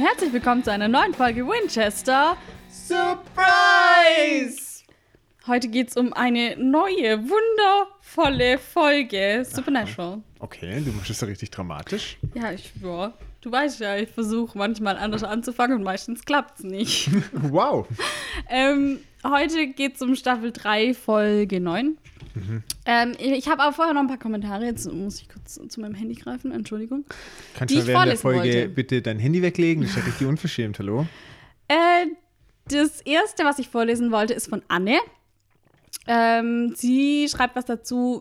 herzlich willkommen zu einer neuen Folge Winchester Surprise! Heute geht es um eine neue, wundervolle Folge Supernatural. Okay, du machst es ja richtig dramatisch. Ja, du weißt ja, ich versuche manchmal anders anzufangen und meistens klappt es nicht. Wow. Heute geht es um Staffel 3, Folge 9. Ich habe aber vorher noch ein paar Kommentare. Jetzt muss ich kurz zu meinem Handy greifen. Entschuldigung. Kannst du während der Folge bitte dein Handy weglegen? Das ist ja richtig unverschämt. Hallo? Das erste, was ich vorlesen wollte, ist von Anne. Sie schreibt was dazu,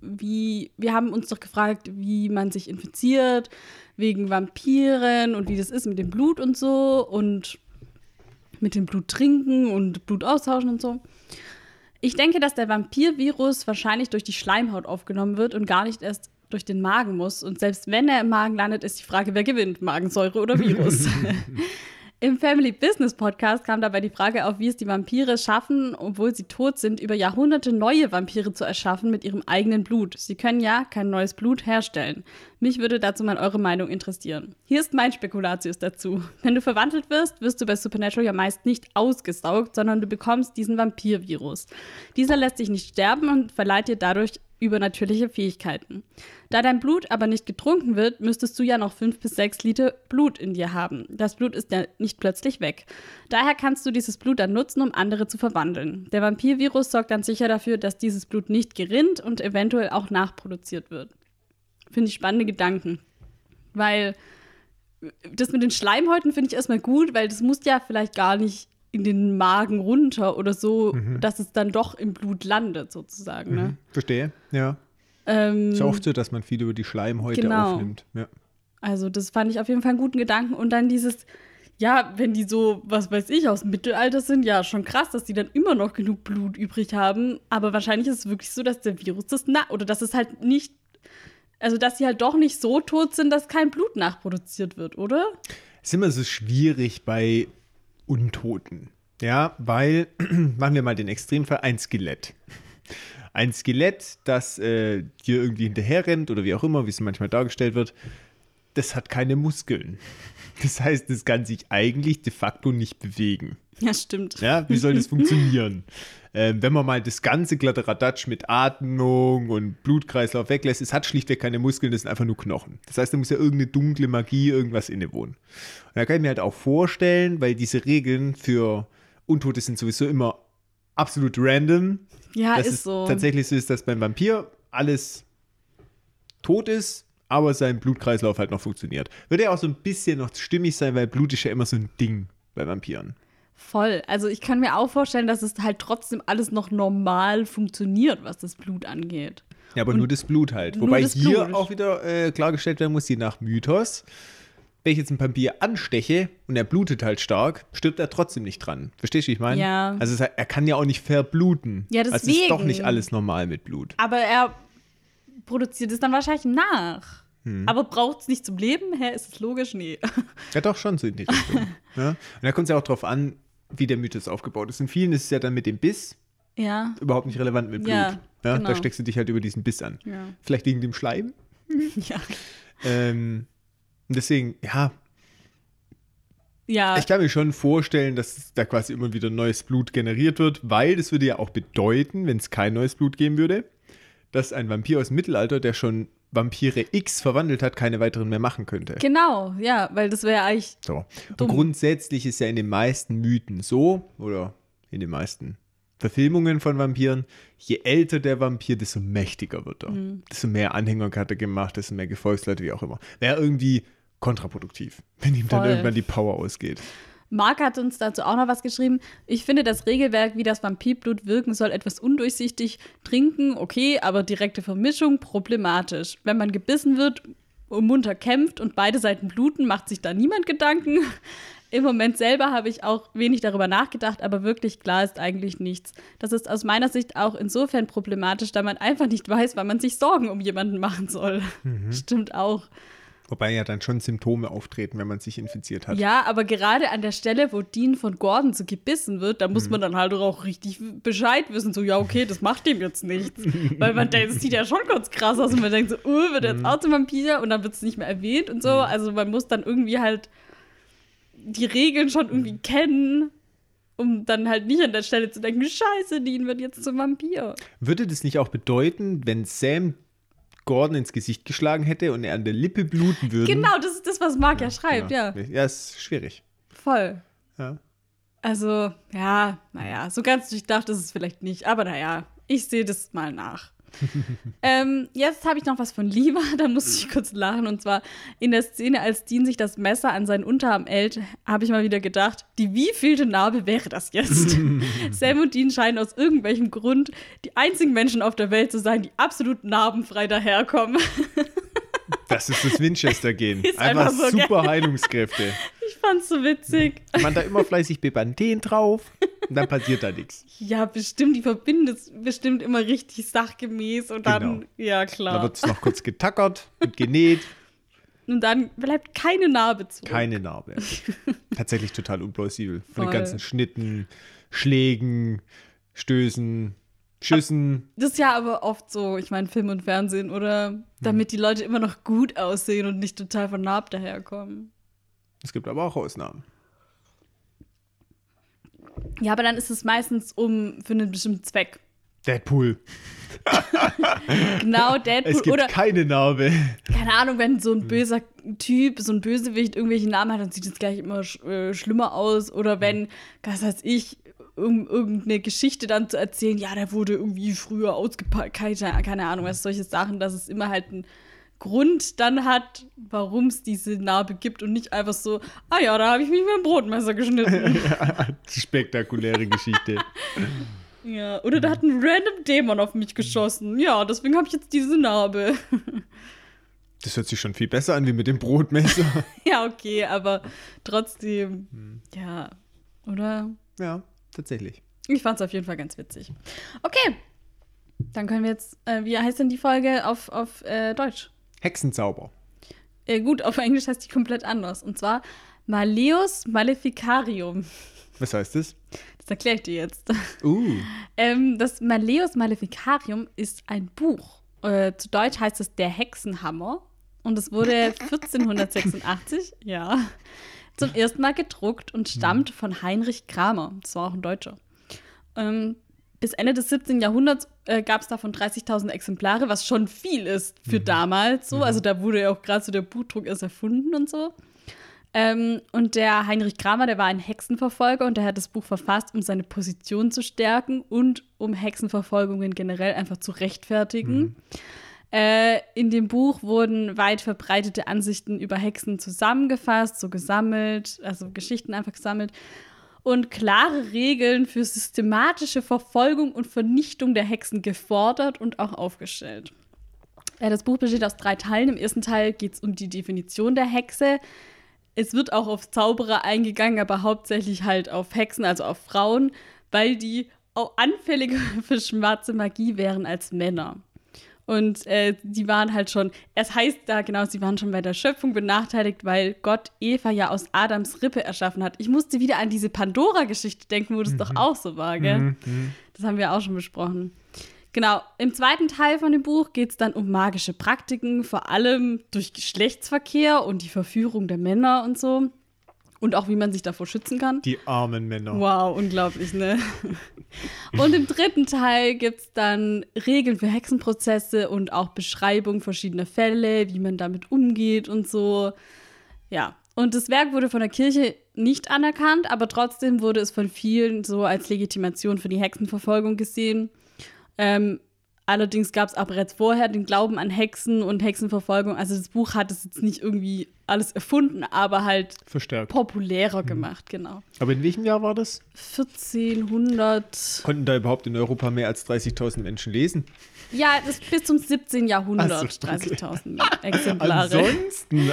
wir haben uns doch gefragt, wie man sich infiziert, wegen Vampiren und wie das ist mit dem Blut und so und mit dem Blut trinken und Blut austauschen und so. Ich denke, dass der Vampirvirus wahrscheinlich durch die Schleimhaut aufgenommen wird und gar nicht erst durch den Magen muss. Und selbst wenn er im Magen landet, ist die Frage, wer gewinnt, Magensäure oder Virus? Im Family Business Podcast kam dabei die Frage auf, wie es die Vampire schaffen, obwohl sie tot sind, über Jahrhunderte neue Vampire zu erschaffen mit ihrem eigenen Blut. Sie können ja kein neues Blut herstellen. Mich würde dazu mal eure Meinung interessieren. Hier ist mein Spekulatius dazu. Wenn du verwandelt wirst, wirst du bei Supernatural ja meist nicht ausgesaugt, sondern du bekommst diesen Vampirvirus. Dieser lässt dich nicht sterben und verleiht dir dadurch übernatürliche Fähigkeiten. Da dein Blut aber nicht getrunken wird, müsstest du ja noch 5 bis 6 Liter Blut in dir haben. Das Blut ist ja nicht plötzlich weg. Daher kannst du dieses Blut dann nutzen, um andere zu verwandeln. Der Vampirvirus sorgt dann sicher dafür, dass dieses Blut nicht gerinnt und eventuell auch nachproduziert wird. Finde ich spannende Gedanken. Weil das mit den Schleimhäuten finde ich erstmal gut, weil das muss ja vielleicht gar nicht in den Magen runter oder so, dass es dann doch im Blut landet, sozusagen. Ne? Verstehe, ja. Ist ja oft so, dass man viel über die Schleimhäute aufnimmt. Ja. Also das fand ich auf jeden Fall einen guten Gedanken. Und dann dieses, ja, wenn die so, was weiß ich, aus dem Mittelalter sind, ja, schon krass, dass die dann immer noch genug Blut übrig haben. Aber wahrscheinlich ist es wirklich so, dass der Virus oder dass es halt nicht, also dass sie halt doch nicht so tot sind, dass kein Blut nachproduziert wird, oder? Es ist immer so schwierig bei Untoten. Ja, weil, machen wir mal den Extremfall, ein Skelett. Ein Skelett, das dir irgendwie hinterher rennt oder wie auch immer, wie es manchmal dargestellt wird, das hat keine Muskeln. Das heißt, es kann sich eigentlich de facto nicht bewegen. Ja, stimmt. Ja, wie soll das funktionieren? Wenn man mal das ganze Kladderadatsch mit Atmung und Blutkreislauf weglässt, es hat schlichtweg keine Muskeln, das sind einfach nur Knochen. Das heißt, da muss ja irgendeine dunkle Magie, irgendwas innewohnen. Und da kann ich mir halt auch vorstellen, weil diese Regeln für Untote sind sowieso immer absolut random. Ja, dass ist es so. Tatsächlich so ist, dass beim Vampir alles tot ist, aber sein Blutkreislauf halt noch funktioniert. Würde ja auch so ein bisschen noch stimmig sein, weil Blut ist ja immer so ein Ding bei Vampiren. Voll. Also ich kann mir auch vorstellen, dass es halt trotzdem alles noch normal funktioniert, was das Blut angeht. Ja, aber und nur das Blut halt. Wobei das hier Blut auch wieder klargestellt werden muss, je nach Mythos, wenn ich jetzt einen Vampir ansteche und er blutet halt stark, stirbt er trotzdem nicht dran. Verstehst du, wie ich meine? Ja. Also er kann ja auch nicht verbluten. Ja, Also es deswegen. ist doch nicht alles normal mit Blut. Aber er produziert es dann wahrscheinlich nach. Aber braucht es nicht zum Leben? Hä, ist es logisch? Nee. Ja, doch schon so in die Richtung. Ja? Und da kommt es ja auch drauf an, wie der Mythos aufgebaut ist. In vielen ist es ja dann mit dem Biss Ja. überhaupt nicht relevant mit Blut. Ja, Ja? genau. Da steckst du dich halt über diesen Biss an. Ja. Vielleicht wegen dem Schleim. Ja. Und deswegen, ja, Ja. ich kann mir schon vorstellen, dass da quasi immer wieder neues Blut generiert wird, weil das würde ja auch bedeuten, wenn es kein neues Blut geben würde, dass ein Vampir aus dem Mittelalter, der schon Vampire X verwandelt hat, keine weiteren mehr machen könnte. Genau, ja, weil das wäre eigentlich So. dumm. Und grundsätzlich ist ja in den meisten Mythen so, oder in den meisten Verfilmungen von Vampiren, je älter der Vampir, desto mächtiger wird er. Desto mehr Anhänger hat er gemacht, desto mehr Gefolgsleute, wie auch immer. Wäre irgendwie kontraproduktiv, wenn ihm dann Voll. irgendwann die Power ausgeht. Marc hat uns dazu auch noch was geschrieben. Ich finde das Regelwerk, wie das Vampirblut wirken soll, etwas undurchsichtig. Trinken, okay, aber direkte Vermischung, problematisch. Wenn man gebissen wird und munter kämpft und beide Seiten bluten, macht sich da niemand Gedanken. Im Moment selber habe ich auch wenig darüber nachgedacht, aber wirklich klar ist eigentlich nichts. Das ist aus meiner Sicht auch insofern problematisch, da man einfach nicht weiß, wann man sich Sorgen um jemanden machen soll. Stimmt auch. Wobei ja dann schon Symptome auftreten, wenn man sich infiziert hat. Ja, aber gerade an der Stelle, wo Dean von Gordon so gebissen wird, da muss man dann halt auch richtig Bescheid wissen. So, ja, okay, das macht ihm jetzt nichts. Weil man denkt, das sieht ja schon kurz krass aus und man denkt so, wird er jetzt auch zum Vampir? Und dann wird es nicht mehr erwähnt und so. Also man muss dann irgendwie halt die Regeln schon irgendwie kennen, um dann halt nicht an der Stelle zu denken, scheiße, Dean wird jetzt zum Vampir. Würde das nicht auch bedeuten, wenn Sam Gordon ins Gesicht geschlagen hätte und er an der Lippe bluten würde? Genau, das ist das, was Mark ja schreibt, ja. Ja, ist schwierig. Voll. Ja. Also, ja, naja, so ganz durchdacht ist es vielleicht nicht, aber naja, ich sehe das mal nach. Jetzt habe ich noch was von Lima, da musste ich kurz lachen. Und zwar in der Szene, als Dean sich das Messer an seinen Unterarm hält, habe ich mal wieder gedacht, die wievielte Narbe wäre das jetzt? Sam und Dean scheinen aus irgendwelchem Grund die einzigen Menschen auf der Welt zu sein, die absolut narbenfrei daherkommen. Das ist das Winchester-Gen. Ist Einfach einfach so super Heilungskräfte. Ich fand's so witzig. Man da immer fleißig Bepanthen drauf und dann passiert da nichts. Ja, bestimmt, die verbinden es bestimmt immer richtig sachgemäß und dann, Genau. ja Da klar. wird es noch kurz getackert und genäht. Und dann bleibt keine Narbe zurück. Keine Narbe. Tatsächlich total unplausibel. Von den Voll. ganzen Schnitten, Schlägen, Stößen, Schüssen. Das ist ja aber oft so, ich meine, Film und Fernsehen, oder? Damit die Leute immer noch gut aussehen und nicht total vernarbt daherkommen. Es gibt aber auch Ausnahmen. Ja, aber dann ist es meistens für einen bestimmten Zweck. Deadpool. Genau, Deadpool. Es gibt Oder, keine Narbe. keine Ahnung, wenn so ein böser Typ, so ein Bösewicht irgendwelche Namen hat, dann sieht es gleich immer schlimmer aus. Oder wenn, was weiß ich, irgendeine Geschichte dann zu erzählen, ja, der wurde irgendwie früher ausgepackt, keine Ahnung, was solche Sachen, dass es immer halt einen Grund dann hat, warum es diese Narbe gibt und nicht einfach so, ah ja, da habe ich mich mit dem Brotmesser geschnitten. Die spektakuläre Geschichte. Ja, oder da hat ein random Dämon auf mich geschossen. Ja, deswegen habe ich jetzt diese Narbe. Das hört sich schon viel besser an wie mit dem Brotmesser. Ja, okay, aber trotzdem, ja, oder? Ja, tatsächlich. Ich fand es auf jeden Fall ganz witzig. Okay, dann können wir jetzt, wie heißt denn die Folge auf Deutsch? Hexenzauber. Gut, auf Englisch heißt die komplett anders. Und zwar Malleus Maleficarium. Was heißt das? Das erkläre ich dir jetzt. Das Malleus Maleficarium ist ein Buch. Zu Deutsch heißt es Der Hexenhammer. Und es wurde 1486, ja, zum ersten Mal gedruckt und stammt von Heinrich Kramer. Das war auch ein Deutscher. Bis Ende des 17. Jahrhunderts gab es davon 30.000 Exemplare, was schon viel ist für damals so. Also da wurde ja auch gerade so der Buchdruck erst erfunden und so. Und der Heinrich Kramer, der war ein Hexenverfolger und der hat das Buch verfasst, um seine Position zu stärken und um Hexenverfolgungen generell einfach zu rechtfertigen. In dem Buch wurden weit verbreitete Ansichten über Hexen zusammengefasst, so gesammelt, also Geschichten einfach gesammelt und klare Regeln für systematische Verfolgung und Vernichtung der Hexen gefordert und auch aufgestellt. Das Buch besteht aus 3 Teilen. Im ersten Teil geht es um die Definition der Hexe. Es wird auch auf Zauberer eingegangen, aber hauptsächlich halt auf Hexen, also auf Frauen, weil die auch anfälliger für schwarze Magie wären als Männer. Und die waren halt schon, es heißt da genau, sie waren schon bei der Schöpfung benachteiligt, weil Gott Eva ja aus Adams Rippe erschaffen hat. Ich musste wieder an diese Pandora-Geschichte denken, wo das doch auch so war, gell? Das haben wir auch schon besprochen. Genau, im zweiten Teil von dem Buch geht es dann um magische Praktiken, vor allem durch Geschlechtsverkehr und die Verführung der Männer und so. Und auch, wie man sich davor schützen kann. Die armen Männer. Wow, unglaublich, ne? Und im dritten Teil gibt es dann Regeln für Hexenprozesse und auch Beschreibung verschiedener Fälle, wie man damit umgeht und so. Ja, und das Werk wurde von der Kirche nicht anerkannt, aber trotzdem wurde es von vielen so als Legitimation für die Hexenverfolgung gesehen. Allerdings gab es auch bereits vorher den Glauben an Hexen und Hexenverfolgung. Also das Buch hat es jetzt nicht irgendwie alles erfunden, aber halt verstärkt populärer gemacht, genau. Aber in welchem Jahr war das? 1400. Konnten da überhaupt in Europa mehr als 30.000 Menschen lesen? Ja, das bis zum 17. Jahrhundert, Ach so, okay. 30.000 Exemplare. Ansonsten?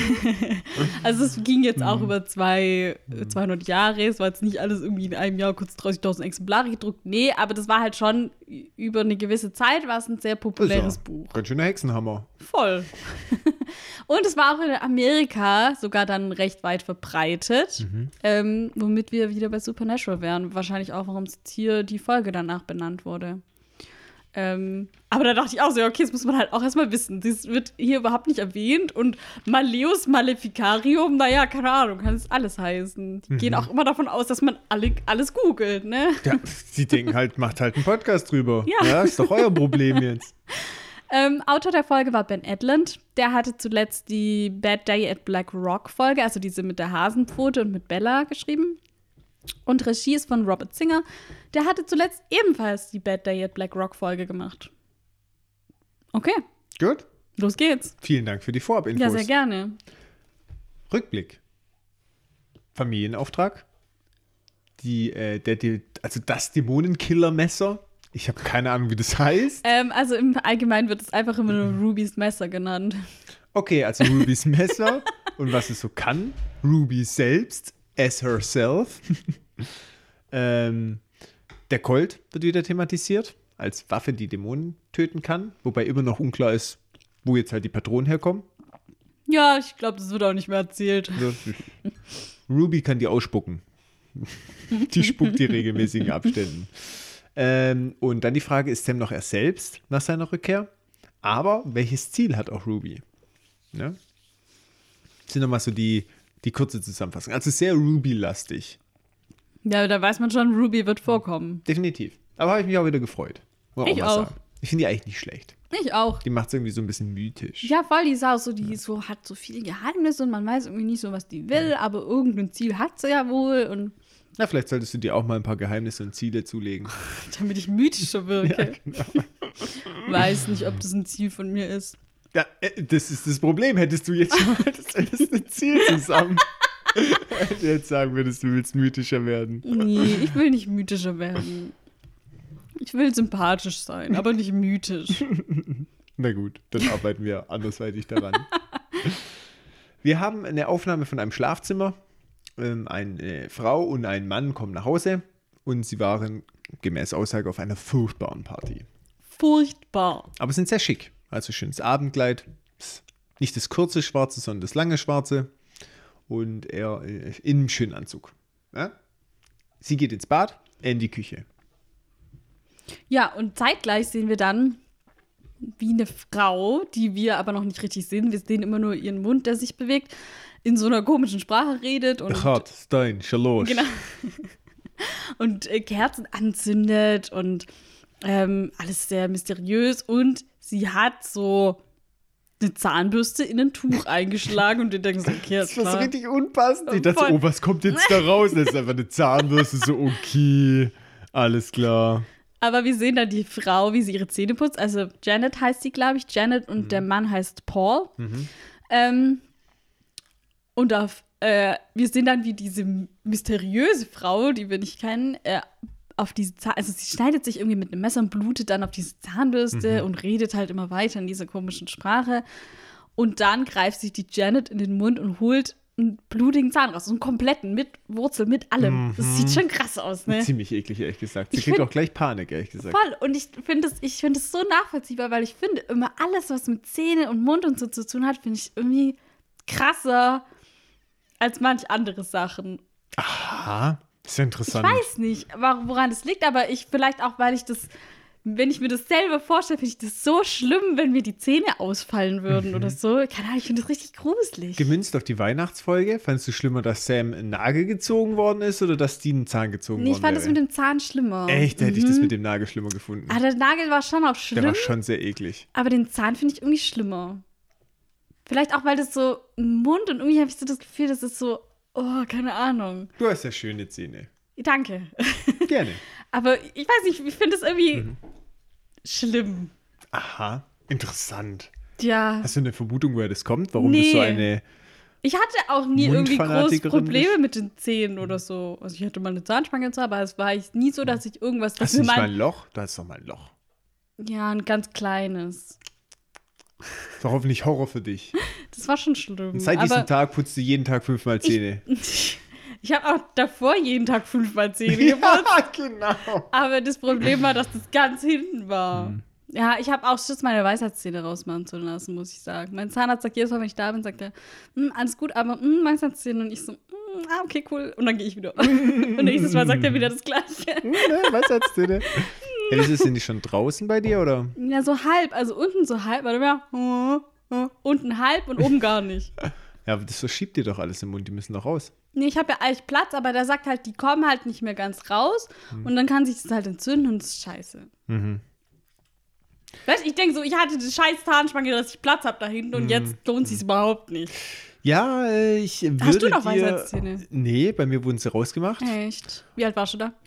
Also es ging jetzt auch über 200 Jahre. Es war jetzt nicht alles irgendwie in einem Jahr kurz 30.000 Exemplare gedruckt. Nee, aber das war halt schon über eine gewisse Zeit war es ein sehr populäres Buch. Ganz schöner Hexenhammer. Voll. Und es war auch in Amerika sogar dann recht weit verbreitet, womit wir wieder bei Supernatural wären. Wahrscheinlich auch, warum jetzt hier die Folge danach benannt wurde. Aber da dachte ich auch so, ja, okay, das muss man halt auch erstmal wissen. Das wird hier überhaupt nicht erwähnt. Und Malleus Maleficarium, naja, keine Ahnung, kann es alles heißen. Die gehen auch immer davon aus, dass man alles googelt, ne? Ja, sie denken halt, macht halt einen Podcast drüber. Ja. Ja, ist doch euer Problem jetzt. Autor der Folge war Ben Edlund. Der hatte zuletzt die Bad Day at Black Rock Folge, also diese mit der Hasenpfote und mit Bella geschrieben. Und Regie ist von Robert Singer. Der hatte zuletzt ebenfalls die Bad Day at Black Rock Folge gemacht. Okay, Gut. los geht's. Vielen Dank für die Vorabinfos. Ja, sehr gerne. Rückblick. Familienauftrag. Also das Dämonenkillermesser. Ich habe keine Ahnung, wie das heißt. Also im Allgemeinen wird es einfach immer nur Rubys Messer genannt. Okay, also Rubys Messer und was es so kann. Ruby selbst, as herself. Der Colt wird wieder thematisiert, als Waffe, die Dämonen töten kann. Wobei immer noch unklar ist, wo jetzt halt die Patronen herkommen. Ja, ich glaube, das wird auch nicht mehr erzählt. Also, Ruby kann die ausspucken. Die spuckt die regelmäßigen Abständen. Und dann die Frage, ist Sam noch er selbst nach seiner Rückkehr? Aber welches Ziel hat auch Ruby? Ja? Das sind nochmal so die kurze Zusammenfassung. Also sehr Ruby-lastig. Ja, da weiß man schon, Ruby wird vorkommen. Definitiv. Aber habe ich mich auch wieder gefreut. Muss Ich mal auch. sagen. Ich finde die eigentlich nicht schlecht. Ich auch. Die macht es irgendwie so ein bisschen mythisch. Ja, voll, die ist auch so, hat so viele Geheimnisse und man weiß irgendwie nicht so, was die will, aber irgendein Ziel hat sie ja wohl und Na, vielleicht solltest du dir auch mal ein paar Geheimnisse und Ziele zulegen. damit ich mythischer wirke. Ja, genau. Weiß nicht, ob das ein Ziel von mir ist. Ja, das ist das Problem. Hättest du jetzt schon mal das Ziel zusammen. Hätte jetzt sagen würdest, du willst mythischer werden. Nee, ich will nicht mythischer werden. Ich will sympathisch sein, aber nicht mythisch. Na gut, dann arbeiten wir andersweitig daran. Wir haben eine Aufnahme von einem Schlafzimmer. Eine Frau und ein Mann kommen nach Hause und sie waren gemäß Aussage auf einer furchtbaren Party. Furchtbar. Aber sind sehr schick. Also schönes Abendkleid. Nicht das kurze Schwarze, sondern das lange Schwarze. Und er in einem schönen Anzug. Ja? Sie geht ins Bad, er in die Küche. Ja, und zeitgleich sehen wir dann, wie eine Frau, die wir aber noch nicht richtig sehen, wir sehen immer nur ihren Mund, der sich bewegt, in so einer komischen Sprache redet und Gott, Stein, Schalosch. genau. Und Kerzen anzündet und alles sehr mysteriös und sie hat so eine Zahnbürste in ein Tuch eingeschlagen und du denkst, okay, Das war so klar. richtig unpassend. Ich dachte, Voll. oh, was kommt jetzt da raus? Das ist einfach eine Zahnbürste, so okay, alles klar. Aber wir sehen dann die Frau, wie sie ihre Zähne putzt. Also Janet heißt sie, glaube ich. Janet und der Mann heißt Paul. Und wir sehen dann, wie diese mysteriöse Frau, die wir nicht kennen, auf diese also sie schneidet sich irgendwie mit einem Messer und blutet dann auf diese Zahnbürste und redet halt immer weiter in dieser komischen Sprache. Und dann greift sich die Janet in den Mund und holt einen blutigen Zahn raus. So einen kompletten, mit Wurzel, mit allem. Das sieht schon krass aus, ne? Ziemlich eklig, ehrlich gesagt. Sie Ich kriegt find- auch gleich Panik, ehrlich gesagt. Voll. Und ich finde es so nachvollziehbar, weil ich finde immer alles, was mit Zähne und Mund und so zu tun hat, finde ich irgendwie krasser als manch andere Sachen. Aha, ist ja interessant. Ich weiß nicht, woran das liegt, aber vielleicht auch, weil wenn ich mir das selber vorstelle, finde ich das so schlimm, wenn mir die Zähne ausfallen würden oder so. Keine Ahnung, ich finde das richtig gruselig. Gemünzt auf die Weihnachtsfolge, fandest du schlimmer, dass Sam ein Nagel gezogen worden ist oder dass die einen Zahn gezogen Nee, worden ich fand das wäre? mit dem Zahn schlimmer. Echt, hätte ich das mit dem Nagel schlimmer gefunden. Ah, der Nagel war schon auch Der schlimm, war schon sehr eklig. aber den Zahn finde ich irgendwie schlimmer. Vielleicht auch, weil das so im Mund und irgendwie habe ich so das Gefühl, das ist so, oh, keine Ahnung. Du hast ja schöne Zähne. Danke. Gerne. Aber ich weiß nicht, ich finde es irgendwie schlimm. Aha, interessant. Ja. Hast du eine Vermutung, woher das kommt? Warum Nee. das so eine... Ich hatte auch nie irgendwie groß Mundfanatikerin Probleme bist? mit den Zähnen oder so. Also ich hatte mal eine Zahnspange und so, aber es war nie so, dass ich irgendwas... Hast du nicht mal ein Loch? Du hast doch mal ein Loch. Ja, ein ganz kleines. Das war hoffentlich Horror für dich. Das war schon schlimm. Und seit diesem aber Tag putzt du jeden Tag 5-mal Zähne. ich habe auch davor jeden Tag 5-mal Zähne geputzt. Ja, genau. Aber das Problem war, dass das ganz hinten war. Ja, ich habe auch Schiss, meine Weisheitszähne rausmachen zu lassen, muss ich sagen. Mein Zahnarzt sagt jedes Mal, wenn ich da bin, sagt er, alles gut, aber Weisheitszähne. Und ich so, okay, cool. Und dann gehe ich wieder. Und nächstes Mal sagt er wieder das Gleiche. Was hast du denn? Ja, sind die schon draußen bei dir, oder? Ja, so halb. Also unten so halb. Warte mal. Unten halb und oben gar nicht. Ja, aber das verschiebt dir doch alles im Mund. Die müssen doch raus. Nee, ich habe ja eigentlich Platz, aber der sagt halt, die kommen halt nicht mehr ganz raus. Und dann kann sich das halt entzünden und das ist scheiße. Mhm. Weißt du, ich denke so, ich hatte die scheiß Zahnspange, dass ich Platz habe da hinten und jetzt lohnt sich überhaupt nicht. Ja, ich würde Hast du noch dir... Weisheitszähne? Nee, bei mir wurden sie rausgemacht. Echt? Wie alt warst du da?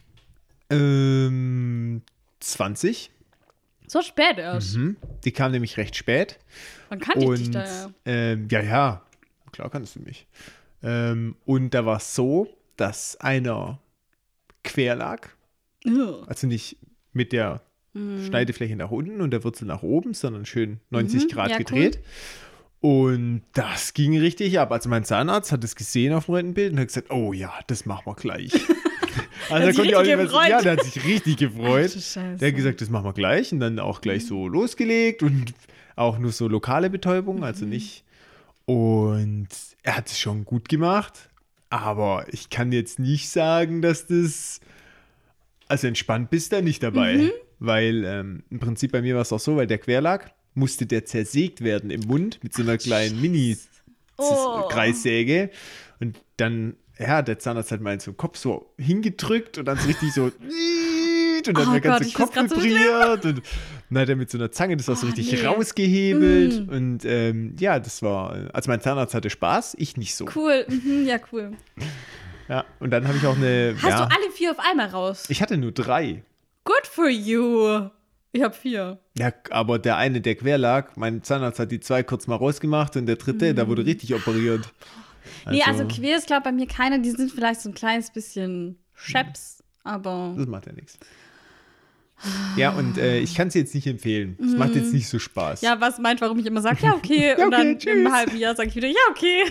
20. So spät erst. Mhm. Die kam nämlich recht spät. Wann kannte ich dich da ja? Ja, klar kannst du mich. Und da war es so, dass einer quer lag. Also nicht mit der Schneidefläche nach unten und der Wurzel nach oben, sondern schön 90 Grad ja, gedreht. Cool. Und das ging richtig ab. Also mein Zahnarzt hat es gesehen auf dem Rentenbild und hat gesagt, oh ja, das machen wir gleich. Also der hat sich richtig gefreut. Ach, Der hat gesagt, das machen wir gleich und dann auch gleich so losgelegt und auch nur so lokale Betäubung, also nicht. Und er hat es schon gut gemacht, aber ich kann jetzt nicht sagen, dass das, also entspannt bist du nicht dabei, weil im Prinzip bei mir war es auch so, weil der quer lag, musste der zersägt werden im Mund mit so einer kleinen Mini-Kreissäge und dann der Zahnarzt hat mal so den Kopf so hingedrückt und dann so richtig so und dann der ganze Kopf vibriert und dann hat er mit so einer Zange das auch so richtig rausgehebelt und das war, also mein Zahnarzt hatte Spaß, ich nicht so. Cool, ja, cool. Ja, und dann habe ich auch eine, Hast du alle 4 auf einmal raus? Ich hatte nur 3. Good for you. Ich habe 4. Ja, aber der eine, der quer lag, mein Zahnarzt hat die 2 kurz mal rausgemacht und der dritte, da wurde richtig operiert. Nee, also quer ist, glaube ich, bei mir keiner. Die sind vielleicht so ein kleines bisschen Scheps, aber... Das macht ja nichts. Ja, und ich kann es jetzt nicht empfehlen. Es macht jetzt nicht so Spaß. Ja, was meint, warum ich immer sage, ja, okay. Ja, und dann tschüss. im halben Jahr sage ich wieder, ja, okay.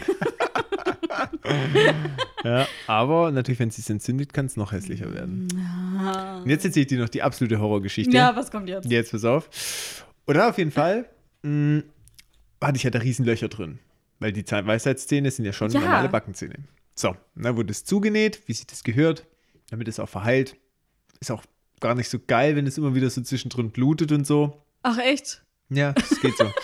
Ja, aber natürlich, wenn es sich entzündet, kann es noch hässlicher werden. Und jetzt erzähle ich dir noch die absolute Horrorgeschichte. Ja, was kommt jetzt? Jetzt, pass auf. Und dann auf jeden Fall hatte ich ja da Riesenlöcher drin. Weil die Weisheitszähne sind ja schon normale Backenzähne. So, dann wurde es zugenäht, wie sich das gehört, damit es auch verheilt. Ist auch gar nicht so geil, wenn es immer wieder so zwischendrin blutet und so. Ach, echt? Ja, das geht so.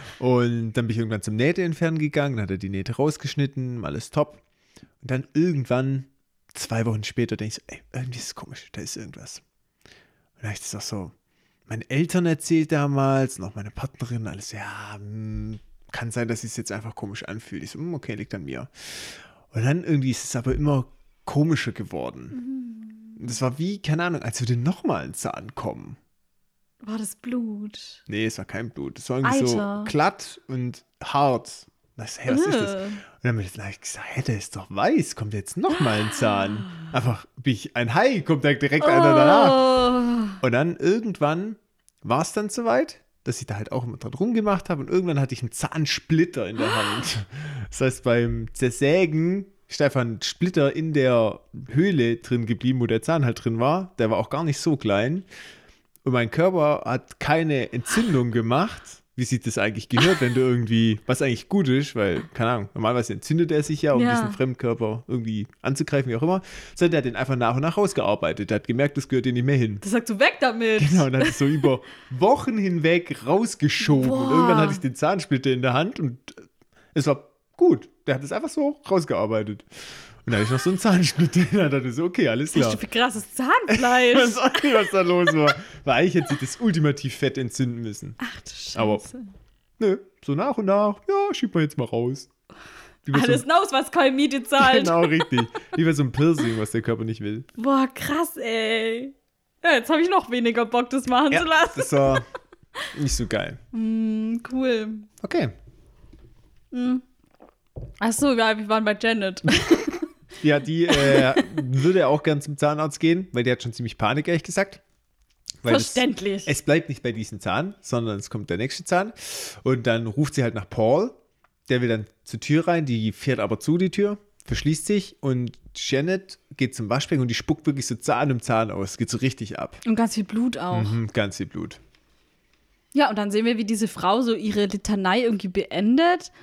Und dann bin ich irgendwann zum Nähte entfernen gegangen, dann hat er die Nähte rausgeschnitten, alles top. Und dann irgendwann, 2 Wochen später, denke ich so, ey, irgendwie ist es komisch, da ist irgendwas. Und dann habe ich das auch so meinen Eltern erzählt damals, und auch meine Partnerin, alles, ja, kann sein, dass es jetzt einfach komisch anfühlt. Ich so, okay, liegt an mir. Und dann irgendwie ist es aber immer komischer geworden. Das war wie, keine Ahnung, als würde nochmal ein Zahn kommen. War das Blut? Nee, es war kein Blut. Es war irgendwie so glatt und hart. Was ist das? Und dann habe ich gesagt, der ist doch weiß, kommt jetzt nochmal ein Zahn. Einfach, bin ich ein Hai, kommt da direkt einer danach. Und dann irgendwann war es dann soweit, dass ich da halt auch immer dran rumgemacht habe und irgendwann hatte ich einen Zahnsplitter in der Hand. Das heißt, beim Zersägen ist einfach ein Splitter in der Höhle drin geblieben, wo der Zahn halt drin war. Der war auch gar nicht so klein. Und mein Körper hat keine Entzündung gemacht, wie sich das eigentlich gehört, wenn du irgendwie, was eigentlich gut ist, weil, keine Ahnung, normalerweise entzündet er sich ja, um diesen Fremdkörper irgendwie anzugreifen, wie auch immer, sondern er hat den einfach nach und nach rausgearbeitet. Er hat gemerkt, das gehört dir nicht mehr hin. Das sagt so, weg damit. Genau, und hat es so über Wochen hinweg rausgeschoben. Boah. Und irgendwann hatte ich den Zahnsplitter in der Hand und es war gut. Der hat es einfach so rausgearbeitet. Und dann habe ich noch so einen Zahnschnitt und dann dachte ich so, okay, alles klar. Das ist für krasses Zahnfleisch. Ich weiß auch nicht, was da los war. Weil eigentlich hätte sich das ultimativ fett entzünden müssen. Ach du Scheiße. Aber nö, so nach und nach, ja, schieb mal jetzt mal raus. Alles raus, was keine Miete zahlt. Genau, richtig. Wie bei so einem Piercing, was der Körper nicht will. Boah, krass, ey. Ja, jetzt habe ich noch weniger Bock, das machen zu lassen. Das war nicht so geil. Cool. Okay. Achso, wir waren bei Janet. Ja, die würde auch gern zum Zahnarzt gehen, weil die hat schon ziemlich Panik, ehrlich gesagt. Weil Verständlich. Es bleibt nicht bei diesem Zahn, sondern es kommt der nächste Zahn. Und dann ruft sie halt nach Paul. Der will dann zur Tür rein, die fährt aber zu, die Tür, verschließt sich und Janet geht zum Waschbecken und die spuckt wirklich so Zahn um Zahn aus. Geht so richtig ab. Und ganz viel Blut auch. Ganz viel Blut. Ja, und dann sehen wir, wie diese Frau so ihre Litanei irgendwie beendet.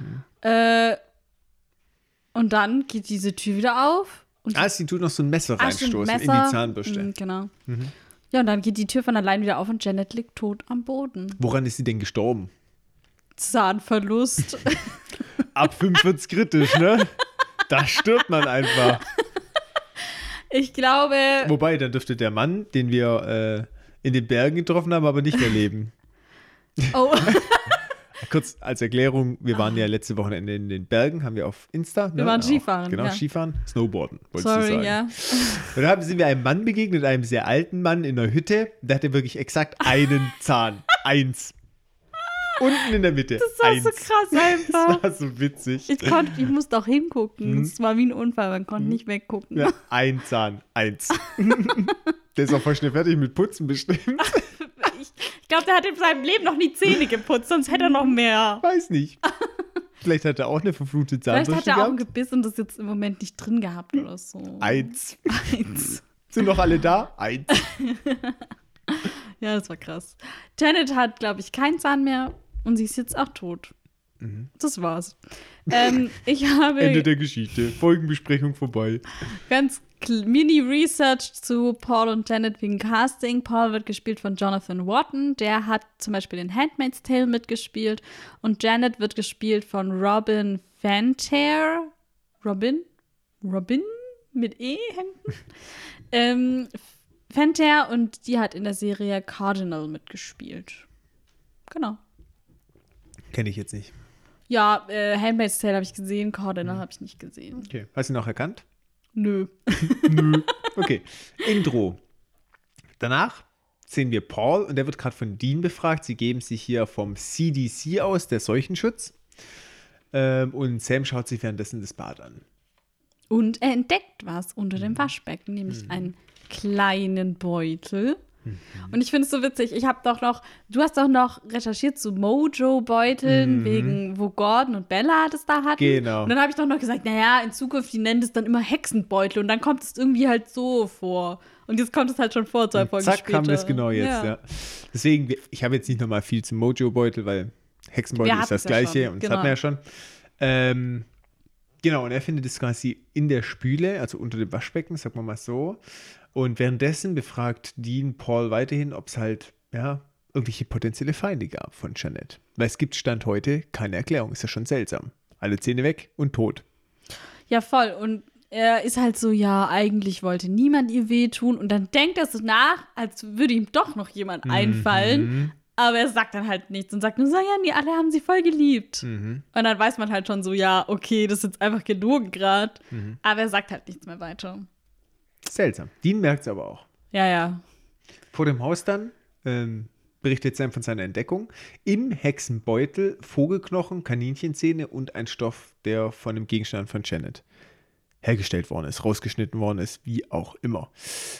Und dann geht diese Tür wieder auf. Und sie tut noch so ein Messer reinstoßen in die Zahnbürste. Genau. Ja, und dann geht die Tür von allein wieder auf und Janet liegt tot am Boden. Woran ist sie denn gestorben? Zahnverlust. Ab 45 kritisch, ne? Da stirbt man einfach. Ich glaube. Wobei, dann dürfte der Mann, den wir in den Bergen getroffen haben, aber nicht mehr leben. Oh. Kurz als Erklärung, wir waren ja letzte Wochenende in den Bergen, haben wir auf Insta. Wir waren Skifahren. Genau, ja. Skifahren, Snowboarden, wolltest du Sorry, sagen. ja. Und da sind wir einem Mann begegnet, einem sehr alten Mann in einer Hütte. Der hatte wirklich exakt einen Zahn. 1. Unten in der Mitte. Das war 1. so krass einfach. Das war so witzig. Ich musste auch hingucken. Es war wie ein Unfall, man konnte nicht weggucken. Ja, ein Zahn, 1. Der ist auch voll schnell fertig mit Putzen bestimmt. Ich glaube, der hat in seinem Leben noch nie Zähne geputzt, sonst hätte er noch mehr. Weiß nicht. Vielleicht hat er auch eine verflutete Zahnbürste Vielleicht hat er auch ein gehabt. Gebiss und das jetzt im Moment nicht drin gehabt oder so. 1. 1. Sind noch alle da? 1. Ja, das war krass. Janet hat, glaube ich, keinen Zahn mehr und sie ist jetzt auch tot. Das war's. Ich habe Ende der Geschichte. Folgenbesprechung vorbei. ganz Mini-Research zu Paul und Janet wegen Casting. Paul wird gespielt von Jonathan Watton. Der hat zum Beispiel in Handmaid's Tale mitgespielt. Und Janet wird gespielt von Robin Fantair. Robin mit E hinten. Fantair, und die hat in der Serie Cardinal mitgespielt. Genau. Kenne ich jetzt nicht. Ja, Handmaid's Tale habe ich gesehen, Cardinal habe ich nicht gesehen. Okay. Hast du ihn noch erkannt? Nö. Nö. Okay. Intro. Danach sehen wir Paul und der wird gerade von Dean befragt. Sie geben sich hier vom CDC aus, der Seuchenschutz. Und Sam schaut sich währenddessen das Bad an. Und er entdeckt was unter dem Waschbecken, nämlich einen kleinen Beutel. Und ich finde es so witzig, du hast doch noch recherchiert zu Mojo-Beuteln, wegen, wo Gordon und Bella das da hatten. Genau. Und dann habe ich doch noch gesagt, naja, in Zukunft, die nennen das dann immer Hexenbeutel. Und dann kommt es irgendwie halt so vor. Und jetzt kommt es halt schon vor, 2 Folgen Zack, später. haben wir es genau jetzt, ja. Deswegen, ich habe jetzt nicht nochmal viel zum Mojo-Beutel, weil Hexenbeutel ist das Gleiche schon, und genau. das hatten wir ja schon. Genau, und er findet es quasi in der Spüle, also unter dem Waschbecken, sagen wir mal so. Und währenddessen befragt Dean Paul weiterhin, ob es halt, ja, irgendwelche potenzielle Feinde gab von Janet. Weil es gibt Stand heute keine Erklärung, ist ja schon seltsam. Alle Zähne weg und tot. Ja, voll. Und er ist halt so, ja, eigentlich wollte niemand ihr wehtun. Und dann denkt er so nach, als würde ihm doch noch jemand einfallen. Aber er sagt dann halt nichts und sagt nur so, ja, nee, alle haben sie voll geliebt. Und dann weiß man halt schon so, ja, okay, das ist jetzt einfach gelogen gerade. Aber er sagt halt nichts mehr weiter. Seltsam. Dean merkt es aber auch. Ja, ja. Vor dem Haus dann berichtet Sam von seiner Entdeckung. Im Hexenbeutel Vogelknochen, Kaninchenzähne und ein Stoff, der von dem Gegenstand von Janet hergestellt worden ist, rausgeschnitten worden ist, wie auch immer.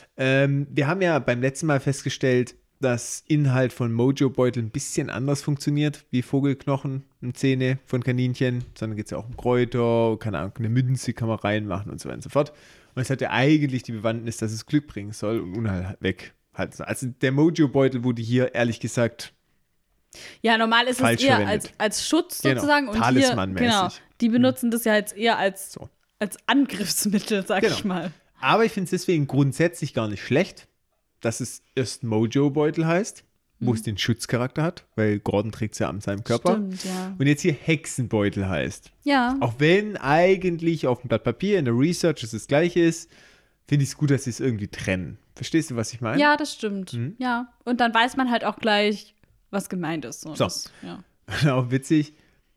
Wir haben ja beim letzten Mal festgestellt, dass Inhalt von Mojo-Beutel ein bisschen anders funktioniert, wie Vogelknochen und Zähne von Kaninchen, sondern geht es ja auch um Kräuter, keine Ahnung, eine Münze kann man reinmachen und so weiter und so fort. Und es hat ja eigentlich die Bewandtnis, dass es Glück bringen soll und Unheil weghalten soll. Also der Mojo-Beutel wurde hier, ehrlich gesagt, Ja, normal ist es falsch eher verwendet. als Schutz Genau, sozusagen. Und hier, Talisman-mäßig. genau, die benutzen das ja jetzt eher als So. Angriffsmittel, sag Genau. ich mal. Aber ich finde es deswegen grundsätzlich gar nicht schlecht, dass es erst Mojo-Beutel heißt, wo es den Schutzcharakter hat, weil Gordon trägt es ja an seinem Körper. Stimmt, ja. Und jetzt hier Hexenbeutel heißt. Ja. Auch wenn eigentlich auf dem Blatt Papier in der Research es das Gleiche ist, finde ich es gut, dass sie es irgendwie trennen. Verstehst du, was ich meine? Ja, das stimmt. Ja. Und dann weiß man halt auch gleich, was gemeint ist. So. So. Das, ja. Und auch witzig,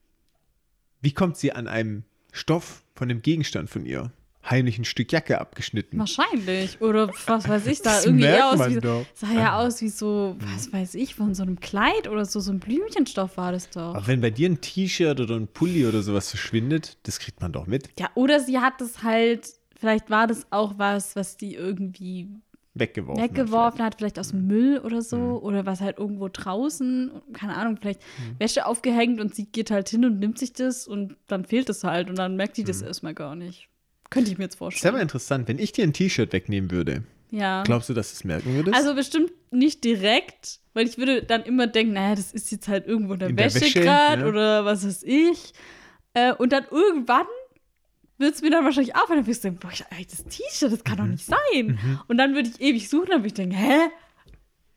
wie kommt sie an einem Stoff von dem Gegenstand von ihr? Heimlich ein Stück Jacke abgeschnitten. Wahrscheinlich. Oder was weiß ich, sah Das irgendwie merkt eher aus man wie, doch. sah ja aus wie so, was weiß ich, von so einem Kleid oder so ein Blümchenstoff war das doch. Aber wenn bei dir ein T-Shirt oder ein Pulli oder sowas verschwindet, das kriegt man doch mit. Ja, oder sie hat das halt, vielleicht war das auch was die irgendwie Weggeworfen hat, vielleicht aus dem Müll oder so, oder was halt irgendwo draußen, keine Ahnung, vielleicht Wäsche aufgehängt und sie geht halt hin und nimmt sich das und dann fehlt es halt und dann merkt sie das erstmal gar nicht. Könnte ich mir jetzt Das ist aber vorstellen. interessant, wenn ich dir ein T-Shirt wegnehmen würde, Ja. glaubst du, dass du es merken würdest? Also bestimmt nicht direkt, weil ich würde dann immer denken, naja, das ist jetzt halt irgendwo in der Wäsche Wäsche, gerade ja. oder was weiß ich. Und dann irgendwann wird es mir dann wahrscheinlich auffallen, dann würde ich denken, boah, das T-Shirt, das kann doch nicht sein. Und dann würde ich ewig suchen, dann würde ich denken, hä?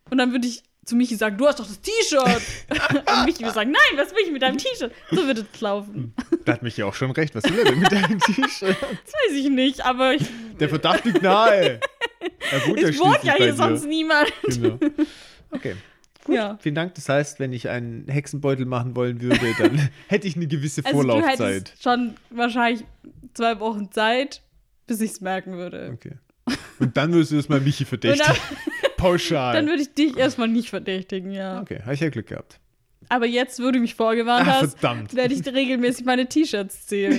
Und dann würde ich zu Michi sagen, du hast doch das T-Shirt. Und Michi würde sagen, nein, was will ich mit deinem T-Shirt? So würde es laufen. Da hat Michi auch schon recht. Was will er denn mit deinem T-Shirt? Das weiß ich nicht, aber Der Verdacht liegt nahe. Er wohnt es wohnt schließlich ja bei hier dir. sonst niemand. Genau. Okay. Gut, Ja. vielen Dank. Das heißt, wenn ich einen Hexenbeutel machen wollen würde, dann hätte ich eine gewisse Also du Vorlaufzeit. hättest schon wahrscheinlich 2 Wochen Zeit, bis ich es merken würde. Okay. Und dann würdest du das mal Michi verdächtigen. Pauschal. Dann würde ich dich erstmal nicht verdächtigen, ja. Okay, habe ich ja Glück gehabt. Aber jetzt, wo du mich vorgewarnt Ach, hast, verdammt. werde ich regelmäßig meine T-Shirts zählen.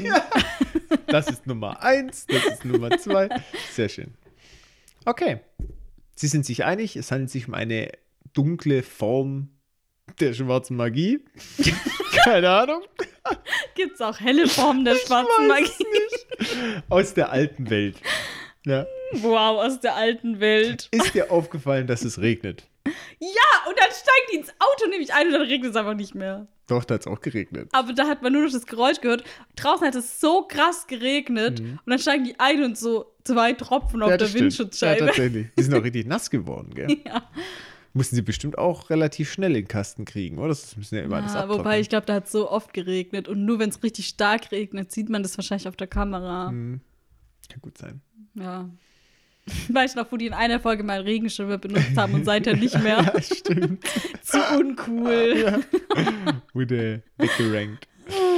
Das ist Nummer 1, das ist Nummer 2. Sehr schön. Okay. Sie sind sich einig, es handelt sich um eine dunkle Form der schwarzen Magie. Keine Ahnung. Gibt es auch helle Formen der schwarzen Magie? Aus der alten Welt. Ja. Wow, aus der alten Welt. Ist dir aufgefallen, dass es regnet? Ja, und dann steigen die ins Auto, nehme ich ein und dann regnet es einfach nicht mehr. Doch, da hat es auch geregnet. Aber da hat man nur noch das Geräusch gehört. Draußen hat es so krass geregnet und dann steigen die ein und so 2 Tropfen auf der das stimmt. Windschutzscheibe. Ja, tatsächlich. Die sind auch richtig nass geworden, gell? Ja. Mussten sie bestimmt auch relativ schnell in den Kasten kriegen, oder? Das müssen ja immer alles abtrocknen. Wobei, ich glaube, da hat es so oft geregnet und nur wenn es richtig stark regnet, sieht man das wahrscheinlich auf der Kamera. Kann gut sein. Ja. Weißt du noch, wo die in einer Folge mal Regenschirme benutzt haben und seither nicht mehr? Ja, stimmt. Zu uncool. Ja. Wurde weggerankt.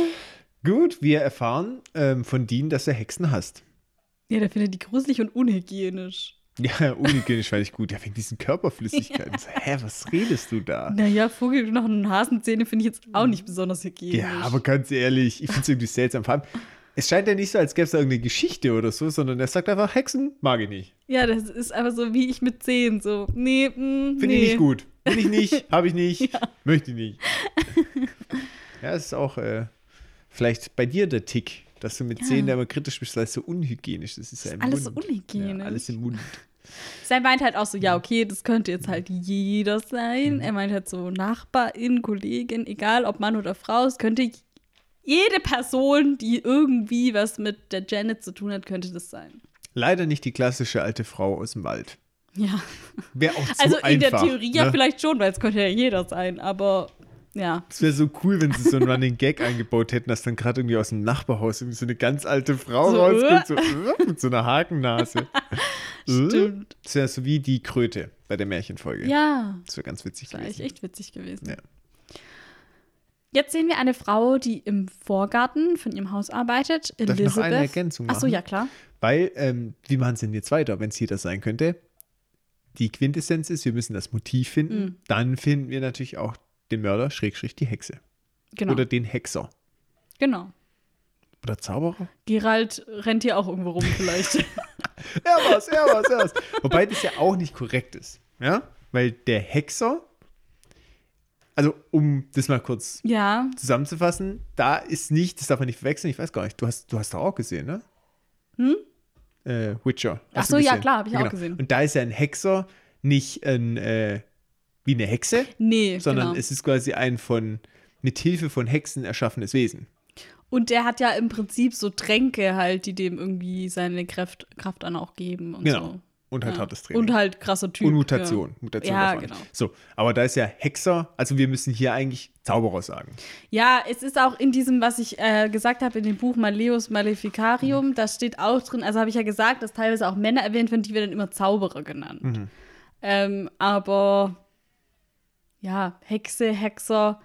Gut, wir erfahren von Dean, dass er Hexen hasst. Ja, der findet die gruselig und unhygienisch. Ja, unhygienisch fand ich gut. Ja, wegen diesen Körperflüssigkeiten. Ja. So, hä, was redest du da? Naja, Vogelknochen und Hasenzähne finde ich jetzt auch nicht besonders hygienisch. Ja, aber ganz ehrlich, ich finde es irgendwie seltsam. Vor allem, es scheint ja nicht so, als gäbe es da irgendeine Geschichte oder so, sondern er sagt einfach, Hexen mag ich nicht. Ja, das ist einfach so wie ich mit 10. So, nee, Finde ich nicht gut. Will ich nicht, habe ich nicht, Ja. möchte ich nicht. Ja, es ist auch vielleicht bei dir der Tick, dass du mit 10 da immer kritisch bist, weil es so unhygienisch ist. Das ist ja im alles Mund. so unhygienisch. Ja, alles im Mund. Sein meint halt auch so, ja, okay, das könnte jetzt halt jeder sein. Er meint halt so Nachbarin, Kollegin, egal ob Mann oder Frau, es könnte jede Person, die irgendwie was mit der Janet zu tun hat, könnte das sein. Leider nicht die klassische alte Frau aus dem Wald. Ja. Wäre auch zu Also einfach. in der Theorie ja ne? vielleicht schon, weil es könnte ja jeder sein, aber ja. Es wäre so cool, wenn sie so einen Running Gag eingebaut hätten, dass dann gerade irgendwie aus dem Nachbarhaus irgendwie so eine ganz alte Frau So, rauskommt, so, mit so einer Hakennase. Stimmt. Das wäre so wie die Kröte bei der Märchenfolge. Ja, Das wäre ganz witzig das war gewesen. echt witzig gewesen. Ja. Jetzt sehen wir eine Frau, die im Vorgarten von ihrem Haus arbeitet. Darf ich Elizabeth. noch eine Ergänzung machen? Achso, ja, klar. Weil, wie machen sie denn jetzt weiter, wenn es jeder sein könnte? Die Quintessenz ist, wir müssen das Motiv finden. Mhm. Dann finden wir natürlich auch den Mörder, Schrägstrich die Hexe. Genau. Oder den Hexer. Genau. Oder Zauberer. Geralt rennt hier auch irgendwo rum vielleicht. Er war's. Wobei das ja auch nicht korrekt ist. Ja? Weil der Hexer, also um das mal kurz Ja. zusammenzufassen, da ist nicht, das darf man nicht verwechseln, ich weiß gar nicht, du hast doch auch gesehen, ne? Witcher. Ach Hast so, du ja, gesehen? klar, habe ich auch Genau. gesehen. Und da ist ja ein Hexer nicht ein, wie eine Hexe, Nee, sondern genau. es ist quasi ein mit Hilfe von Hexen erschaffenes Wesen. Und der hat ja im Prinzip so Tränke halt, die dem irgendwie seine Kraft dann auch geben und Genau. so. Und halt Ja. hartes Training. Und halt krasser Typ. Und Mutation. Mutation Ja, davon. genau. So, aber da ist ja Hexer, also wir müssen hier eigentlich Zauberer sagen. Ja, es ist auch in diesem, was ich gesagt habe, in dem Buch Malleus Maleficarium, da steht auch drin, also habe ich ja gesagt, dass teilweise auch Männer erwähnt werden, die werden immer Zauberer genannt. Aber ja, Hexe, Hexer.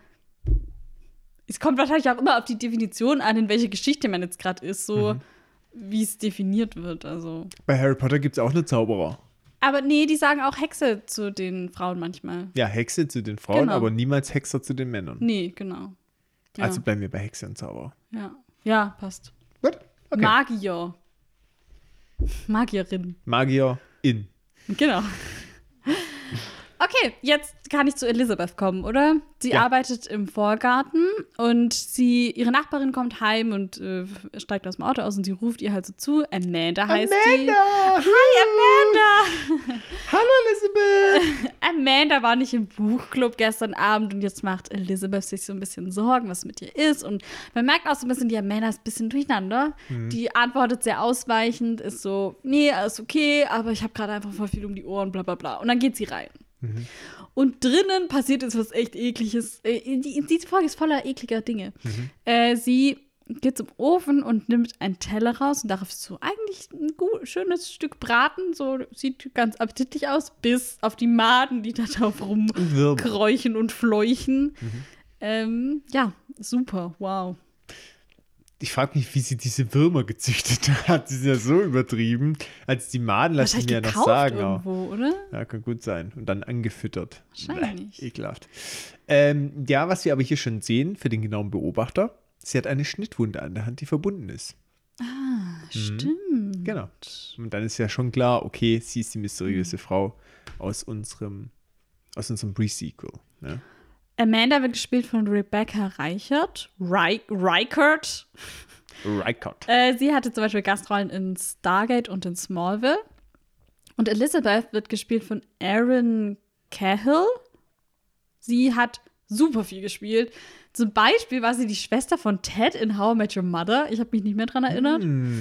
Es kommt wahrscheinlich auch immer auf die Definition an, in welcher Geschichte man jetzt gerade ist, so wie es definiert wird. Also. Bei Harry Potter gibt es auch eine Zauberer. Aber nee, die sagen auch Hexe zu den Frauen manchmal. Ja, Hexe zu den Frauen, Genau. aber niemals Hexer zu den Männern. Nee, genau. Ja. Also bleiben wir bei Hexe und Zauberer. Ja, passt. Gut, okay. Magier. Magierin. Magier in. Genau. Okay, jetzt kann ich zu Elizabeth kommen, oder? Sie Ja. arbeitet im Vorgarten und ihre Nachbarin kommt heim und steigt aus dem Auto aus und sie ruft ihr halt so zu. Amanda heißt sie. Hi, Amanda! Hallo Elizabeth! Amanda war nicht im Buchclub gestern Abend und jetzt macht Elizabeth sich so ein bisschen Sorgen, was mit ihr ist. Und man merkt auch so ein bisschen, die Amanda ist ein bisschen durcheinander. Die antwortet sehr ausweichend, ist so, nee, alles okay, aber ich habe gerade einfach voll viel um die Ohren, bla bla bla. Und dann geht sie rein. Und drinnen passiert jetzt was echt Ekliges. Diese Folge ist voller ekliger Dinge. Sie geht zum Ofen und nimmt einen Teller raus und darauf ist so eigentlich ein schönes Stück Braten. So sieht ganz appetitlich aus, bis auf die Maden, die da drauf rumkräuchen und fleuchen. Ja, super, wow. Ich frage mich, wie sie diese Würmer gezüchtet hat. Die sind ja so übertrieben. Als die Maden, lass ich mir ja noch sagen. Irgendwo, oder? Ja, kann gut sein. Und dann angefüttert. Wahrscheinlich. Ekelhaft. Ja, was wir aber hier schon sehen, für den genauen Beobachter, sie hat eine Schnittwunde an der Hand, die verbunden ist. Stimmt. Genau. Und dann ist ja schon klar, okay, sie ist die mysteriöse Frau aus unserem Pre-Sequel. Ne? Amanda wird gespielt von Rebecca Reichert. Reichert. Sie hatte zum Beispiel Gastrollen in Stargate und in Smallville. Und Elizabeth wird gespielt von Erin Cahill. Sie hat super viel gespielt. Zum Beispiel war sie die Schwester von Ted in How I Met Your Mother. Ich habe mich nicht mehr dran erinnert.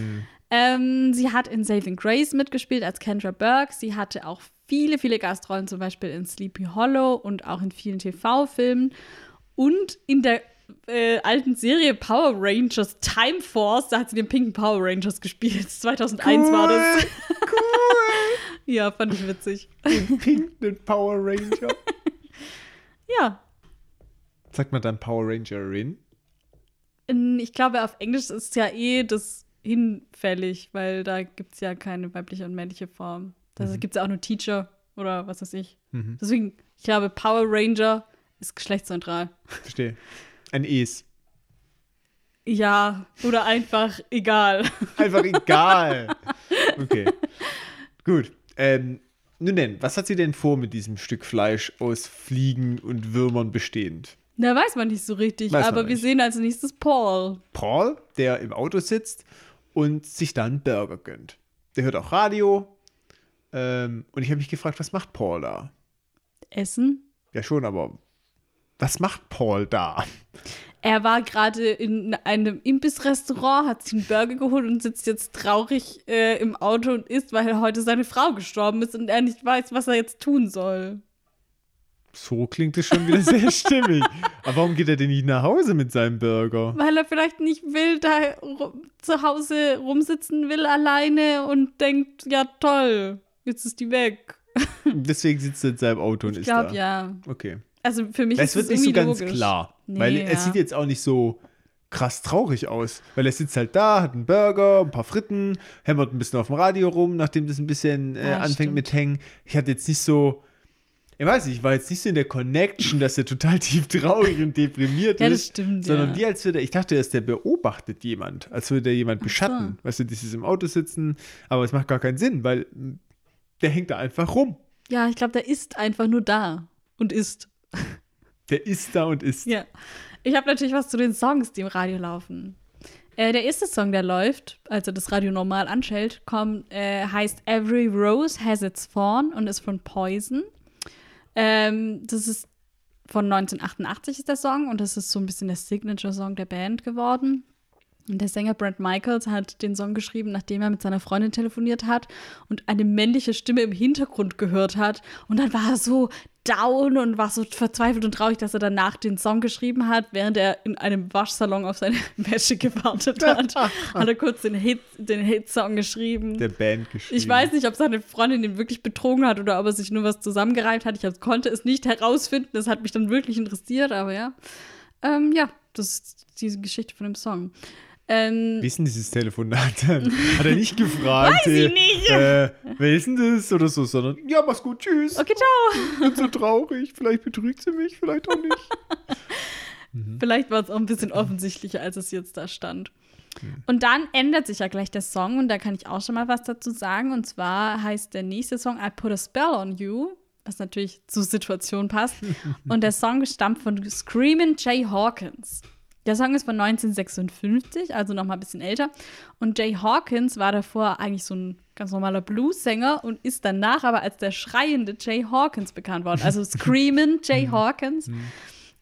Sie hat in Saving Grace mitgespielt als Kendra Burke. Sie hatte auch viele, viele Gastrollen, zum Beispiel in Sleepy Hollow und auch in vielen TV-Filmen. Und in der alten Serie Power Rangers Time Force, da hat sie den pinken Power Rangers gespielt. 2001 war das. Cool. Ja, fand ich witzig. Den pinken Power Ranger. Ja. Sagt man dann Power Rangerin? Ich glaube, auf Englisch ist ja das hinfällig, weil da gibt es ja keine weibliche und männliche Form. Da gibt es ja auch nur Teacher oder was weiß ich. Deswegen, ich glaube, Power Ranger ist geschlechtsneutral. Verstehe. Ein Es. Ja, oder einfach egal. Einfach egal. Okay. Gut. Nun denn, was hat sie denn vor mit diesem Stück Fleisch aus Fliegen und Würmern bestehend? Da weiß man nicht so richtig, aber wir sehen als nächstes Paul. Paul, der im Auto sitzt und sich dann einen Burger gönnt. Der hört auch Radio. Und ich habe mich gefragt, was macht Paul da? Essen? Ja schon, aber was macht Paul da? Er war gerade in einem Imbissrestaurant, hat sich einen Burger geholt und sitzt jetzt traurig im Auto und isst, weil heute seine Frau gestorben ist und er nicht weiß, was er jetzt tun soll. So klingt es schon wieder sehr stimmig. Aber warum geht er denn nicht nach Hause mit seinem Burger? Weil er vielleicht nicht will, da zu Hause rumsitzen will alleine und denkt, ja toll, jetzt ist die weg. Deswegen sitzt er in seinem Auto und isst da. Ich glaube, ja. Okay. Also für mich ist es es wird nicht so irgendwie ganz logisch. klar. Nee, weil er sieht jetzt auch nicht so krass traurig aus. Weil er sitzt halt da, hat einen Burger, ein paar Fritten, hämmert ein bisschen auf dem Radio rum, nachdem das ein bisschen anfängt mit Hängen. Ich hatte jetzt nicht so, ich weiß nicht, ich war jetzt nicht so in der Connection, dass er total tief traurig und deprimiert ist. Ja, das stimmt, sondern wie als würde ich dachte erst, der beobachtet jemand, als würde er jemand beschatten. Weißt du, dieses im Auto sitzen, aber es macht gar keinen Sinn, weil der hängt da einfach rum. Ja, ich glaube, der ist einfach nur da und isst. Der ist da und isst. Ja. Ich habe natürlich was zu den Songs, die im Radio laufen. Der erste Song, der läuft, als er das Radio normal anschaltet, heißt Every Rose Has Its Thorn und ist von Poison. Das ist von 1988 ist der Song und das ist so ein bisschen der Signature-Song der Band geworden. Und der Sänger Brent Michaels hat den Song geschrieben, nachdem er mit seiner Freundin telefoniert hat und eine männliche Stimme im Hintergrund gehört hat. Und dann war er so down und war so verzweifelt und traurig, dass er danach den Song geschrieben hat, während er in einem Waschsalon auf seine Wäsche gewartet hat. Hat er kurz den Hit-Song geschrieben. Der Band geschrieben. Ich weiß nicht, ob seine Freundin ihn wirklich betrogen hat oder ob er sich nur was zusammengereimt hat. Ich konnte es nicht herausfinden. Das hat mich dann wirklich interessiert, aber ja. Ja, das ist diese Geschichte von dem Song. Wie ist denn dieses Telefonat dann? Hat er nicht gefragt, Weiß ich nicht. Wer ist denn das oder so, sondern, ja, mach's gut, tschüss. Okay, ciao. Ich bin so traurig, vielleicht betrügt sie mich, vielleicht auch nicht. Vielleicht war es auch ein bisschen offensichtlicher, als es jetzt da stand. Und dann ändert sich ja gleich der Song und da kann ich auch schon mal was dazu sagen. Und zwar heißt der nächste Song I Put a Spell on You, was natürlich zur Situation passt. Und der Song stammt von Screamin' Jay Hawkins. Der Song ist von 1956, also noch mal ein bisschen älter. Und Jay Hawkins war davor eigentlich so ein ganz normaler Blues-Sänger und ist danach aber als der schreiende Jay Hawkins bekannt worden. Also Screamin' Jay Hawkins.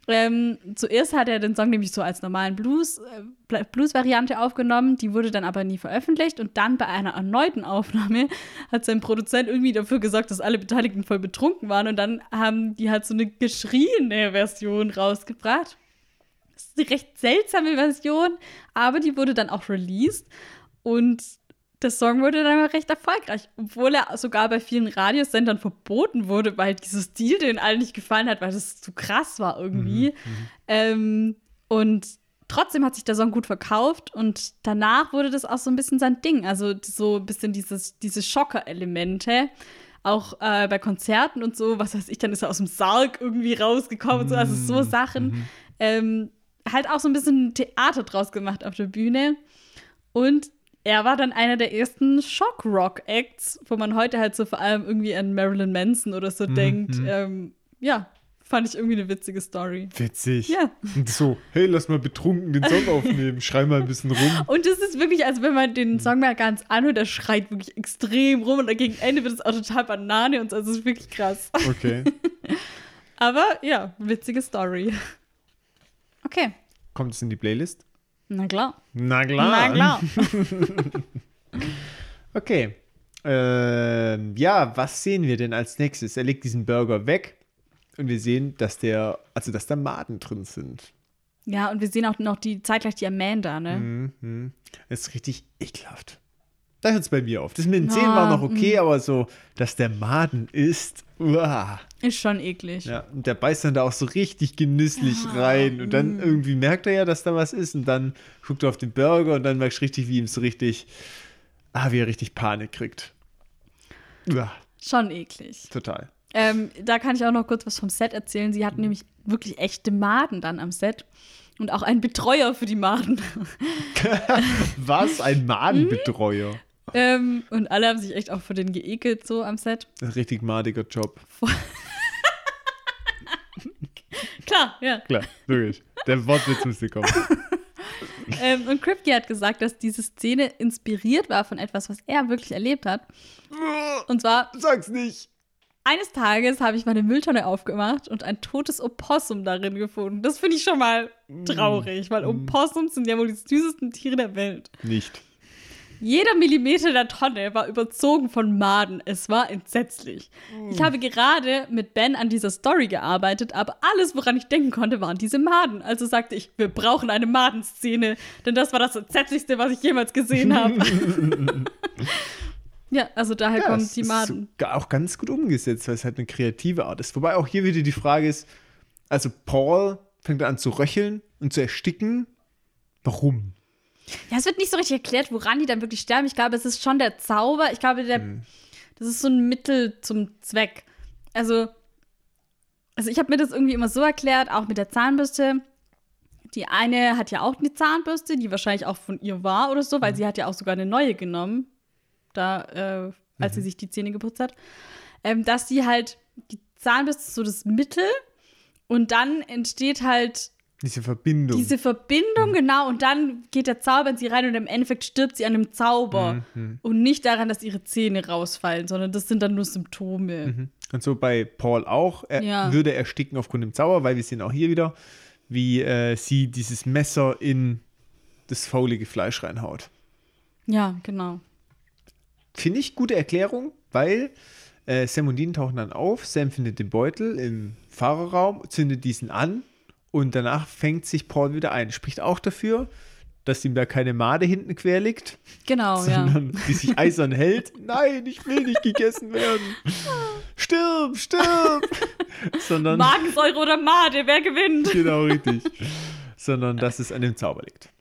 Zuerst hat er den Song nämlich so als normalen Blues-Variante aufgenommen, die wurde dann aber nie veröffentlicht und dann bei einer erneuten Aufnahme hat sein Produzent irgendwie dafür gesorgt, dass alle Beteiligten voll betrunken waren und dann haben die halt so eine geschriene Version rausgebracht. Das ist eine recht seltsame Version, aber die wurde dann auch released und der Song wurde dann recht erfolgreich, obwohl er sogar bei vielen Radiosendern verboten wurde, weil dieser Stil den allen nicht gefallen hat, weil das zu krass war irgendwie. Und trotzdem hat sich der Song gut verkauft und danach wurde das auch so ein bisschen sein Ding. Also so ein bisschen diese Schocker-Elemente, auch bei Konzerten und so, was weiß ich, dann ist er aus dem Sarg irgendwie rausgekommen und so, also so Sachen. Halt auch so ein bisschen Theater draus gemacht auf der Bühne und er war dann einer der ersten Shock-Rock-Acts, wo man heute halt so vor allem irgendwie an Marilyn Manson oder so denkt. Ja, fand ich irgendwie eine witzige Story. Witzig. Ja. Und so, hey, lass mal betrunken den Song aufnehmen, schrei mal ein bisschen rum. Und das ist wirklich, also wenn man den Song mal ganz anhört, der schreit wirklich extrem rum und dann gegen Ende wird es auch total Banane und so, also es ist wirklich krass. Okay. Aber ja, witzige Story. Okay. Kommt es in die Playlist? Na klar. Na klar. Na klar. Okay. Ja, was sehen wir denn als nächstes? Er legt diesen Burger weg und wir sehen, dass da Maden drin sind. Ja, und wir sehen auch noch zeitgleich die Amanda, ne? Das ist richtig ekelhaft. Da hört es bei mir auf. Das mit den Zähnen war noch okay, aber so, dass der Maden ist, ist schon eklig. Ja, und der beißt dann da auch so richtig genüsslich rein. Und dann irgendwie merkt er ja, dass da was ist. Und dann guckt er auf den Burger und dann merkst du richtig, wie ihm so richtig, wie er richtig Panik kriegt. Schon eklig. Total. Da kann ich auch noch kurz was vom Set erzählen. Sie hatten nämlich wirklich echte Maden dann am Set. Und auch einen Betreuer für die Maden. Was? Ein Madenbetreuer? Und alle haben sich echt auch für den geekelt, so am Set. Das ist ein richtig madiger Job. Klar, ja. Klar, wirklich. Der Wortwitz müsste kommen. Und Kripke hat gesagt, dass diese Szene inspiriert war von etwas, was er wirklich erlebt hat. Und zwar, sag's nicht. Eines Tages habe ich meine Mülltonne aufgemacht und ein totes Opossum darin gefunden. Das finde ich schon mal traurig, weil Opossums sind ja wohl die süßesten Tiere der Welt. Nicht. Jeder Millimeter der Tonne war überzogen von Maden. Es war entsetzlich. Ich habe gerade mit Ben an dieser Story gearbeitet, aber alles, woran ich denken konnte, waren diese Maden. Also sagte ich, wir brauchen eine Madenszene, denn das war das Entsetzlichste, was ich jemals gesehen habe. Ja, also daher kommen die Maden. Ist auch ganz gut umgesetzt, weil es halt eine kreative Art ist. Wobei auch hier wieder die Frage ist, also Paul fängt an zu röcheln und zu ersticken. Warum? Ja, es wird nicht so richtig erklärt, woran die dann wirklich sterben. Ich glaube, es ist schon der Zauber. Ich glaube, das ist so ein Mittel zum Zweck. Also ich habe mir das irgendwie immer so erklärt, auch mit der Zahnbürste. Die eine hat ja auch eine Zahnbürste, die wahrscheinlich auch von ihr war oder so, weil sie hat ja auch sogar eine neue genommen, als sie sich die Zähne geputzt hat. Dass sie halt, die Zahnbürste ist so das Mittel und dann entsteht halt diese Verbindung, genau. Und dann geht der Zauber in sie rein und im Endeffekt stirbt sie an dem Zauber. Und nicht daran, dass ihre Zähne rausfallen, sondern das sind dann nur Symptome. Und so bei Paul auch. Er würde ersticken aufgrund dem Zauber, weil wir sehen auch hier wieder, wie sie dieses Messer in das faulige Fleisch reinhaut. Ja, genau. Finde ich gute Erklärung, weil Sam und Dean tauchen dann auf. Sam findet den Beutel im Fahrerraum, zündet diesen an. Und danach fängt sich Paul wieder ein. Spricht auch dafür, dass ihm da keine Made hinten quer liegt. Genau, sondern die sich eisern hält. Nein, ich will nicht gegessen werden. Stirb. Sondern Magensäure oder Made, wer gewinnt? Genau, richtig. Sondern dass es an dem Zauber liegt.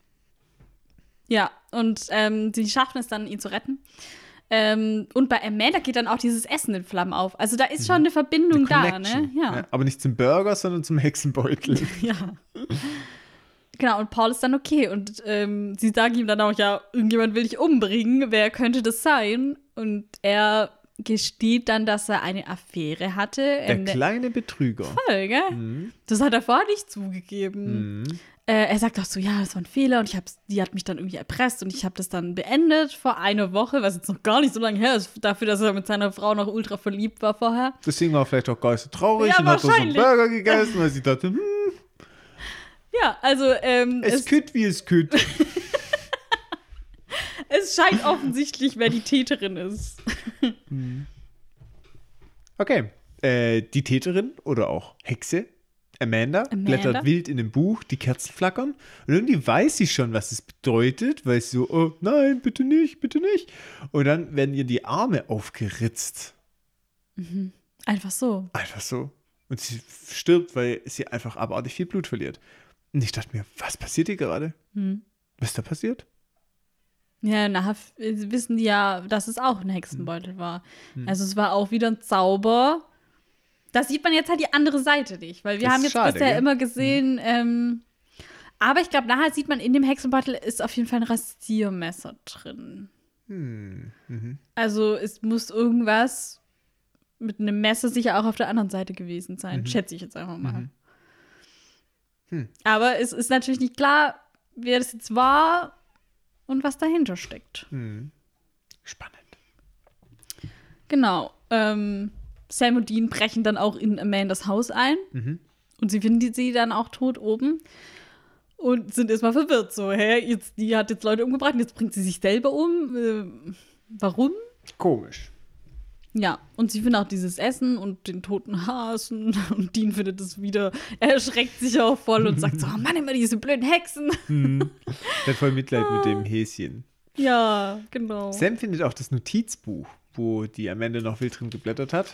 Ja, und sie schaffen es dann, ihn zu retten. Und bei Amanda geht dann auch dieses Essen in Flammen auf. Also da ist schon eine Verbindung da, ne? Ja. Aber nicht zum Burger, sondern zum Hexenbeutel. Ja. Genau, und Paul ist dann okay. Und sie sagen ihm dann auch, ja, irgendjemand will dich umbringen. Wer könnte das sein? Und er gesteht dann, dass er eine Affäre hatte. Der kleine Betrüger. Voll, gell? Das hat er vorher nicht zugegeben. Er sagt auch so, ja, das war ein Fehler und die hat mich dann irgendwie erpresst und ich habe das dann beendet vor einer Woche, was jetzt noch gar nicht so lange her ist, dafür, dass er mit seiner Frau noch ultra verliebt war vorher. Deswegen war er vielleicht auch gar nicht so traurig ja, und hat so einen Burger gegessen, weil sie dachte, Ja, also Es kütt, wie es kütt. es scheint offensichtlich, wer die Täterin ist. Okay. Die Täterin oder auch Hexe, Amanda, blättert wild in dem Buch, die Kerzen flackern. Und irgendwie weiß sie schon, was es bedeutet, weil sie so, oh nein, bitte nicht, bitte nicht. Und dann werden ihr die Arme aufgeritzt. Einfach so. Einfach so. Und sie stirbt, weil sie einfach abartig viel Blut verliert. Und ich dachte mir, was passiert hier gerade? Was ist da passiert? Ja, nachher wissen die ja, dass es auch ein Hexenbeutel war. Also es war auch wieder ein Zauber. Da sieht man jetzt halt die andere Seite nicht, weil wir Das haben ist jetzt schade, bisher gell? immer gesehen, aber ich glaube, nachher sieht man, in dem Hexenbeutel ist auf jeden Fall ein Rasiermesser drin. Also es muss irgendwas mit einem Messer sicher auch auf der anderen Seite gewesen sein, schätze ich jetzt einfach mal. Aber es ist natürlich nicht klar, wer das jetzt war und was dahinter steckt. Spannend. Genau. Sam und Dean brechen dann auch in Amandas Haus ein. Und sie finden sie dann auch tot oben. Und sind erstmal verwirrt. So, die hat jetzt Leute umgebracht und jetzt bringt sie sich selber um. Warum? Komisch. Ja, und sie finden auch dieses Essen und den toten Hasen. Und Dean findet es wieder, er erschreckt sich auch voll und sagt so, oh Mann, immer diese blöden Hexen. Der hat voll Mitleid mit dem Häschen. Ja, genau. Sam findet auch das Notizbuch, wo die Amanda noch wild drin geblättert hat.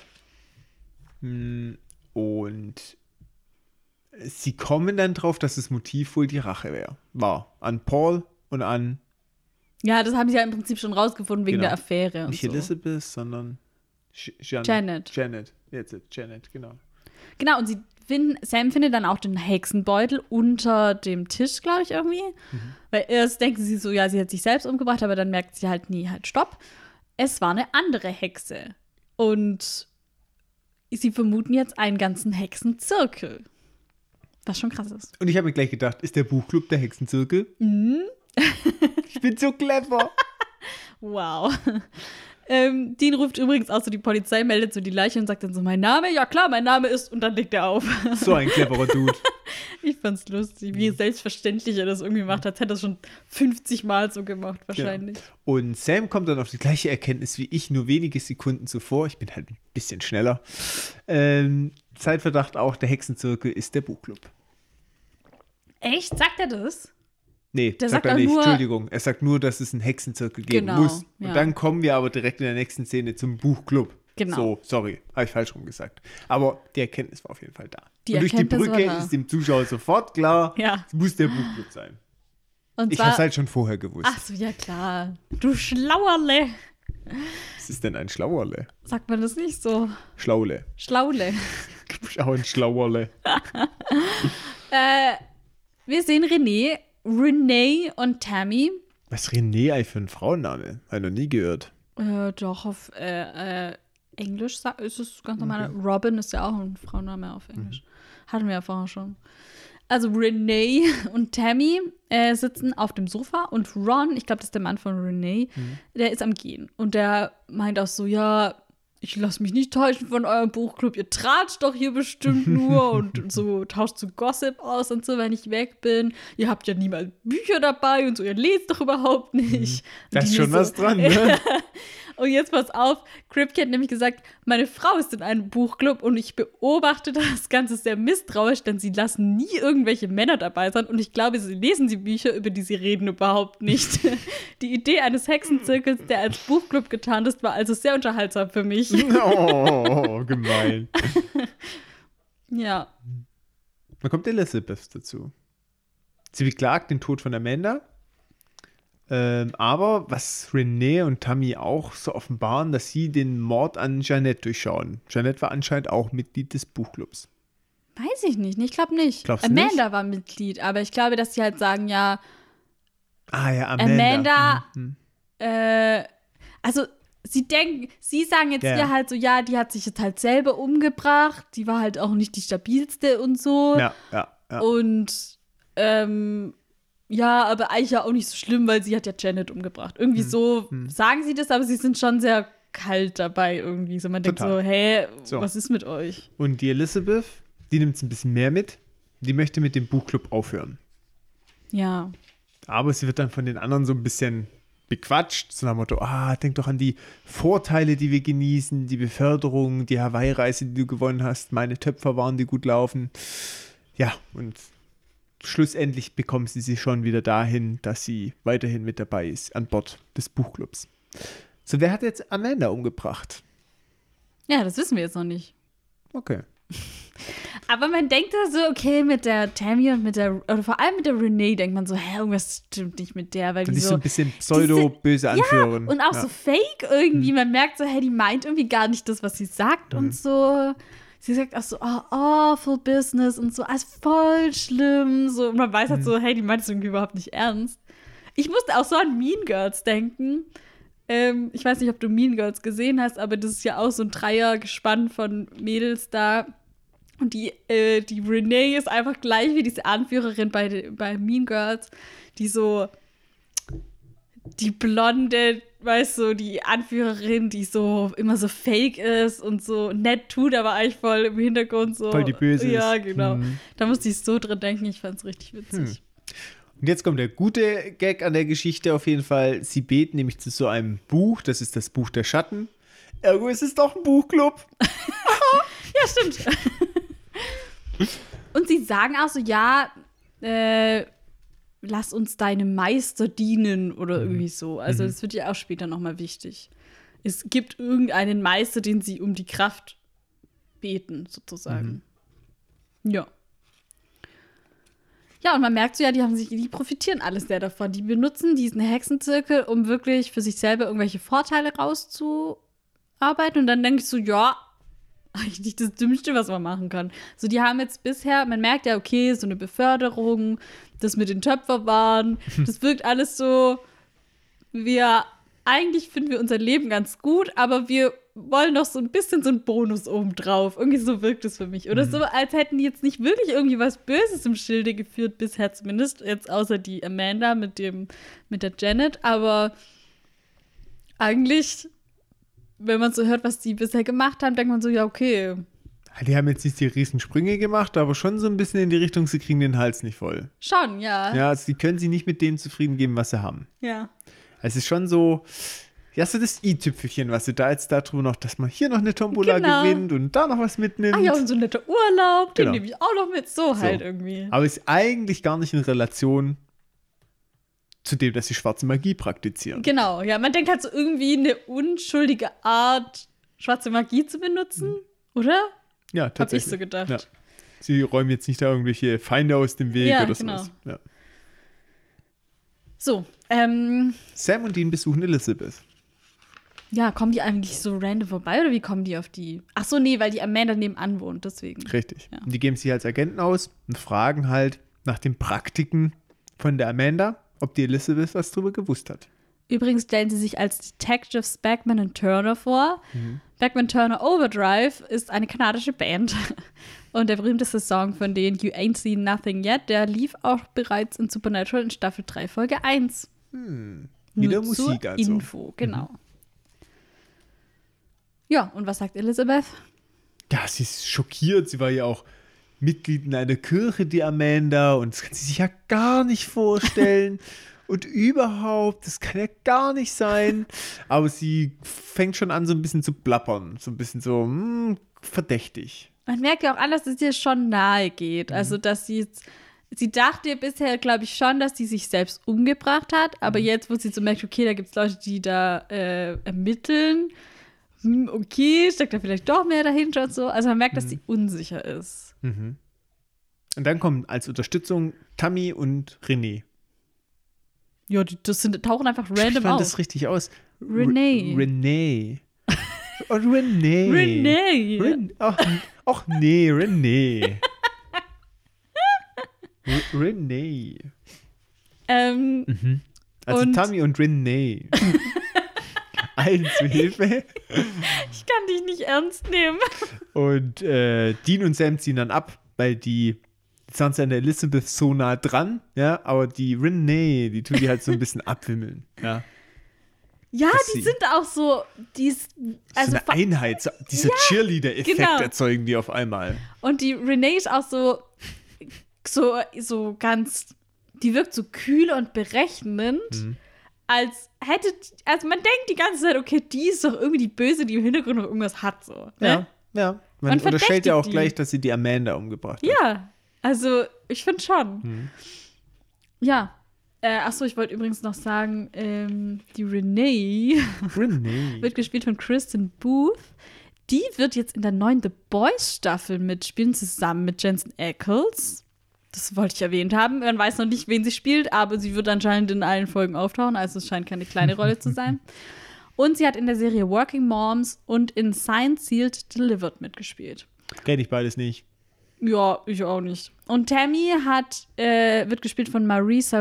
Und sie kommen dann drauf, dass das Motiv wohl die Rache war. An Paul und an Ja, das haben sie ja im Prinzip schon rausgefunden wegen der Affäre und nicht so. Elizabeth, sondern Janet. Janet, genau. Genau, und Sam findet dann auch den Hexenbeutel unter dem Tisch, glaube ich, irgendwie. Weil erst denken sie so, ja, sie hat sich selbst umgebracht, aber dann merkt sie halt, nee, halt, stopp. Es war eine andere Hexe. Und sie vermuten jetzt einen ganzen Hexenzirkel. Was schon krass ist. Und ich habe mir gleich gedacht, ist der Buchclub der Hexenzirkel? Ich bin so clever. Wow. Dean ruft übrigens auch so die Polizei, meldet so die Leiche und sagt dann so, mein Name? Ja klar, mein Name ist, und dann legt er auf. So ein cleverer Dude. Ich fand's lustig, wie selbstverständlich er das irgendwie macht, als hätte er das schon 50 Mal so gemacht, wahrscheinlich. Genau. Und Sam kommt dann auf die gleiche Erkenntnis wie ich, nur wenige Sekunden zuvor. Ich bin halt ein bisschen schneller. Zeitverdacht auch, der Hexenzirkel ist der Buchclub. Echt? Sagt er das? Nee, Der sagt sagt er auch nicht. nur- Entschuldigung. Er sagt nur, dass es einen Hexenzirkel geben Genau, muss. ja. Und dann kommen wir aber direkt in der nächsten Szene zum Buchclub. Genau. So, sorry, habe ich falsch rum gesagt. Aber die Erkenntnis war auf jeden Fall da. Die Und durch die Erkenntnis war Brücke da. ist dem Zuschauer sofort klar, Ja. es muss der Buchclub sein. Und Ich zwar, habe es halt schon vorher gewusst. ach so, ja klar. Du Schlauerle. Was ist denn ein Schlauerle? Sagt man das nicht so? Schlaule. Schlaule. Auch ein Schlauerle. Wir sehen Renee und Tammy. Was ist René eigentlich für ein Frauenname? Habe ich noch nie gehört. Doch, auf Englisch ist es ganz normal. Okay. Robin ist ja auch ein Frauenname auf Englisch. Hatten wir ja vorher schon. Also Renee und Tammy sitzen auf dem Sofa und Ron, ich glaube, das ist der Mann von Renee, der ist am Gehen. Und der meint auch so, ja, ich lasse mich nicht täuschen von eurem Buchclub, ihr tratscht doch hier bestimmt nur und so tauscht so Gossip aus und so, wenn ich weg bin. Ihr habt ja niemals Bücher dabei und so, ihr lest doch überhaupt nicht. Da ist schon was dran, ne? Und jetzt pass auf, Kripke hat nämlich gesagt, meine Frau ist in einem Buchclub und ich beobachte das Ganze sehr misstrauisch, denn sie lassen nie irgendwelche Männer dabei sein und ich glaube, sie lesen die Bücher, über die sie reden, überhaupt nicht. Die Idee eines Hexenzirkels, der als Buchclub getarnt ist, war also sehr unterhaltsam für mich. Oh, gemein. Ja. Dann kommt Elizabeth dazu. Sie beklagt den Tod von Amanda. Aber was Renee und Tammy auch so offenbaren, dass sie den Mord an Janet durchschauen. Janet war anscheinend auch Mitglied des Buchclubs. Weiß ich nicht, ich glaube nicht. Glaubst du Amanda nicht? war Mitglied, aber ich glaube, dass sie halt sagen, ja, Ah ja, Amanda. Also sie sagen jetzt Ja. hier halt so, ja, die hat sich jetzt halt selber umgebracht, die war halt auch nicht die stabilste und so. Ja. Und ja, aber eigentlich ja auch nicht so schlimm, weil sie hat ja Janet umgebracht. Irgendwie so sagen sie das, aber sie sind schon sehr kalt dabei irgendwie. So man denkt Total. so, hä, So. was ist mit euch? Und die Elizabeth, die nimmt es ein bisschen mehr mit. Die möchte mit dem Buchclub aufhören. Ja. Aber sie wird dann von den anderen so ein bisschen bequatscht, so nach dem Motto, denk doch an die Vorteile, die wir genießen, die Beförderung, die Hawaii-Reise, die du gewonnen hast, meine Töpfer waren, die gut laufen. Ja, und schlussendlich bekommen sie schon wieder dahin, dass sie weiterhin mit dabei ist an Bord des Buchclubs. So, wer hat jetzt Amanda umgebracht? Ja, das wissen wir jetzt noch nicht. Okay. Aber man denkt da so, okay, mit der Tammy und oder vor allem mit der Renee denkt man so, irgendwas stimmt nicht mit der, weil die ist so ein bisschen pseudo-böse Anführerin. Ja, und auch so fake irgendwie. Man merkt so, die meint irgendwie gar nicht das, was sie sagt und so. Sie sagt auch so, awful business und so, voll schlimm. So. Und man weiß halt so, die meint es irgendwie überhaupt nicht ernst. Ich musste auch so an Mean Girls denken. Ich weiß nicht, ob du Mean Girls gesehen hast, aber das ist ja auch so ein Dreiergespann von Mädels da. Und die Renee ist einfach gleich wie diese Anführerin bei Mean Girls, die so die blonde, weißt du, die Anführerin, die so immer so fake ist und so nett tut, aber eigentlich voll im Hintergrund so. Voll die Böse ist. Ja, genau. Da musste ich so drin denken, ich fand's richtig witzig. Und jetzt kommt der gute Gag an der Geschichte auf jeden Fall. Sie beten nämlich zu so einem Buch, das ist das Buch der Schatten. Ergo ist es doch ein Buchclub. Ja, stimmt. Und sie sagen auch so, lass uns deinem Meister dienen oder irgendwie so. Also das wird ja auch später nochmal wichtig. Es gibt irgendeinen Meister, den sie um die Kraft beten, sozusagen. Ja. Ja, und man merkt so, die profitieren alles sehr davon. Die benutzen diesen Hexenzirkel, um wirklich für sich selber irgendwelche Vorteile rauszuarbeiten. Und dann denke ich so, eigentlich nicht das Dümmste, was man machen kann. So, die haben jetzt bisher, man merkt ja, okay, so eine Beförderung, das mit den Töpferwaren, das wirkt alles so, eigentlich finden wir unser Leben ganz gut, aber wir wollen noch so ein bisschen so einen Bonus obendrauf. Irgendwie so wirkt es für mich. Oder so, als hätten die jetzt nicht wirklich irgendwie was Böses im Schilde geführt, bisher zumindest, jetzt außer die Amanda mit der Janet, aber eigentlich, wenn man so hört, was die bisher gemacht haben, denkt man so, ja, okay. Die haben jetzt nicht die Riesensprünge gemacht, aber schon so ein bisschen in die Richtung, sie kriegen den Hals nicht voll. Schon, ja. Ja, also die können sie nicht mit dem zufrieden geben, was sie haben. Ja. Es ist schon so, so das i-Tüpfelchen, was sie da jetzt darüber noch, dass man hier noch eine Tombola gewinnt und da noch was mitnimmt. Ja, und so ein netter Urlaub, den nehme ich auch noch mit, so halt irgendwie. Aber ist eigentlich gar nicht in Relation zu dem, dass sie schwarze Magie praktizieren. Genau, ja, man denkt halt so irgendwie eine unschuldige Art, schwarze Magie zu benutzen, oder? Ja, tatsächlich. Hab ich so gedacht. Ja. Sie räumen jetzt nicht da irgendwelche Feinde aus dem Weg oder sowas. Ja. So, Sam und Dean besuchen Elizabeth. Ja, kommen die eigentlich so random vorbei oder wie kommen die auf die? Ach so, nee, weil die Amanda nebenan wohnt, deswegen. Richtig. Ja. Und die geben sich als Agenten aus und fragen halt nach den Praktiken von der Amanda, ob die Elizabeth was drüber gewusst hat. Übrigens stellen sie sich als Detectives Beckman und Turner vor. Beckman Turner Overdrive ist eine kanadische Band. Und der berühmteste Song von denen, You Ain't Seen Nothing Yet, der lief auch bereits in Supernatural in Staffel 3, Folge 1. Wieder Nur Musik zur also. Info, genau. Ja, und was sagt Elizabeth? Ja, sie ist schockiert. Sie war ja auch Mitglied in einer Kirche, die Amanda. Und das kann sie sich ja gar nicht vorstellen. Und überhaupt, das kann ja gar nicht sein. Aber sie fängt schon an, so ein bisschen zu plappern. So ein bisschen so, verdächtig. Man merkt ja auch an, dass es ihr schon nahe geht. Also, dass sie dachte bisher, glaube ich, schon, dass sie sich selbst umgebracht hat. Aber jetzt, wo sie so merkt, okay, da gibt es Leute, die da ermitteln. Okay, steckt da vielleicht doch mehr dahinter und so. Also man merkt, dass sie unsicher ist. Und dann kommen als Unterstützung Tammy und René. Ja, tauchen einfach random Ich auf. das richtig aus. René. René. Oh, René. René. Ach nee, René. René. Also und Tammy und René. Allen zu Hilfe. Ich kann dich nicht ernst nehmen. Und Dean und Sam ziehen dann ab, weil die sind an der Elizabeth so nah dran, ja, aber die Renee, die tut die halt so ein bisschen abwimmeln, ja. Ja, die sind auch so, also so eine Einheit, so, dieser Cheerleader-Effekt erzeugen die auf einmal. Und die Renee ist auch so so ganz, die wirkt so kühl und berechnend, als man denkt die ganze Zeit, okay, die ist doch irgendwie die Böse, die im Hintergrund noch irgendwas hat, so. Ne? Ja. Man unterstellt ja auch gleich, dass sie die Amanda umgebracht hat. Ja, also ich finde schon. Ja. Achso, ich wollte übrigens noch sagen, die Renee wird gespielt von Kristen Booth. Die wird jetzt in der neuen The Boys Staffel mitspielen, zusammen mit Jensen Ackles. Das wollte ich erwähnt haben. Man weiß noch nicht, wen sie spielt, aber sie wird anscheinend in allen Folgen auftauchen, also es scheint keine kleine Rolle zu sein. Und sie hat in der Serie Working Moms und in Signed, Sealed, Delivered mitgespielt. Kenn ich beides nicht. Ja, ich auch nicht. Und Tammy wird gespielt von Marisa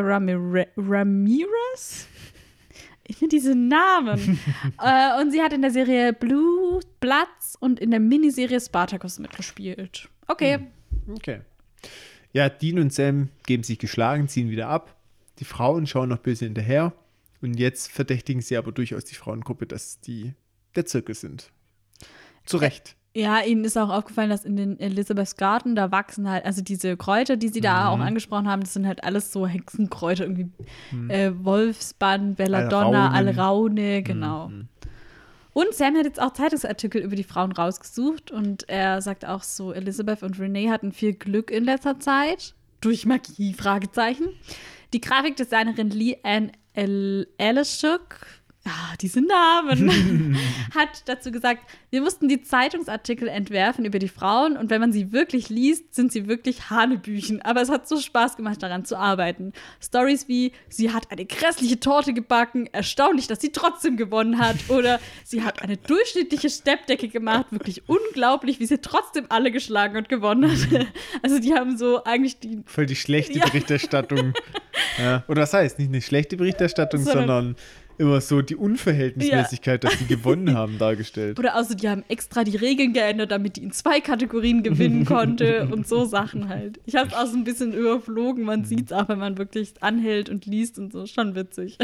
Ramirez. Ich finde diese Namen. Und sie hat in der Serie Blue Bloods und in der Miniserie Spartacus mitgespielt. Okay. Okay. Ja, Dean und Sam geben sich geschlagen, ziehen wieder ab. Die Frauen schauen noch böse hinterher. Und jetzt verdächtigen sie aber durchaus die Frauengruppe, dass die der Zirkel sind. Zu Recht. Ja, ihnen ist auch aufgefallen, dass in den Elizabeths Garten, da wachsen halt, also diese Kräuter, die sie da auch angesprochen haben, das sind halt alles so Hexenkräuter, irgendwie Wolfsbann, Belladonna, Alraune, genau. Und Sam hat jetzt auch Zeitungsartikel über die Frauen rausgesucht und er sagt auch so, Elizabeth und Renee hatten viel Glück in letzter Zeit, durch Magie, Fragezeichen. Die Grafikdesignerin Leanne Elishuk, diese Namen, hat dazu gesagt, wir mussten die Zeitungsartikel entwerfen über die Frauen und wenn man sie wirklich liest, sind sie wirklich Hanebüchen. Aber es hat so Spaß gemacht, daran zu arbeiten. Stories wie, sie hat eine grässliche Torte gebacken, erstaunlich, dass sie trotzdem gewonnen hat. Oder sie hat eine durchschnittliche Steppdecke gemacht, wirklich unglaublich, wie sie trotzdem alle geschlagen und gewonnen hat. Also die haben so eigentlich die... Voll die schlechte Berichterstattung. Ja. Oder was heißt, nicht eine schlechte Berichterstattung, sondern immer so die Unverhältnismäßigkeit, dass die gewonnen haben, dargestellt. Oder also die haben extra die Regeln geändert, damit die in 2 Kategorien gewinnen konnte und so Sachen halt. Ich habe es auch so ein bisschen überflogen, man sieht es auch, wenn man wirklich anhält und liest und so, schon witzig.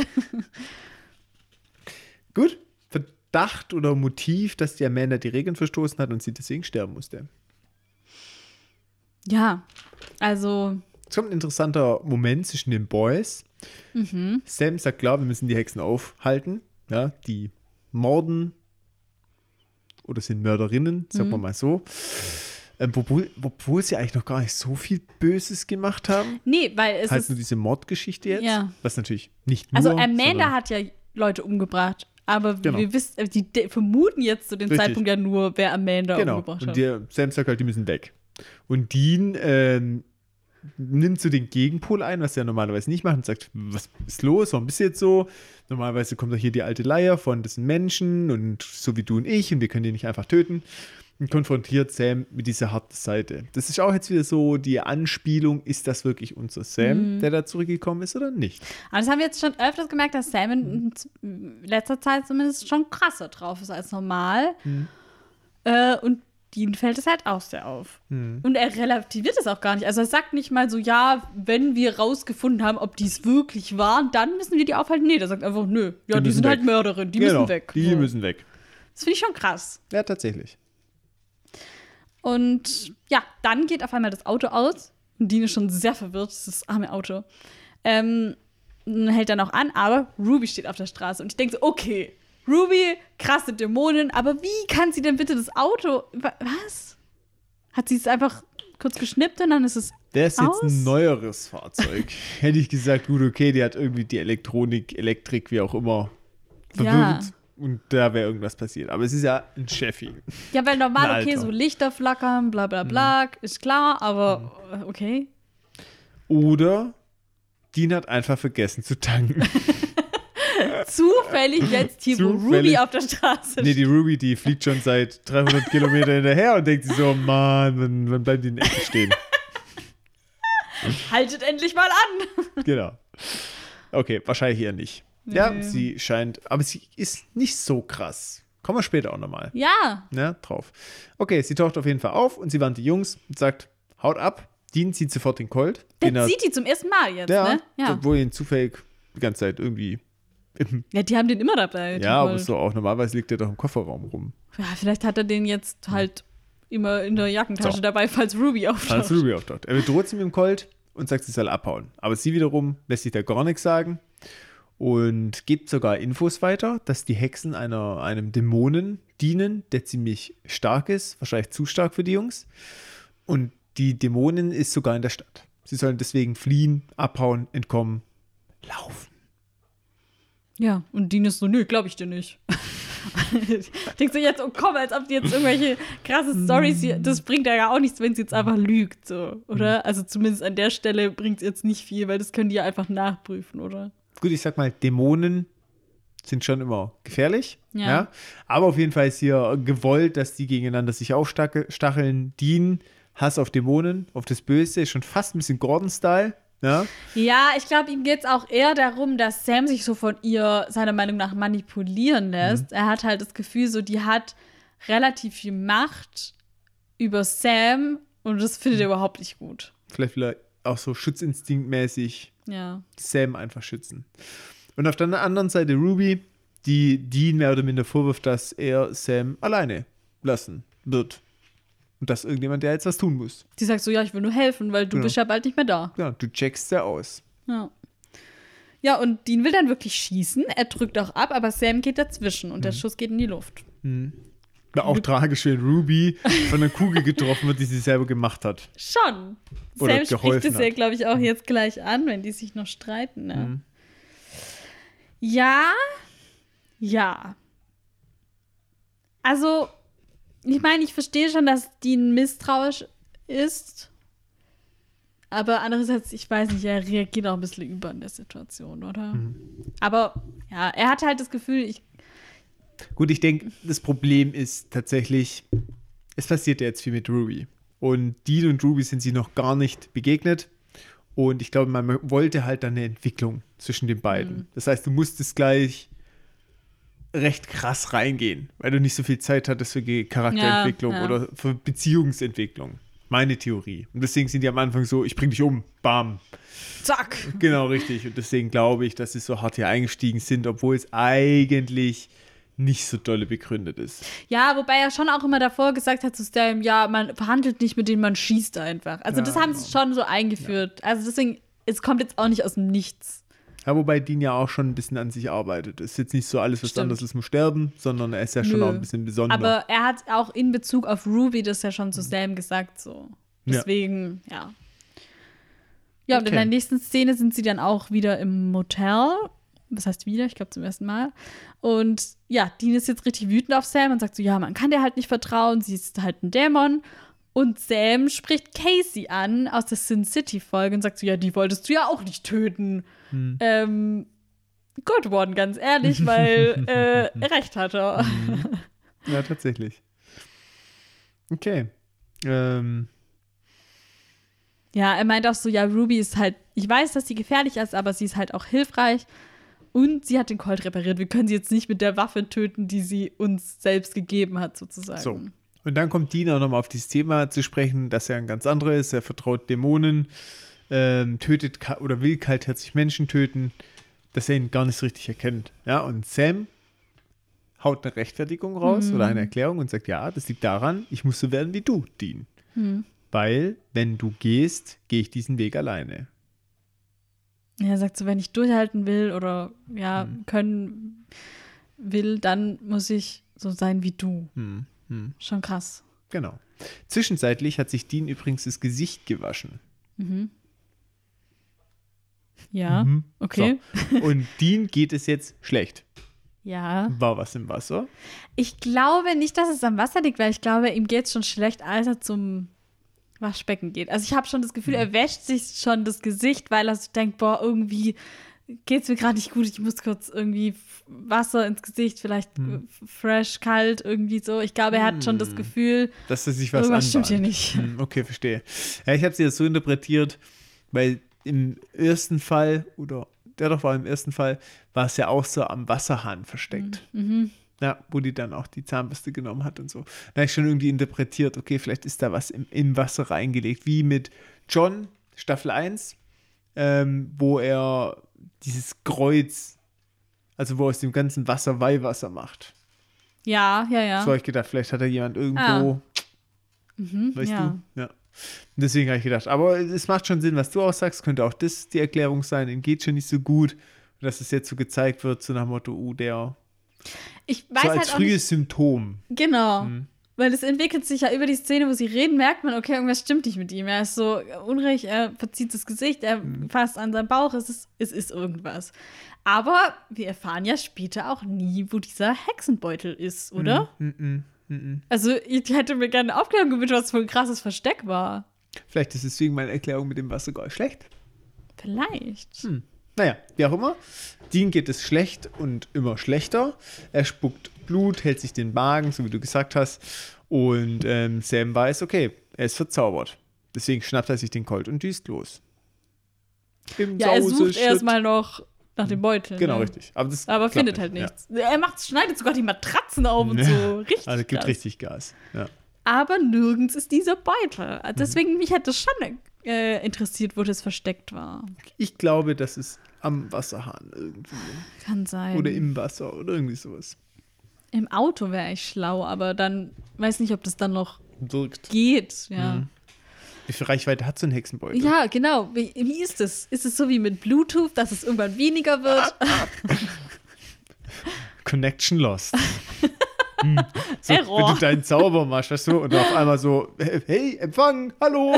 Gut, Verdacht oder Motiv, dass die Amanda die Regeln verstoßen hat und sie deswegen sterben musste. Ja, also... Es kommt ein interessanter Moment zwischen den Boys. Sam sagt, klar, wir müssen die Hexen aufhalten. Ja, die morden oder sind Mörderinnen, sagen wir mal so. Obwohl sie eigentlich noch gar nicht so viel Böses gemacht haben. Nee, weil es halt ist... nur diese Mordgeschichte jetzt. Ja. Was natürlich nicht nur... Also Amanda hat ja Leute umgebracht. Aber wir wissen, die vermuten jetzt zu dem Zeitpunkt ja nur, wer Amanda umgebracht hat. Und Sam sagt halt, die müssen weg. Und Dean nimmt so den Gegenpol ein, was er normalerweise nicht macht und sagt, was ist los, warum bist du jetzt so? Normalerweise kommt doch hier die alte Leier von, das sind Menschen und so wie du und ich und wir können die nicht einfach töten. Und konfrontiert Sam mit dieser harten Seite. Das ist auch jetzt wieder so die Anspielung, ist das wirklich unser Sam, der da zurückgekommen ist oder nicht? Aber das haben wir jetzt schon öfters gemerkt, dass Sam in letzter Zeit zumindest schon krasser drauf ist als normal. Und Dean fällt es halt auch sehr auf. Und er relativiert es auch gar nicht. Also er sagt nicht mal so, ja, wenn wir rausgefunden haben, ob die es wirklich waren, dann müssen wir die aufhalten. Nee, der sagt einfach, nö, ja, die sind halt Mörderinnen, die müssen weg. Die müssen weg. Das finde ich schon krass. Ja, tatsächlich. Und ja, dann geht auf einmal das Auto aus. Und Dean ist schon sehr verwirrt, das arme Auto. Hält dann auch an, aber Ruby steht auf der Straße. Und ich denke so, okay, Ruby, krasse Dämonin, aber wie kann sie denn bitte das Auto, was? Hat sie es einfach kurz geschnippt und dann ist es Der ist jetzt ein neueres Fahrzeug. Hätte ich gesagt, gut, okay, die hat irgendwie die Elektronik, Elektrik, wie auch immer, verwirrt. Ja. Und da wäre irgendwas passiert. Aber es ist ja ein Cheffi. Ja, weil normal, okay, so Lichter flackern, bla bla bla, ist klar, aber okay. Oder Dean hat einfach vergessen zu tanken. Zufällig jetzt hier, wo Ruby auf der Straße steht. Nee, die Ruby, die fliegt schon seit 300 Kilometern hinterher und denkt sich so, Mann, wann bleiben die in der Ecke stehen? Haltet endlich mal an. Genau. Okay, wahrscheinlich eher nicht. Nee. Ja, sie scheint, aber sie ist nicht so krass. Kommen wir später auch nochmal. Ja. Drauf. Okay, sie taucht auf jeden Fall auf und sie warnt die Jungs und sagt, haut ab. Dean zieht sofort den Colt. Der sieht die zum ersten Mal jetzt, ne? Ja. Obwohl ihn zufällig die ganze Zeit irgendwie ja, die haben den immer dabei. Ja, aber so auch normalerweise liegt der doch im Kofferraum rum. Ja, vielleicht hat er den jetzt halt immer in der Jackentasche dabei, falls Ruby auftaucht. Er bedroht sie mit dem Colt und sagt, sie soll abhauen. Aber sie wiederum lässt sich da gar nichts sagen und gibt sogar Infos weiter, dass die Hexen einem Dämonen dienen, der ziemlich stark ist, wahrscheinlich zu stark für die Jungs. Und die Dämonin ist sogar in der Stadt. Sie sollen deswegen fliehen, abhauen, entkommen, laufen. Ja, und Dean ist so, nö, glaube ich dir nicht. Denkst du jetzt, oh komm, als ob die jetzt irgendwelche krasse Storys hier, das bringt ja auch nichts, wenn sie jetzt einfach lügt, so, oder? Also zumindest an der Stelle bringt es jetzt nicht viel, weil das können die ja einfach nachprüfen, oder? Gut, ich sag mal, Dämonen sind schon immer gefährlich, ja. Aber auf jeden Fall ist hier gewollt, dass die gegeneinander sich aufstacheln. Dean, Hass auf Dämonen, auf das Böse, ist schon fast ein bisschen Gordon-Style. Ja, ich glaube, ihm geht es auch eher darum, dass Sam sich so von ihr, seiner Meinung nach, manipulieren lässt. Er hat halt das Gefühl, so, die hat relativ viel Macht über Sam und das findet er überhaupt nicht gut. Vielleicht will er auch so schutzinstinktmäßig Sam einfach schützen. Und auf der anderen Seite Ruby, die Dean mehr oder minder vorwirft, dass er Sam alleine lassen wird. Und dass irgendjemand, der jetzt was tun muss. Die sagt so, ja, ich will nur helfen, weil du bist ja bald nicht mehr da. Ja, du checkst ja aus. Ja, und Dean will dann wirklich schießen. Er drückt auch ab, aber Sam geht dazwischen und der Schuss geht in die Luft. War auch tragisch, wenn Ruby von einer Kugel getroffen wird, die sie selber gemacht hat. Schon. Oder Sam spricht es ja, glaube ich, auch jetzt gleich an, wenn die sich noch streiten. Ne? Ja. Also, ich meine, ich verstehe schon, dass Dean misstrauisch ist. Aber andererseits, ich weiß nicht, er reagiert auch ein bisschen über in der Situation, oder? Aber ja, er hat halt das Gefühl, Gut, ich denke, das Problem ist tatsächlich, es passiert ja jetzt viel mit Ruby. Und Dean und Ruby sind sich noch gar nicht begegnet. Und ich glaube, man wollte halt dann eine Entwicklung zwischen den beiden. Das heißt, du musstest gleich recht krass reingehen, weil du nicht so viel Zeit hattest für Charakterentwicklung oder für Beziehungsentwicklung. Meine Theorie. Und deswegen sind die am Anfang so, ich bring dich um, bam. Zack. Genau, richtig. Und deswegen glaube ich, dass sie so hart hier eingestiegen sind, obwohl es eigentlich nicht so dolle begründet ist. Ja, wobei er schon auch immer davor gesagt hat zu Sam, ja, man verhandelt nicht mit denen, man schießt einfach. Also das haben sie schon so eingeführt. Ja. Also deswegen, es kommt jetzt auch nicht aus dem Nichts. Ja, wobei Dean ja auch schon ein bisschen an sich arbeitet. Es ist jetzt nicht so alles, was anderes ist, muss sterben, sondern er ist ja schon auch ein bisschen besonders. Aber er hat auch in Bezug auf Ruby das ja schon zu Sam gesagt, so. Deswegen, ja. Ja, und in der nächsten Szene sind sie dann auch wieder im Motel. Was heißt wieder? Ich glaube zum ersten Mal. Und ja, Dean ist jetzt richtig wütend auf Sam und sagt so, ja, man kann der halt nicht vertrauen, sie ist halt ein Dämon. Und Sam spricht Casey an aus der Sin City-Folge und sagt so, ja, die wolltest du ja auch nicht töten. Good one, ganz ehrlich, weil er recht hatte. Ja, tatsächlich. Okay. Ja, er meint auch so, ja, Ruby ist halt, ich weiß, dass sie gefährlich ist, aber sie ist halt auch hilfreich. Und sie hat den Colt repariert. Wir können sie jetzt nicht mit der Waffe töten, die sie uns selbst gegeben hat, sozusagen. So. Und dann kommt Dean auch nochmal auf dieses Thema zu sprechen, dass er ein ganz anderer ist. Er vertraut Dämonen, tötet oder will kaltherzig Menschen töten, dass er ihn gar nicht so richtig erkennt. Ja, und Sam haut eine Rechtfertigung raus oder eine Erklärung und sagt, ja, das liegt daran, ich muss so werden wie du, Dean. Weil, wenn du gehst, gehe ich diesen Weg alleine. Er sagt so, wenn ich durchhalten will oder können will, dann muss ich so sein wie du. Schon krass. Genau. Zwischenzeitlich hat sich Dean übrigens das Gesicht gewaschen. Ja, okay. So. Und Dean geht es jetzt schlecht. Ja. War was im Wasser? Ich glaube nicht, dass es am Wasser liegt, weil ich glaube, ihm geht es schon schlecht, als er zum Waschbecken geht. Also ich habe schon das Gefühl, er wäscht sich schon das Gesicht, weil er so denkt, boah, irgendwie geht es mir gerade nicht gut, ich muss kurz irgendwie Wasser ins Gesicht, vielleicht fresh, kalt, irgendwie so. Ich glaube, er hat schon das Gefühl, dass er sich was irgendwas stimmt hier nicht. Okay, verstehe. Ja, ich habe sie jetzt so interpretiert, weil im ersten Fall, oder der doch war im ersten Fall, war es ja auch so am Wasserhahn versteckt. Ja, wo die dann auch die Zahnbürste genommen hat und so. Da habe ich schon irgendwie interpretiert, okay, vielleicht ist da was im Wasser reingelegt, wie mit John, Staffel 1, wo er dieses Kreuz, also wo er aus dem ganzen Wasser Weihwasser macht. Ja. So habe ich gedacht, vielleicht hat da jemand irgendwo Weißt ja. du? Ja. Und deswegen habe ich gedacht, aber es macht schon Sinn, was du auch sagst, könnte auch das die Erklärung sein, ihm geht schon nicht so gut. Und dass es jetzt so gezeigt wird, so nach dem Motto, der Ich weiß so als halt auch frühes nicht, Symptom. genau. Weil es entwickelt sich ja über die Szene, wo sie reden, merkt man, okay, irgendwas stimmt nicht mit ihm. Er ist so unruhig, er verzieht das Gesicht, er fasst an seinen Bauch, es ist irgendwas. Aber wir erfahren ja später auch nie, wo dieser Hexenbeutel ist, oder? Also ich hätte mir gerne eine Aufklärung gewünscht, was für ein krasses Versteck war. Vielleicht ist deswegen meine Erklärung mit dem Wasser gar schlecht. Vielleicht. Naja, wie auch immer. Dean geht es schlecht und immer schlechter. Er spuckt Blut, hält sich den Magen, so wie du gesagt hast. Und Sam weiß, okay, er ist verzaubert. Deswegen schnappt er sich den Colt und düst los. Im Ja, er sucht Sauseschritt. erstmal noch nach dem Beutel. Genau, ne? richtig. Aber Aber findet halt nichts. Er schneidet sogar die Matratzen auf und so. Richtig. Also gibt krass. richtig Gas. Ja. Aber nirgends ist dieser Beutel. Deswegen, mich hätte es schon interessiert, wo das versteckt war. Ich glaube, das ist am Wasserhahn irgendwie. Kann sein. Oder im Wasser oder irgendwie sowas. Im Auto wäre ich schlau, aber dann weiß nicht, ob das dann noch Wirkt. geht. Ja, Wie viel Reichweite hat so ein Hexenbeutel? ja genau. Wie ist es? Ist es so wie mit Bluetooth, dass es irgendwann weniger wird? Connection lost. So, Error. wenn du deinen Zauber machst, weißt du, und auf einmal so, hey, Empfang, hallo.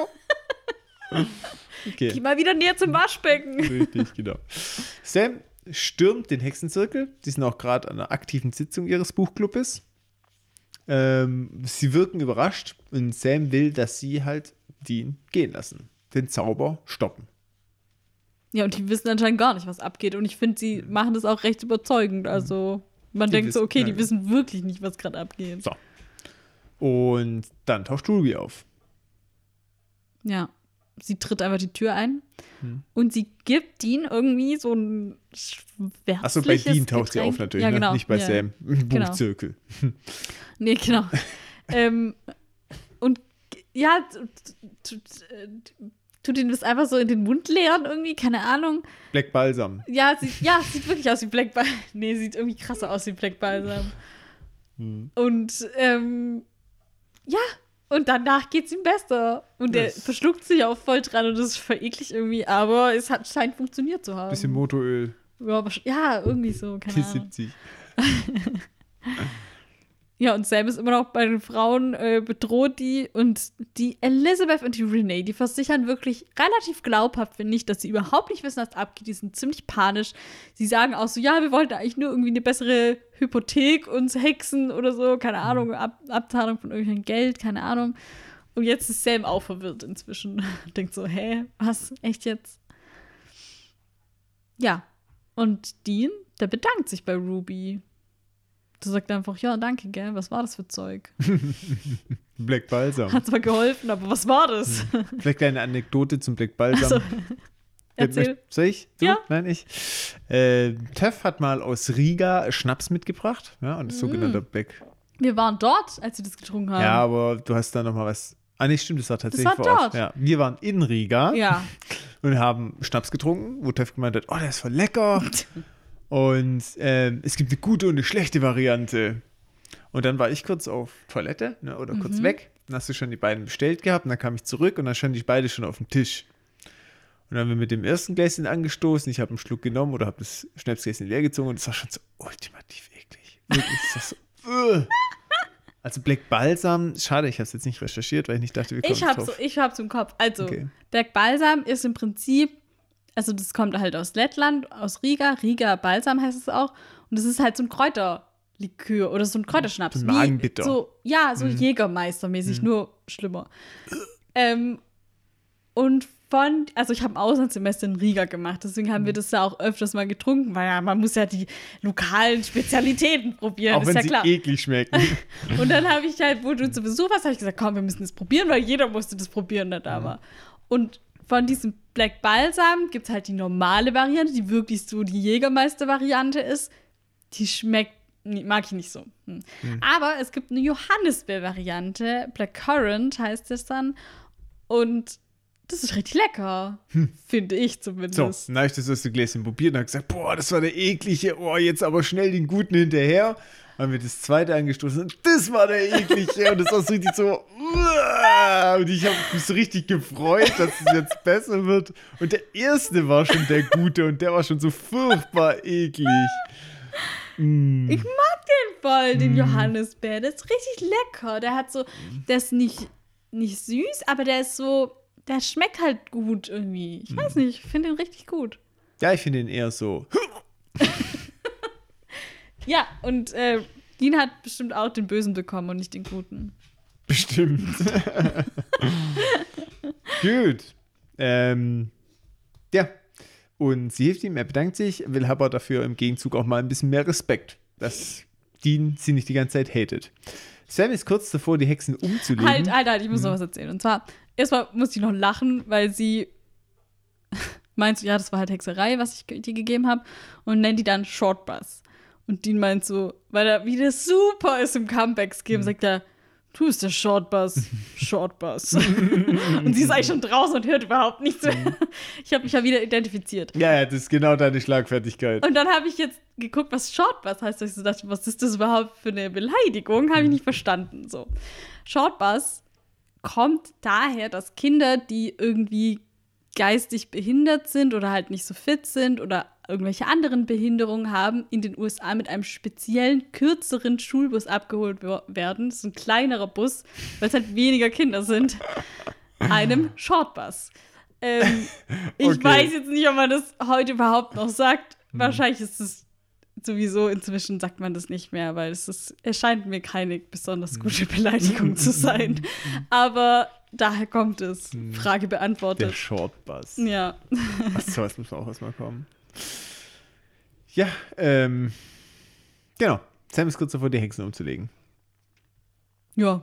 Okay. Geh mal wieder näher zum Waschbecken. Richtig, genau. Sam stürmt den Hexenzirkel. Sie sind auch gerade an einer aktiven Sitzung ihres Buchclubes. Sie wirken überrascht und Sam will, dass sie halt Dean gehen lassen. Den Zauber stoppen. Ja, und die wissen anscheinend gar nicht, was abgeht. Und ich finde, sie machen das auch recht überzeugend. Also man Die denkt so, wissen- okay, ja, die ja. wissen wirklich nicht, was gerade abgeht. So. Und dann taucht Ruby auf. Ja, sie tritt einfach die Tür ein und sie gibt Dean irgendwie so ein schwärzliches Achso, bei Dean taucht sie Getränk. auf natürlich, Ja, ne? genau. Nicht bei ja. Sam. Im Genau. Buchzirkel. Nee, genau. Und ja, tut ihn das einfach so in den Mund leeren irgendwie, keine Ahnung. Black Balsam. Ja, sieht wirklich aus wie Black Balsam. Nee, sieht irgendwie krasser aus wie Black Balsam. Und ja, und danach geht's ihm besser. Und er Yes. verschluckt sich auch voll dran und das ist voll eklig irgendwie, aber es scheint funktioniert zu haben. Bisschen Motoröl. Ja, irgendwie so, keine Ahnung. 70. Ja, und Sam ist immer noch bei den Frauen, bedroht die. Und die Elizabeth und die Renee, die versichern wirklich relativ glaubhaft, finde ich, dass sie überhaupt nicht wissen, was abgeht. Die sind ziemlich panisch. Sie sagen auch so, ja, wir wollten eigentlich nur irgendwie eine bessere Hypothek uns hexen oder so. Keine Ahnung, Abzahlung von irgendwelchem Geld, keine Ahnung. Und jetzt ist Sam auch verwirrt inzwischen. Denkt so, hä, was, echt jetzt? Ja, und Dean, der bedankt sich bei Ruby. Der sagt einfach, ja, danke, gell, was war das für Zeug? Black Balsam. Hat zwar geholfen, aber was war das? Vielleicht eine Anekdote zum Black Balsam. Also, erzähl. Soll ich? Du? Ja. Nein, ich. Tev hat mal aus Riga Schnaps mitgebracht. Ja, und das sogenannte Black. Wir waren dort, als wir das getrunken haben. Ja, aber du hast da noch mal was. Ah, nee, stimmt, das war tatsächlich war vor Ort. dort. Ja, wir waren in Riga Ja. und haben Schnaps getrunken, wo Tev gemeint hat, oh, der ist voll lecker. Und es gibt eine gute und eine schlechte Variante. Und dann war ich kurz auf Toilette, ne, oder kurz weg. Dann hast du schon die beiden bestellt gehabt und dann kam ich zurück und dann standen die beide schon auf dem Tisch. Und dann haben wir mit dem ersten Gläschen angestoßen. Ich habe einen Schluck genommen oder habe das Schnapsgläschen leer gezogen und es war schon so ultimativ eklig. Wirklich, das war so. Also Black Balsam, schade, ich habe es jetzt nicht recherchiert, weil ich nicht dachte, wir kommen drauf. Ich hab's im Kopf. Also, Okay. Black Balsam ist im Prinzip, also das kommt halt aus Lettland, aus Riga. Riga Balsam heißt es auch. Und das ist halt so ein Kräuterlikör oder so ein Kräuterschnaps. So ein Magenbitter. So Jägermeister-mäßig, nur schlimmer. Und also ich habe ein Auslandssemester in Riga gemacht, deswegen haben wir das da auch öfters mal getrunken, weil ja, man muss ja die lokalen Spezialitäten probieren, Auch ist wenn ja sie klar. eklig schmecken. Und dann habe ich halt, wo du zu Besuch warst, habe ich gesagt, komm, wir müssen das probieren, weil jeder musste das probieren, der da war. Und von diesem Black Balsam gibt es halt die normale Variante, die wirklich so die Jägermeister-Variante ist. Die schmeckt, mag ich nicht so. Aber es gibt eine Johannisbeer-Variante, Black Currant heißt das dann. Und das ist richtig lecker, finde ich So, zumindest. dann habe ich das aus dem Gläschen probiert und habe gesagt, boah, das war der eklige, oh, jetzt aber schnell den Guten hinterher. haben wir das zweite angestoßen und das war der eklige und das war so richtig so und ich habe mich so richtig gefreut, dass es jetzt besser wird und der erste war schon der gute und der war schon so furchtbar eklig. Ich mag den voll, den Johannisbeer. Der ist richtig lecker. Der ist nicht süß, aber der schmeckt halt gut irgendwie. Ich weiß nicht, ich finde ihn richtig gut. Ja, ich finde ihn eher so. Ja, und Dean hat bestimmt auch den Bösen bekommen und nicht den Guten. Bestimmt. Gut. Ja. Und sie hilft ihm, er bedankt sich, will aber dafür im Gegenzug auch mal ein bisschen mehr Respekt, dass Dean sie nicht die ganze Zeit hatet. Sam ist kurz davor, die Hexen umzulegen. Halt, ich muss noch was erzählen. Und zwar, erstmal musste ich noch lachen, weil sie meint, ja, das war halt Hexerei, was ich dir gegeben habe, und nennt die dann Shortbus. Und Dean meint so, weil er wieder super ist im Comebacks-Game, sagt er, du bist der Shortbus. Und sie ist eigentlich schon draußen und hört überhaupt nichts mehr. Ich habe mich ja wieder identifiziert. Ja, das ist genau deine Schlagfertigkeit. Und dann habe ich jetzt geguckt, was Shortbus heißt. Ich so dachte, was ist das überhaupt für eine Beleidigung? Habe ich nicht verstanden. So. Shortbus kommt daher, dass Kinder, die irgendwie geistig behindert sind oder halt nicht so fit sind oder irgendwelche anderen Behinderungen haben, in den USA mit einem speziellen, kürzeren Schulbus abgeholt werden. Das ist ein kleinerer Bus, weil es halt weniger Kinder sind. Einem Shortbus. Ich weiß jetzt nicht, ob man das heute überhaupt noch sagt. Wahrscheinlich ist es sowieso, inzwischen sagt man das nicht mehr, weil es scheint mir keine besonders gute Beleidigung zu sein. Aber daher kommt es. Frage beantwortet. Der Shortbus. Ja. So, das muss auch erstmal kommen. Ja, genau. Sam ist kurz davor, die Hexen umzulegen. Ja.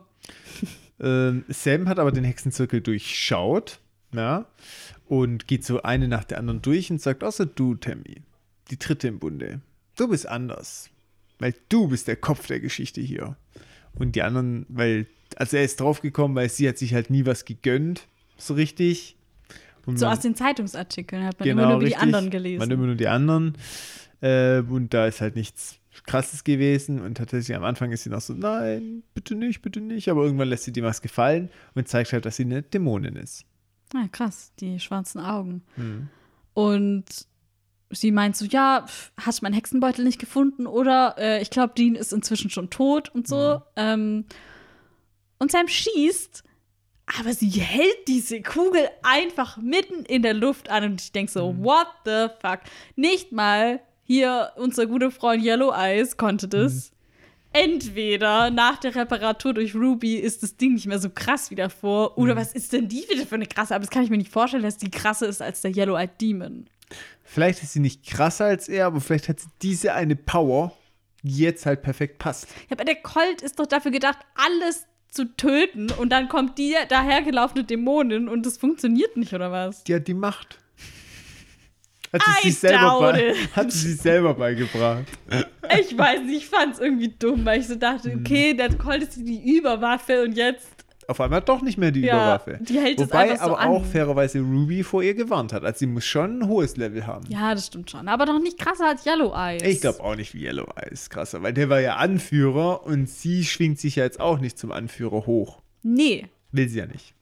Sam hat aber den Hexenzirkel durchschaut, ja, und geht so eine nach der anderen durch und sagt, außer du, Tammy, die dritte im Bunde, du bist anders, weil du bist der Kopf der Geschichte hier. Und die anderen, also er ist draufgekommen, weil sie hat sich halt nie was gegönnt, so richtig. Und so aus den Zeitungsartikeln hat man genau, immer nur richtig, die anderen gelesen. Man immer nur die anderen. Und da ist halt nichts Krasses gewesen. Und tatsächlich am Anfang ist sie noch so, nein, bitte nicht. Aber irgendwann lässt sie dir was gefallen und zeigt halt, dass sie eine Dämonin ist. Ja, krass, die schwarzen Augen. Und sie meint so, ja, hast du meinen Hexenbeutel nicht gefunden? Oder ich glaube, Dean ist inzwischen schon tot und so. Und Sam schießt, aber sie hält diese Kugel einfach mitten in der Luft an. Und ich denke so, what the fuck? Nicht mal hier unser guter Freund Yellow Eyes konnte das. Entweder nach der Reparatur durch Ruby ist das Ding nicht mehr so krass wie davor. Oder was ist denn die wieder für eine krasse? Aber das kann ich mir nicht vorstellen, dass die krasser ist als der Yellow-Eyed Demon. Vielleicht ist sie nicht krasser als er, aber vielleicht hat sie diese eine Power, die jetzt halt perfekt passt. Ja, aber der Colt ist doch dafür gedacht, alles zu töten. Und dann kommt die dahergelaufene Dämonin und das funktioniert nicht, oder was? Die hat die Macht. Hat sie sich selber beigebracht. Ich weiß nicht, ich fand es irgendwie dumm, weil ich so dachte, okay, der Colt ist die Überwaffe und jetzt auf einmal doch nicht mehr die Überwaffe. Die hält es Wobei einfach so aber an. auch fairerweise Ruby vor ihr gewarnt hat. Also sie muss schon ein hohes Level haben. Ja, das stimmt schon. Aber doch nicht krasser als Yellow Eyes. Ich glaube auch nicht wie Yellow Eyes krasser, weil der war ja Anführer und sie schwingt sich ja jetzt auch nicht zum Anführer hoch. Nee. Will sie ja nicht.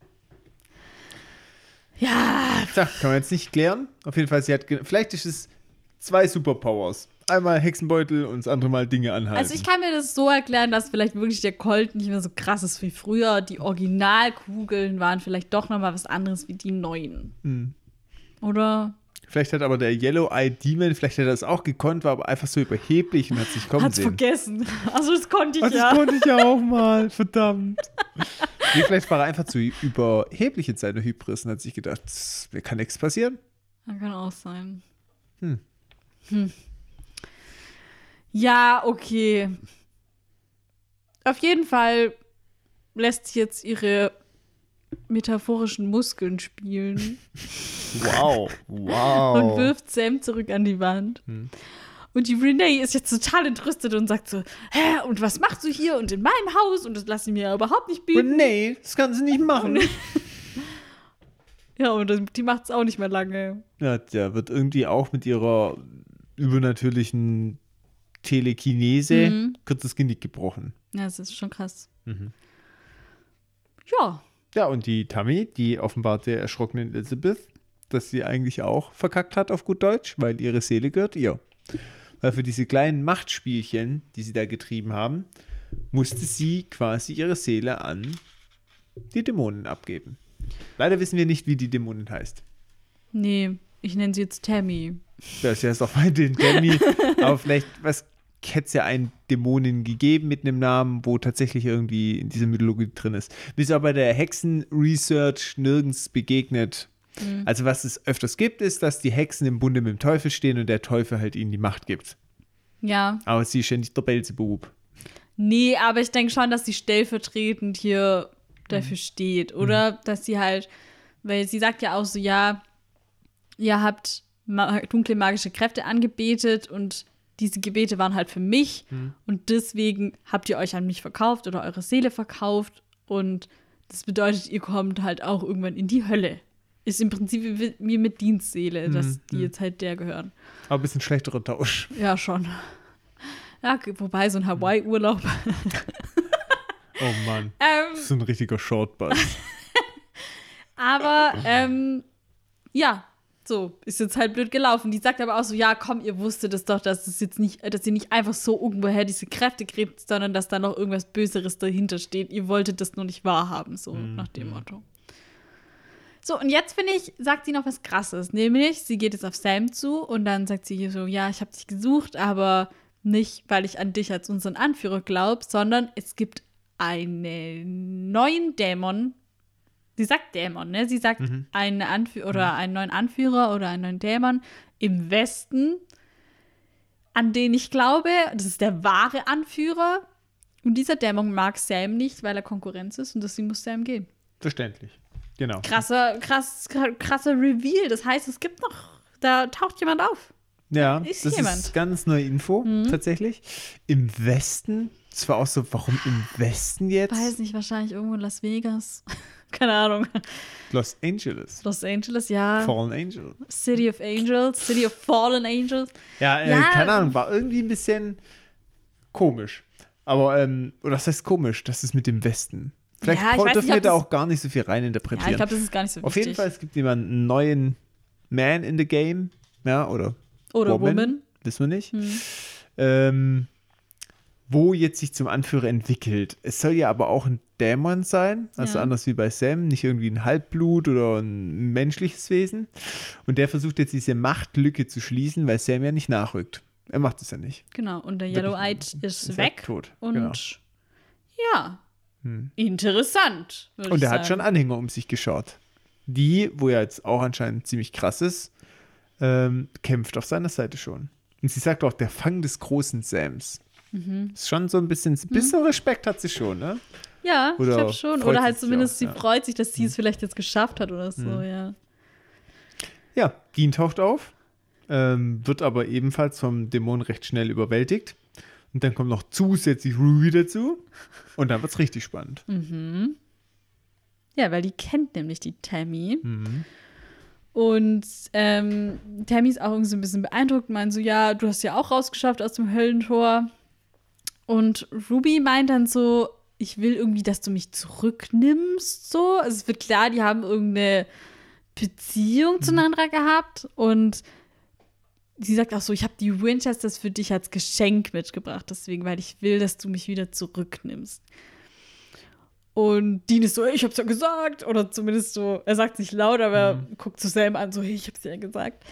Ja. Tja, kann man jetzt nicht klären. Auf jeden Fall, vielleicht ist es 2 Superpowers. Einmal Hexenbeutel und das andere Mal Dinge anhalten. Also ich kann mir das so erklären, dass vielleicht wirklich der Colt nicht mehr so krass ist wie früher. Die Originalkugeln waren vielleicht doch noch mal was anderes wie die neuen. Oder? Vielleicht hat aber der Yellow-Eyed Demon, vielleicht hat er das auch gekonnt, war aber einfach so überheblich und hat sich kommen Hat's sehen. vergessen. Also das konnte ich Das konnte ich ja auch mal, verdammt. Nee, vielleicht war er einfach zu überheblich in seiner Hybris und hat sich gedacht, mir kann nichts passieren. Das kann auch sein. Ja, okay. Auf jeden Fall lässt sie jetzt ihre metaphorischen Muskeln spielen. Wow. Und wirft Sam zurück an die Wand. Und die Renee ist jetzt total entrüstet und sagt so, hä, und was machst du hier und in meinem Haus? Und das lasse ich mir ja überhaupt nicht bieten. Renee, das kannst du nicht machen. Ja, und die macht es auch nicht mehr lange. Ja, der wird irgendwie auch mit ihrer übernatürlichen Telekinese, kurzes Genick gebrochen. Ja, das ist schon krass. Mhm. Ja. Ja, und die Tammy, die offenbart der erschrockenen Elizabeth, dass sie eigentlich auch verkackt hat auf gut Deutsch, weil ihre Seele gehört ihr. Weil für diese kleinen Machtspielchen, die sie da getrieben haben, musste sie quasi ihre Seele an die Dämonen abgeben. Leider wissen wir nicht, wie die Dämonin heißt. Nee, ich nenne sie jetzt Tammy. Ja, sie heißt auch bei den Tammy. Aber vielleicht, hätte es ja einen Dämonin gegeben mit einem Namen, wo tatsächlich irgendwie in dieser Mythologie drin ist. Mir ist aber bei der Hexen-Research nirgends begegnet. Also was es öfters gibt, ist, dass die Hexen im Bunde mit dem Teufel stehen und der Teufel halt ihnen die Macht gibt. Ja. Aber sie ist ja nicht der Belzebub. Nee, aber ich denke schon, dass sie stellvertretend hier dafür steht. Oder dass sie halt, weil sie sagt ja auch so, ja, ihr habt dunkle magische Kräfte angebetet und diese Gebete waren halt für mich und deswegen habt ihr euch an mich verkauft oder eure Seele verkauft und das bedeutet, ihr kommt halt auch irgendwann in die Hölle. Ist im Prinzip wie mit Dienstseele, dass die jetzt halt der gehören. Aber ein bisschen schlechterer Tausch. Ja, schon. Ja, wobei so ein Hawaii-Urlaub. Oh Mann. Das ist so ein richtiger Shortbus. Aber, ja, so, ist jetzt halt blöd gelaufen. Die sagt aber auch so, ja, komm, ihr wusstet es doch, dass ihr nicht einfach so irgendwoher diese Kräfte kriegt, sondern dass da noch irgendwas Böseres dahinter steht. Ihr wolltet das nur nicht wahrhaben, so nach dem Motto. So, und jetzt, finde ich, sagt sie noch was Krasses. Nämlich, sie geht jetzt auf Sam zu und dann sagt sie so, ja, ich habe dich gesucht, aber nicht, weil ich an dich als unseren Anführer glaube, sondern es gibt einen neuen Dämon. Sie sagt Dämon, ne? Sie sagt einen neuen Anführer oder einen neuen Dämon im Westen, an den ich glaube, das ist der wahre Anführer. Und dieser Dämon mag Sam nicht, weil er Konkurrenz ist und deswegen muss Sam gehen. Verständlich. Genau. Krasser Reveal. Das heißt, es gibt noch, da taucht jemand auf. Ja, ist das jemand. ist ganz neue Info, tatsächlich. Im Westen, das war auch so, warum im Westen jetzt? Weiß nicht, wahrscheinlich irgendwo in Las Vegas. Keine Ahnung. Los Angeles. Los Angeles, ja. Fallen Angel. City of Angels, City of Fallen Angels. Ja, keine Ahnung, war irgendwie ein bisschen komisch. Aber, oder was heißt komisch? Das ist mit dem Westen. Vielleicht dürfen wir da auch gar nicht so viel reininterpretieren. Ja, ich glaube, das ist gar nicht so wichtig. Auf jeden Fall, es gibt jemanden, einen neuen Man in the Game. Ja, oder Woman. Wissen wir nicht. Wo jetzt sich zum Anführer entwickelt. Es soll ja aber auch ein Dämon sein, also anders wie bei Sam, nicht irgendwie ein Halbblut oder ein menschliches Wesen. Und der versucht jetzt diese Machtlücke zu schließen, weil Sam ja nicht nachrückt. Er macht es ja nicht. Genau, und der Yellow-Eyed ist weg. Tot. Und genau. Ja, interessant. Und er hat schon Anhänger um sich geschaut. Die, wo er jetzt auch anscheinend ziemlich krass ist, kämpft auf seiner Seite schon. Und sie sagt auch, der Fang des großen Sams. Ist schon so ein bisschen Respekt hat sie schon, ne? Ja, ich glaube schon. Oder halt zumindest, sie auch, freut sich, dass sie es vielleicht jetzt geschafft hat oder so, ja. Ja, Dean taucht auf, wird aber ebenfalls vom Dämon recht schnell überwältigt. Und dann kommt noch zusätzlich Ruby dazu. Und dann wird es richtig spannend. Ja, weil die kennt nämlich die Tammy. Und Tammy ist auch irgendwie so ein bisschen beeindruckt, meint so, ja, du hast ja auch rausgeschafft aus dem Höllentor. Und Ruby meint dann so, ich will irgendwie, dass du mich zurücknimmst, so. Also es wird klar, die haben irgendeine Beziehung zueinander gehabt. Und sie sagt auch so, ich habe die Winchesters für dich als Geschenk mitgebracht, deswegen, weil ich will, dass du mich wieder zurücknimmst. Und Dean ist so, ich hab's ja gesagt. Oder zumindest so, er sagt es nicht laut, aber er guckt zu Sam an, so, ich hab's ja gesagt.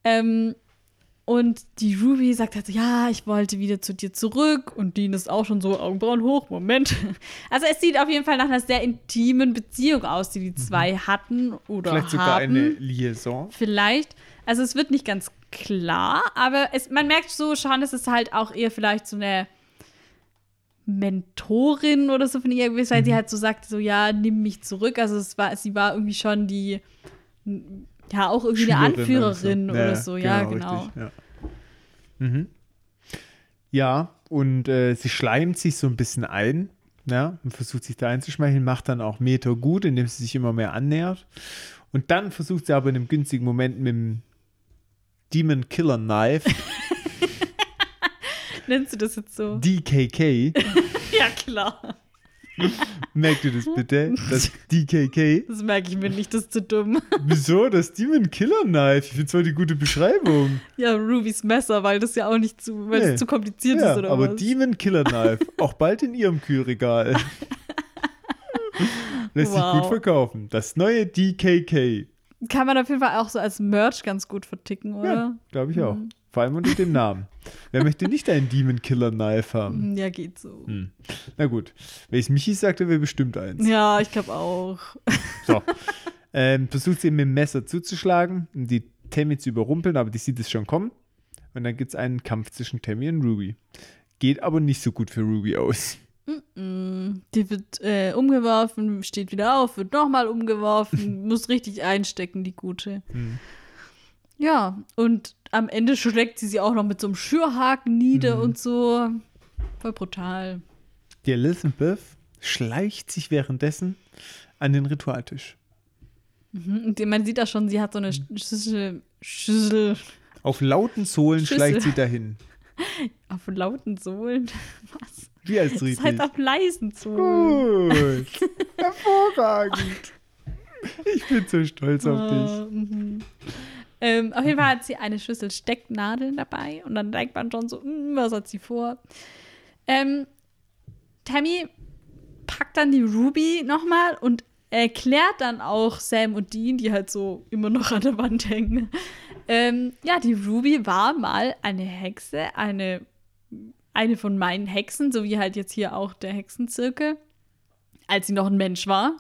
Und die Ruby sagt halt so, ja, ich wollte wieder zu dir zurück. Und Dean ist auch schon so, Augenbrauen hoch, Moment. Also es sieht auf jeden Fall nach einer sehr intimen Beziehung aus, die zwei hatten oder vielleicht sogar eine Liaison. Vielleicht. Also es wird nicht ganz klar, aber man merkt so schon, dass es halt auch eher vielleicht so eine Mentorin oder so von ihr gewesen, weil sie halt so sagt, so, ja, nimm mich zurück. Also sie war irgendwie schon die, ja, auch irgendwie eine Anführerin oder so. Ja, genau. Richtig, ja. Ja, und sie schleimt sich so ein bisschen ein, ja, und versucht sich da einzuschmeicheln, macht dann auch Meter gut, indem sie sich immer mehr annähert. Und dann versucht sie aber in einem günstigen Moment mit dem Demon Killer Knife Nennst du das jetzt so? DKK. Ja, klar. Merkt ihr das bitte? Das DKK. Das merke ich mir nicht, das ist zu dumm. Wieso? Das Demon Killer Knife. Ich finde es voll die gute Beschreibung. Ja, Rubys Messer, weil das ja auch nicht weil es zu kompliziert Ja, ist, oder aber was? Demon Killer Knife. Auch bald in ihrem Kühlregal. Lässt sich gut verkaufen. Das neue DKK. Kann man auf jeden Fall auch so als Merch ganz gut verticken, oder? Ja, glaube ich auch. Vor allem unter dem Namen. Wer möchte nicht einen Demon Killer Knife haben? Ja, geht so. Na gut. Wenn es Michi sagte, wäre bestimmt eins. Ja, ich glaube auch. So. Versucht sie mit dem Messer zuzuschlagen, um die Tammy zu überrumpeln, aber die sieht es schon kommen. Und dann gibt es einen Kampf zwischen Tammy und Ruby. Geht aber nicht so gut für Ruby aus. Die wird umgeworfen, steht wieder auf, wird nochmal umgeworfen, muss richtig einstecken, die Gute. Ja, und am Ende schlägt sie auch noch mit so einem Schürhaken nieder und so. Voll brutal. Die Elizabeth schleicht sich währenddessen an den Ritualtisch. Und man sieht da schon, sie hat so eine Schüssel. Auf lauten Sohlen Schüssel. schleicht sie dahin. Auf lauten Sohlen? Was? Wie als Das richtig. ist halt auf leisen Sohlen. Gut. Hervorragend. Ich bin so stolz auf dich. Auf jeden Fall hat sie eine Schüssel Stecknadeln dabei und dann denkt man schon so, was hat sie vor? Tammy packt dann die Ruby nochmal und erklärt dann auch Sam und Dean, die halt so immer noch an der Wand hängen. Ja, die Ruby war mal eine Hexe, eine von meinen Hexen, so wie halt jetzt hier auch der Hexenzirkel, als sie noch ein Mensch war.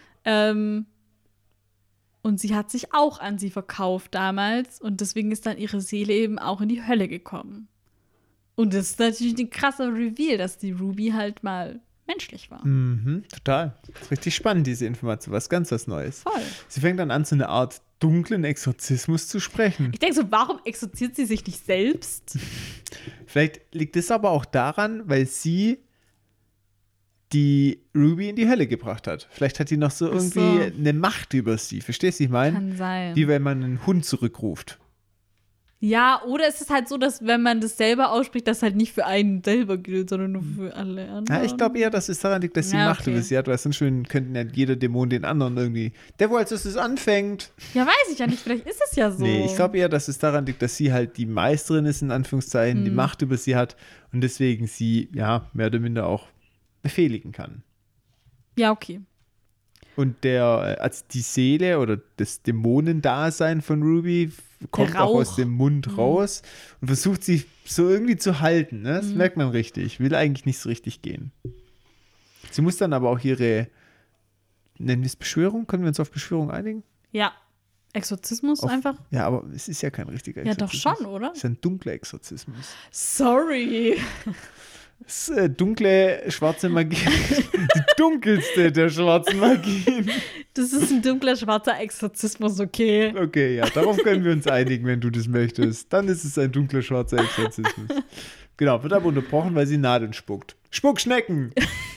Und sie hat sich auch an sie verkauft damals und deswegen ist dann ihre Seele eben auch in die Hölle gekommen. Und das ist natürlich ein krasser Reveal, dass die Ruby halt mal menschlich war. Total. Das ist richtig spannend, diese Information. Was Neues. Voll. Sie fängt dann an, so eine Art dunklen Exorzismus zu sprechen. Ich denke so, warum exorziert sie sich nicht selbst? Vielleicht liegt es aber auch daran, weil sie die Ruby in die Hölle gebracht hat. Vielleicht hat die noch so irgendwie eine Macht über sie. Verstehst du, was ich meine? Kann sein. Wie wenn man einen Hund zurückruft. Ja, oder es ist halt so, dass wenn man das selber ausspricht, das halt nicht für einen selber gilt, sondern nur für alle anderen. Ja, ich glaube eher, dass es daran liegt, dass sie Macht über sie hat, weil sonst könnten ja jeder Dämon den anderen irgendwie. Der, wo als es anfängt. Ja, weiß ich ja nicht, vielleicht ist es ja so. Nee, ich glaube eher, dass es daran liegt, dass sie halt die Meisterin ist, in Anführungszeichen, die Macht über sie hat und deswegen sie, ja, mehr oder minder auch befehligen kann. Ja, okay. Und also die Seele oder das Dämonendasein von Ruby kommt auch aus dem Mund raus und versucht sich so irgendwie zu halten. Ne? Das merkt man richtig. Will eigentlich nicht so richtig gehen. Sie muss dann aber auch nennen wir es Beschwörung? Können wir uns auf Beschwörung einigen? Ja. Exorzismus einfach? Ja, aber es ist ja kein richtiger Exorzismus. Ja, doch schon, oder? Es ist ein dunkler Exorzismus. Sorry. Das ist dunkle, schwarze Magie. Die dunkelste der schwarzen Magien. Das ist ein dunkler, schwarzer Exorzismus, okay. Okay, ja, darauf können wir uns einigen, wenn du das möchtest. Dann ist es ein dunkler, schwarzer Exorzismus. Genau, wird aber unterbrochen, weil sie Nadeln spuckt. Spuckschnecken!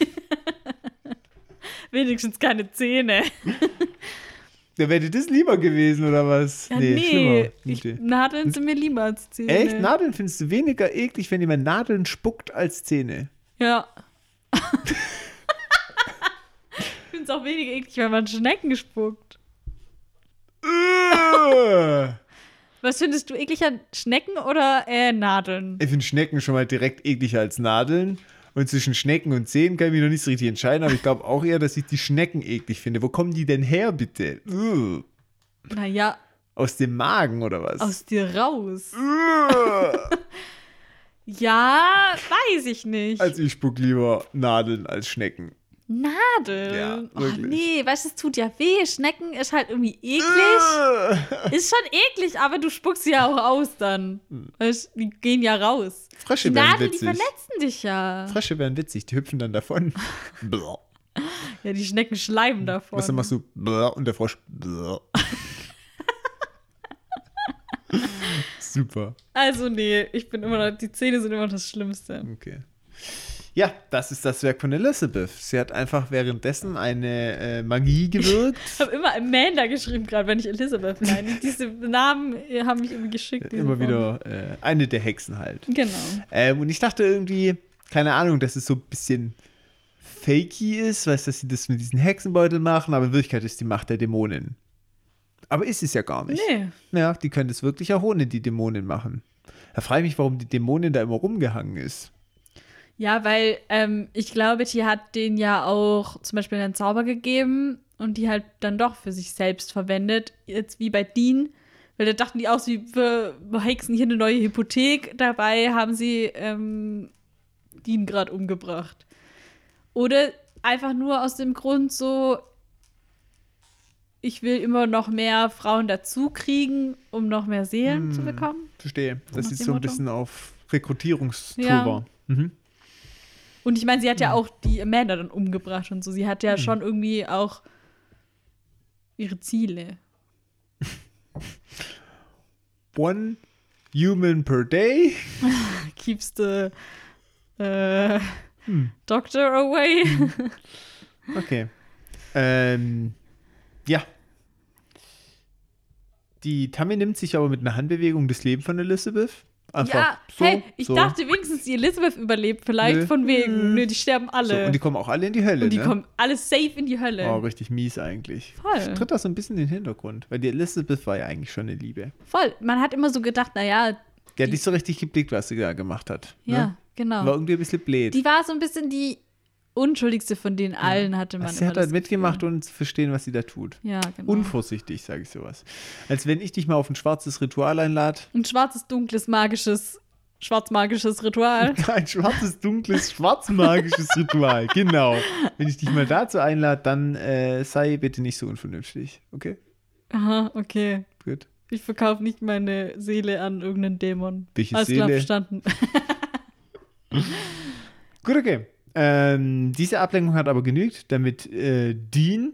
Wenigstens keine Zähne. Ja, wäre dir das lieber gewesen, oder was? Ja, nee. Schlimmer. Nadeln sind mir lieber als Zähne. Echt? Nadeln findest du weniger eklig, wenn jemand Nadeln spuckt, als Zähne? Ja. Ich finde es auch weniger eklig, wenn man Schnecken spuckt. Was findest du ekliger, Schnecken oder Nadeln? Ich finde Schnecken schon mal direkt ekliger als Nadeln. Und zwischen Schnecken und Zähnen kann ich mich noch nicht so richtig entscheiden, aber ich glaube auch eher, dass ich die Schnecken eklig finde. Wo kommen die denn her, bitte? Naja. Aus dem Magen oder was? Aus dir raus. Ja, weiß ich nicht. Also ich spuck lieber Nadeln als Schnecken. Nadeln? Ja, wirklich. Oh, nee, weißt du, es tut ja weh. Schnecken ist halt irgendwie eklig. Ist schon eklig, aber du spuckst sie ja auch aus dann. Weißt, die gehen ja raus. Frösche die wären Nadeln, witzig. die verletzen dich ja. Frösche wären witzig, die hüpfen dann davon. Ja, die Schnecken schleimen davon. Was dann machst du und der Frosch. Super. Also nee, die Zähne sind immer das Schlimmste. Okay. Ja, das ist das Werk von Elizabeth. Sie hat einfach währenddessen eine Magie gewirkt. Ich habe immer Amanda geschrieben, gerade wenn ich Elizabeth meine. Diese Namen haben mich irgendwie geschickt. Immer wieder eine der Hexen halt. Genau. Und ich dachte irgendwie, keine Ahnung, dass es so ein bisschen fakey ist, weißt du, dass sie das mit diesen Hexenbeuteln machen, aber in Wirklichkeit ist die Macht der Dämonen. Aber ist es ja gar nicht. Nee. Ja, die können das wirklich auch ohne die Dämonen machen. Da frage ich mich, warum die Dämonin da immer rumgehangen ist. Ja, weil ich glaube, die hat denen ja auch zum Beispiel einen Zauber gegeben und die halt dann doch für sich selbst verwendet. Jetzt wie bei Dean, weil da dachten die auch, sie hexen hier eine neue Hypothek. Dabei haben sie Dean gerade umgebracht. Oder einfach nur aus dem Grund so, ich will immer noch mehr Frauen dazu kriegen, um noch mehr Seelen zu bekommen. Verstehe. Das nach ist dem so ein Motto. bisschen auf Rekrutierungstour Ja. war. Mhm. Und ich meine, sie hat ja auch die Amanda dann umgebracht und so. Sie hat ja schon irgendwie auch ihre Ziele. One human per day. Keeps the doctor away. Okay. Ja. Die Tammy nimmt sich aber mit einer Handbewegung das Leben von Elizabeth. Einfach Ja, so, hey, ich so. dachte wenigstens, die Elizabeth überlebt vielleicht Nö. von wegen. Nö, die sterben So, alle. und die kommen auch alle in die Hölle, Und die ne? kommen alle safe in die Hölle. Oh, richtig mies eigentlich. Voll. Tritt das so ein bisschen in den Hintergrund, weil die Elizabeth war ja eigentlich schon eine Liebe. Voll. Man hat immer so gedacht, naja, Die hat nicht so richtig geblickt, was sie da gemacht hat. ja, Ne? genau. War irgendwie ein bisschen blöd. Die war so ein bisschen die unschuldigste von den allen, hatte man Sie immer hat das halt mitgemacht Gefühl. und zu verstehen, was sie da tut. Ja, genau. Unvorsichtig, sage ich sowas. Als wenn ich dich mal auf ein schwarzes Ritual einlade. Ein schwarzes, dunkles, schwarzmagisches Ritual. Ein schwarzes, dunkles, schwarzmagisches Ritual, genau. Wenn ich dich mal dazu einlade, dann sei bitte nicht so unvernünftig, okay? Aha, okay. Gut. Ich verkaufe nicht meine Seele an irgendeinen Dämon. Welche Alles klar, Seele? verstanden. Gut, okay. Diese Ablenkung hat aber genügt, damit Dean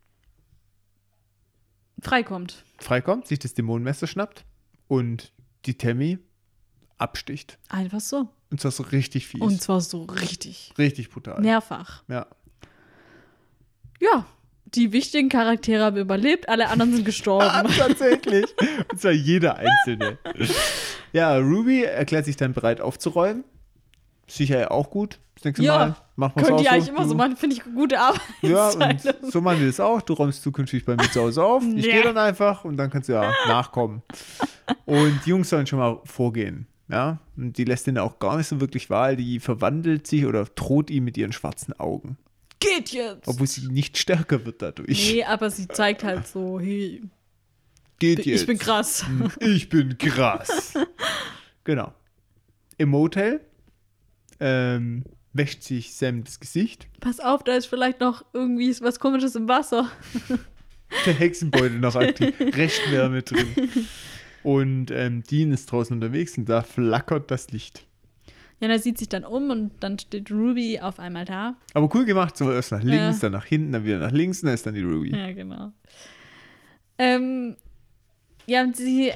Freikommt. freikommt, sich das Dämonenmesser schnappt und die Tammy absticht. Einfach so. Und zwar so richtig fies. Und zwar so richtig. Richtig brutal. Mehrfach. Ja. Ja, die wichtigen Charaktere haben überlebt, alle anderen sind gestorben. Tatsächlich. Und zwar jeder Einzelne. Ja, Ruby erklärt sich dann bereit aufzuräumen. Sicher ja auch gut. Das nächste Ja, Mal machen wir es Können auch die so. eigentlich immer so machen, finde ich gute Arbeit. Ja, und so machen wir das auch. Du räumst zukünftig bei mir zu Hause auf. Ich Nee. gehe dann einfach und dann kannst du ja nachkommen. Und die Jungs sollen schon mal vorgehen. Ja, und die lässt ihn auch gar nicht so wirklich Wahl. Die verwandelt sich oder droht ihm mit ihren schwarzen Augen. Geht jetzt. Obwohl sie nicht stärker wird dadurch. Nee, aber sie zeigt halt so, hey, Geht jetzt. ich bin krass. Ich bin krass. Genau. Im Motel wäscht sich Sam das Gesicht. Pass auf, da ist vielleicht noch irgendwie was Komisches im Wasser. Der Hexenbeutel noch aktiv. Rechtwärme drin. Und Dean ist draußen unterwegs und da flackert das Licht. Ja, und er sieht sich dann um und dann steht Ruby auf einmal da. Aber cool gemacht, so erst nach links, Ja. dann nach hinten, dann wieder nach links und dann ist dann die Ruby. Ja, genau. Ja, und sie,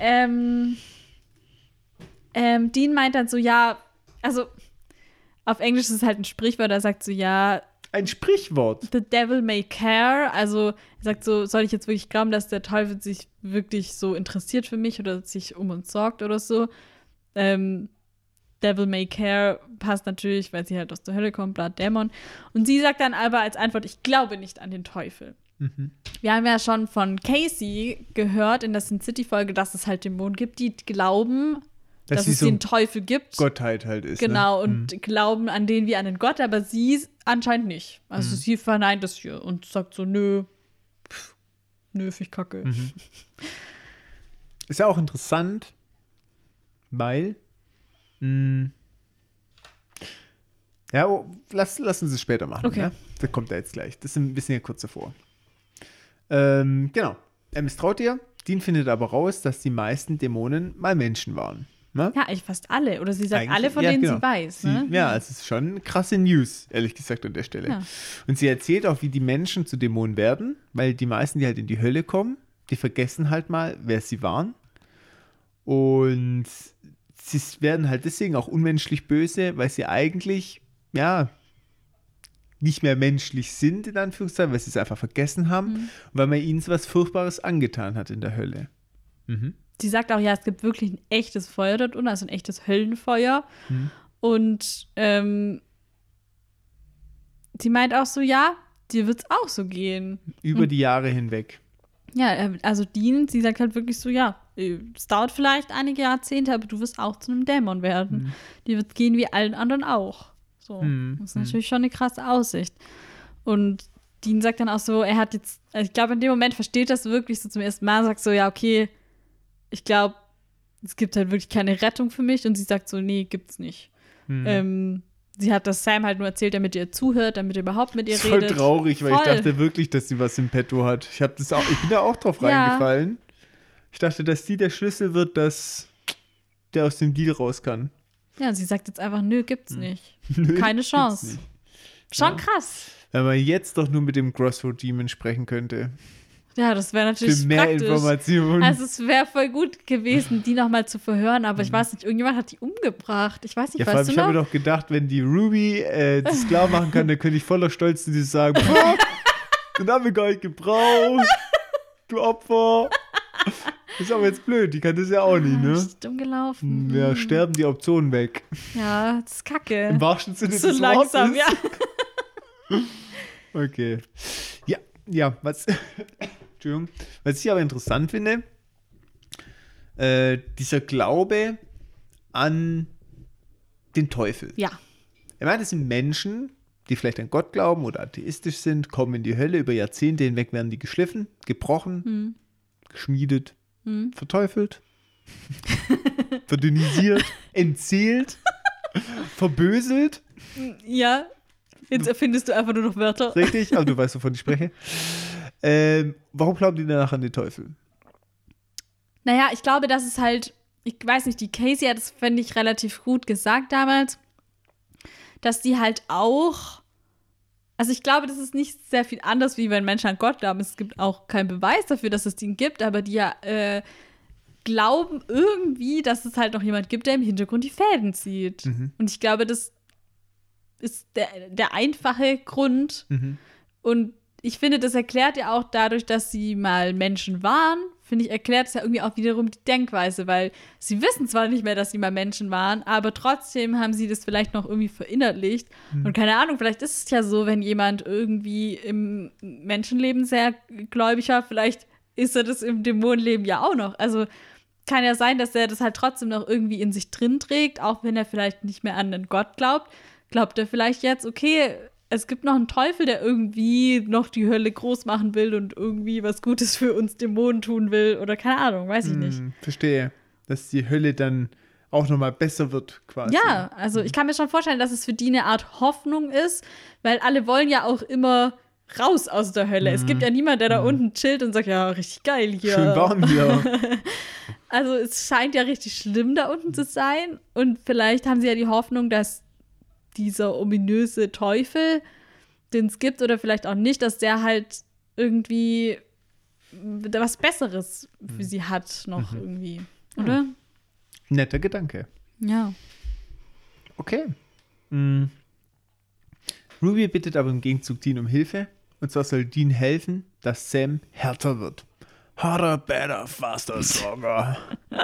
Dean meint dann so, ja, also auf Englisch ist es halt ein Sprichwort, er sagt so, ja, Ein Sprichwort. the devil may care. Also er sagt so, soll ich jetzt wirklich glauben, dass der Teufel sich wirklich so interessiert für mich oder sich um uns sorgt oder so. Devil may care passt natürlich, weil sie halt aus der Hölle kommt, Blood Dämon. Und sie sagt dann aber als Antwort, ich glaube nicht an den Teufel. Wir haben ja schon von Casey gehört in der Sin City-Folge, dass es halt Dämonen gibt, die glauben, dass sie es so den Teufel gibt. Gottheit halt ist. Genau, Ne? und glauben an den wie an den Gott, aber sie anscheinend nicht. Also sie verneint das hier und sagt so, nö, finde ich kacke. Ist ja auch interessant, weil ja, lassen Sie es später machen. Okay. Ne? Das kommt da jetzt gleich. Das ist ein bisschen hier kurz davor. Genau. Er misstraut ihr. Dean findet aber raus, dass die meisten Dämonen mal Menschen waren. Ne? Ja, eigentlich fast alle. Oder sie sagt Eigentlich- alle, von ja, denen genau. sie weiß. Ne? Ja, es ist schon krasse News, ehrlich gesagt, an der Stelle. Ja. Und sie erzählt auch, wie die Menschen zu Dämonen werden, weil die meisten, die halt in die Hölle kommen, die vergessen halt mal, wer sie waren. Und sie werden halt deswegen auch unmenschlich böse, weil sie eigentlich ja, nicht mehr menschlich sind, in Anführungszeichen, weil sie es einfach vergessen haben und weil man ihnen was Furchtbares angetan hat in der Hölle. Mhm. Sie sagt auch, ja, es gibt wirklich ein echtes Feuer dort unten, also ein echtes Höllenfeuer. Und sie meint auch so, ja, dir wird es auch so gehen. Über die Jahre hinweg. Ja, also sie sagt halt wirklich so, ja, es dauert vielleicht einige Jahrzehnte, aber du wirst auch zu einem Dämon werden. Dir wird gehen wie allen anderen auch. So, das ist natürlich schon eine krasse Aussicht. Und Dean sagt dann auch so, er hat jetzt, also ich glaube, in dem Moment versteht das wirklich so zum ersten Mal, sagt so, ja, okay, ich glaube, es gibt halt wirklich keine Rettung für mich. Und sie sagt so, nee, gibt's nicht. Sie hat das Sam halt nur erzählt, damit ihr zuhört, damit ihr überhaupt mit ihr das ist redet. voll traurig, weil ich dachte wirklich, dass sie was im Petto hat. Ich bin da auch drauf reingefallen. Ich dachte, dass die der Schlüssel wird, dass der aus dem Deal raus kann. Ja, sie sagt jetzt einfach, nö, gibt's nicht. Keine Chance. Schon krass. Wenn man jetzt doch nur mit dem Crossroad Demon sprechen könnte. Ja, das wäre natürlich für mehr praktisch. Informationen. Also es wäre voll gut gewesen, die nochmal zu verhören, aber ich weiß nicht, irgendjemand hat die umgebracht. Ich weiß nicht, vor allem, ich habe mir doch gedacht, wenn die Ruby das klar machen kann, dann könnte ich voller Stolz zu dir sagen, den haben wir gar nicht gebraucht, du Opfer. Das ist aber jetzt blöd, die kann das ja auch nicht, ne? Das ist dumm gelaufen. Ja, sterben die Optionen weg. Ja, das ist kacke. Im wahrsten Sinne so des langsam, Wortes. ja. Okay. Ja, Entschuldigung. Was ich aber interessant finde, dieser Glaube an den Teufel. Ja. Ich meine, das sind Menschen, die vielleicht an Gott glauben oder atheistisch sind, kommen in die Hölle, über Jahrzehnte hinweg werden die geschliffen, gebrochen, geschmiedet, verteufelt, verdünnisiert, entseelt, verböselt. Ja, jetzt erfindest du einfach nur noch Wörter. Richtig, aber du weißt, wovon ich spreche. Warum glauben die danach an den Teufel? Naja, ich glaube, das ist halt, ich weiß nicht, die Casey hat das, fände ich, relativ gut gesagt damals, dass die halt auch, also ich glaube, das ist nicht sehr viel anders, wie wenn Menschen an Gott glauben. Es gibt auch keinen Beweis dafür, dass es den gibt, aber die ja glauben irgendwie, dass es halt noch jemand gibt, der im Hintergrund die Fäden zieht. Und ich glaube, das ist der einfache Grund. Und ich finde, das erklärt ja auch dadurch, dass sie mal Menschen waren, finde ich, erklärt es ja irgendwie auch wiederum die Denkweise, weil sie wissen zwar nicht mehr, dass sie mal Menschen waren, aber trotzdem haben sie das vielleicht noch irgendwie verinnerlicht. Und keine Ahnung, vielleicht ist es ja so, wenn jemand irgendwie im Menschenleben sehr gläubig war, vielleicht ist er das im Dämonenleben ja auch noch. Also kann ja sein, dass er das halt trotzdem noch irgendwie in sich drin trägt, auch wenn er vielleicht nicht mehr an den Gott glaubt. Glaubt er vielleicht jetzt, okay, es gibt noch einen Teufel, der irgendwie noch die Hölle groß machen will und irgendwie was Gutes für uns Dämonen tun will oder keine Ahnung, weiß ich nicht. Verstehe, dass die Hölle dann auch nochmal besser wird quasi. Ja, also ich kann mir schon vorstellen, dass es für die eine Art Hoffnung ist, weil alle wollen ja auch immer raus aus der Hölle. Es gibt ja niemanden, der da unten chillt und sagt, ja, richtig geil hier. Schön warm hier. Also es scheint ja richtig schlimm da unten zu sein und vielleicht haben sie ja die Hoffnung, dass dieser ominöse Teufel, den es gibt oder vielleicht auch nicht, dass der halt irgendwie was Besseres für sie hat noch irgendwie, oder? Netter Gedanke. Ja. Okay. Ruby bittet aber im Gegenzug Dean um Hilfe. Und zwar soll Dean helfen, dass Sam härter wird. Harder, better, faster, stronger.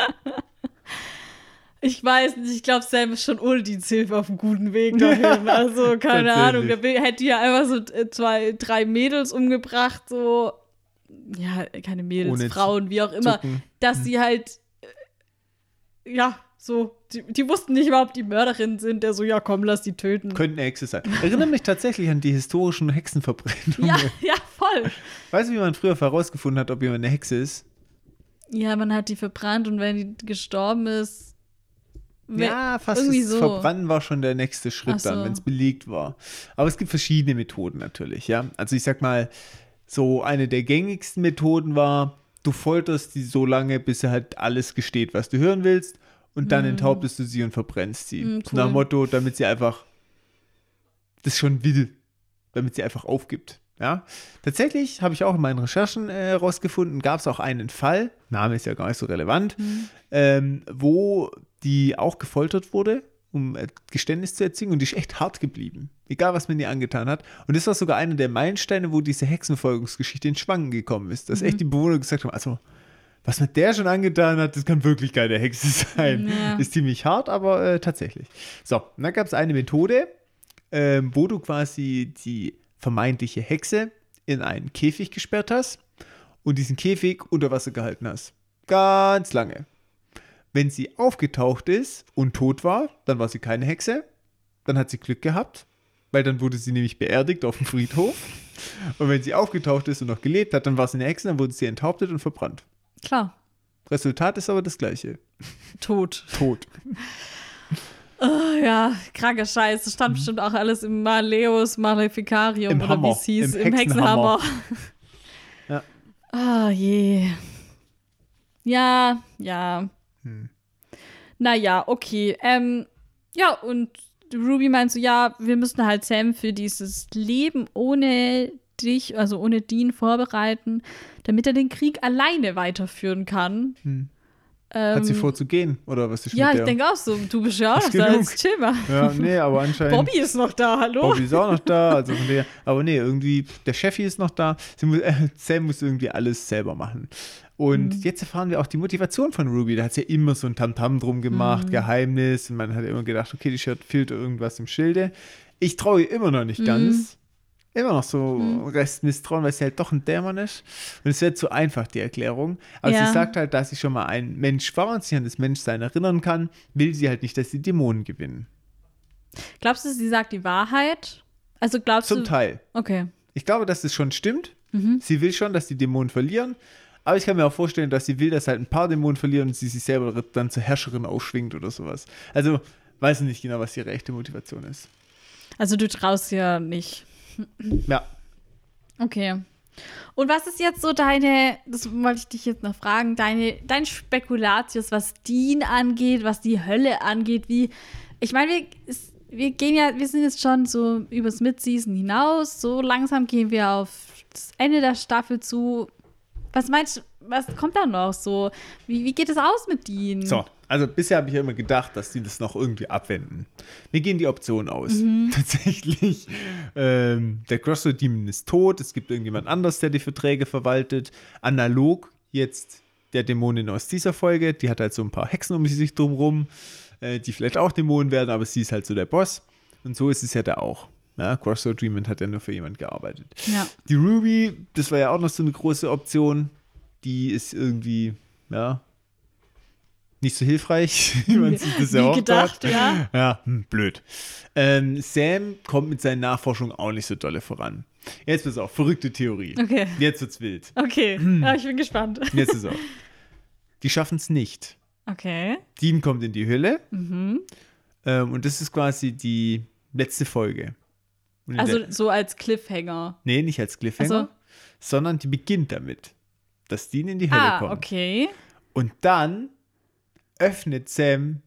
Ich weiß nicht, ich glaube, Sam ist schon ohne Diensthilfe auf einem guten Weg dahin. Also, keine Ahnung, der hätte ja einfach so 2, 3 Mädels umgebracht, so, ja, keine Mädels, ohne Frauen, wie auch immer, zucken. Dass sie halt, ja, so, die wussten nicht mal, ob die Mörderinnen sind, der so, ja, komm, lass die töten. Könnten Hexe sein. Erinnert mich tatsächlich an die historischen Hexenverbrennungen. Ja, voll. Weißt du, wie man früher herausgefunden hat, ob jemand eine Hexe ist? Ja, man hat die verbrannt und wenn die gestorben ist, ja, fast irgendwie das Verbrennen war schon der nächste Schritt dann, wenn es belegt war. Aber es gibt verschiedene Methoden natürlich, ja. Also ich sag mal, so eine der gängigsten Methoden war, du folterst die so lange, bis sie halt alles gesteht, was du hören willst und dann enthauptest du sie und verbrennst sie. Cool. Nach dem Motto, damit sie einfach das schon will, damit sie einfach aufgibt. Ja, tatsächlich habe ich auch in meinen Recherchen rausgefunden, gab es auch einen Fall, Name ist ja gar nicht so relevant, wo die auch gefoltert wurde um Geständnis zu erzwingen und die ist echt hart geblieben. Egal, was man ihr angetan hat. Und das war sogar einer der Meilensteine, wo diese Hexenverfolgungsgeschichte in Schwanken gekommen ist. Dass echt die Bewohner gesagt haben, also, was man der schon angetan hat, das kann wirklich keine Hexe sein. Ja. Ist ziemlich hart, aber tatsächlich. So, und dann gab es eine Methode, wo du quasi die vermeintliche Hexe in einen Käfig gesperrt hast und diesen Käfig unter Wasser gehalten hast. Ganz lange. Wenn sie aufgetaucht ist und tot war, dann war sie keine Hexe. Dann hat sie Glück gehabt, weil dann wurde sie nämlich beerdigt auf dem Friedhof. Und wenn sie aufgetaucht ist und noch gelebt hat, dann war sie eine Hexe, dann wurde sie enthauptet und verbrannt. Klar. Resultat ist aber das gleiche. Tot. Tot. Oh, ja, kranker Scheiß. Das stand bestimmt auch alles im Maleus Maleficarium Im oder Hammer. wie es hieß. Im Im Hexenhammer. Ja. Ah, je. Ja. Naja, okay. Ja, und Ruby meint so, ja, wir müssen halt Sam für dieses Leben ohne dich, also ohne Dean vorbereiten, damit er den Krieg alleine weiterführen kann. Hat sie vor zu gehen? Oder was ist Ja, mit ich der? denke auch so. Du bist ja auch noch Ist da. genug. Jetzt chill mal. Ja, nee, aber anscheinend. Bobby ist noch da, hallo? Bobby ist auch noch da. Also von der, aber nee, irgendwie, der Chefi ist noch da. Sam muss irgendwie alles selber machen. Und jetzt erfahren wir auch die Motivation von Ruby. Da hat sie ja immer so ein Tamtam drum gemacht, Geheimnis. Und man hat immer gedacht, okay, die fehlt irgendwas im Schilde. Ich traue ihr immer noch nicht ganz. Immer noch so Restmisstrauen, weil sie halt doch ein Dämon ist. Und es wird zu einfach, die Erklärung. Aber Ja. sie sagt halt, dass sie schon mal ein Mensch war und sich an das Menschsein erinnern kann, will sie halt nicht, dass die Dämonen gewinnen. Glaubst du, sie sagt die Wahrheit? Also glaubst Zum du. Teil. Okay. Ich glaube, dass das schon stimmt. Sie will schon, dass die Dämonen verlieren. Aber ich kann mir auch vorstellen, dass sie will, dass halt ein paar Dämonen verlieren und sie sich selber dann zur Herrscherin aufschwingt oder sowas. Also weiß ich nicht genau, was ihre echte Motivation ist. Also du traust ja nicht. Ja. Okay. Und was ist jetzt so das wollte ich dich jetzt noch fragen, dein Spekulatius, was Dean angeht, was die Hölle angeht, ich meine, wir sind jetzt schon so übers Mid-Season hinaus, so langsam gehen wir auf das Ende der Staffel zu. Was meinst du, was kommt da noch so? Wie geht es aus mit Dean? So, also bisher habe ich ja immer gedacht, dass die das noch irgendwie abwenden. Mir gehen die Optionen aus. Tatsächlich, der Crossroad Demon ist tot, es gibt irgendjemand anders, der die Verträge verwaltet. Analog jetzt der Dämonin aus dieser Folge, die hat halt so ein paar Hexen um sich drumherum, die vielleicht auch Dämonen werden, aber sie ist halt so der Boss. Und so ist es ja da auch. Ja, Crossroad Demon hat ja nur für jemanden gearbeitet. Ja. Die Ruby, das war ja auch noch so eine große Option, die ist irgendwie, ja, nicht so hilfreich, wie man sich das erhofft gedacht, hat. ja. Ja, blöd. Sam kommt mit seinen Nachforschungen auch nicht so dolle voran. Jetzt wird's auch, verrückte Theorie. Okay. Jetzt wird's wild. Okay, ja, ich bin gespannt. Jetzt ist auch. Die schaffen es nicht. Okay. Dean kommt in die Hölle. Und das ist quasi die letzte Folge. Und Also so als Cliffhanger. nee, nicht als Cliffhanger, sondern die beginnt damit, dass Dean in die Hölle kommt. Okay. Und dann öffnet Sam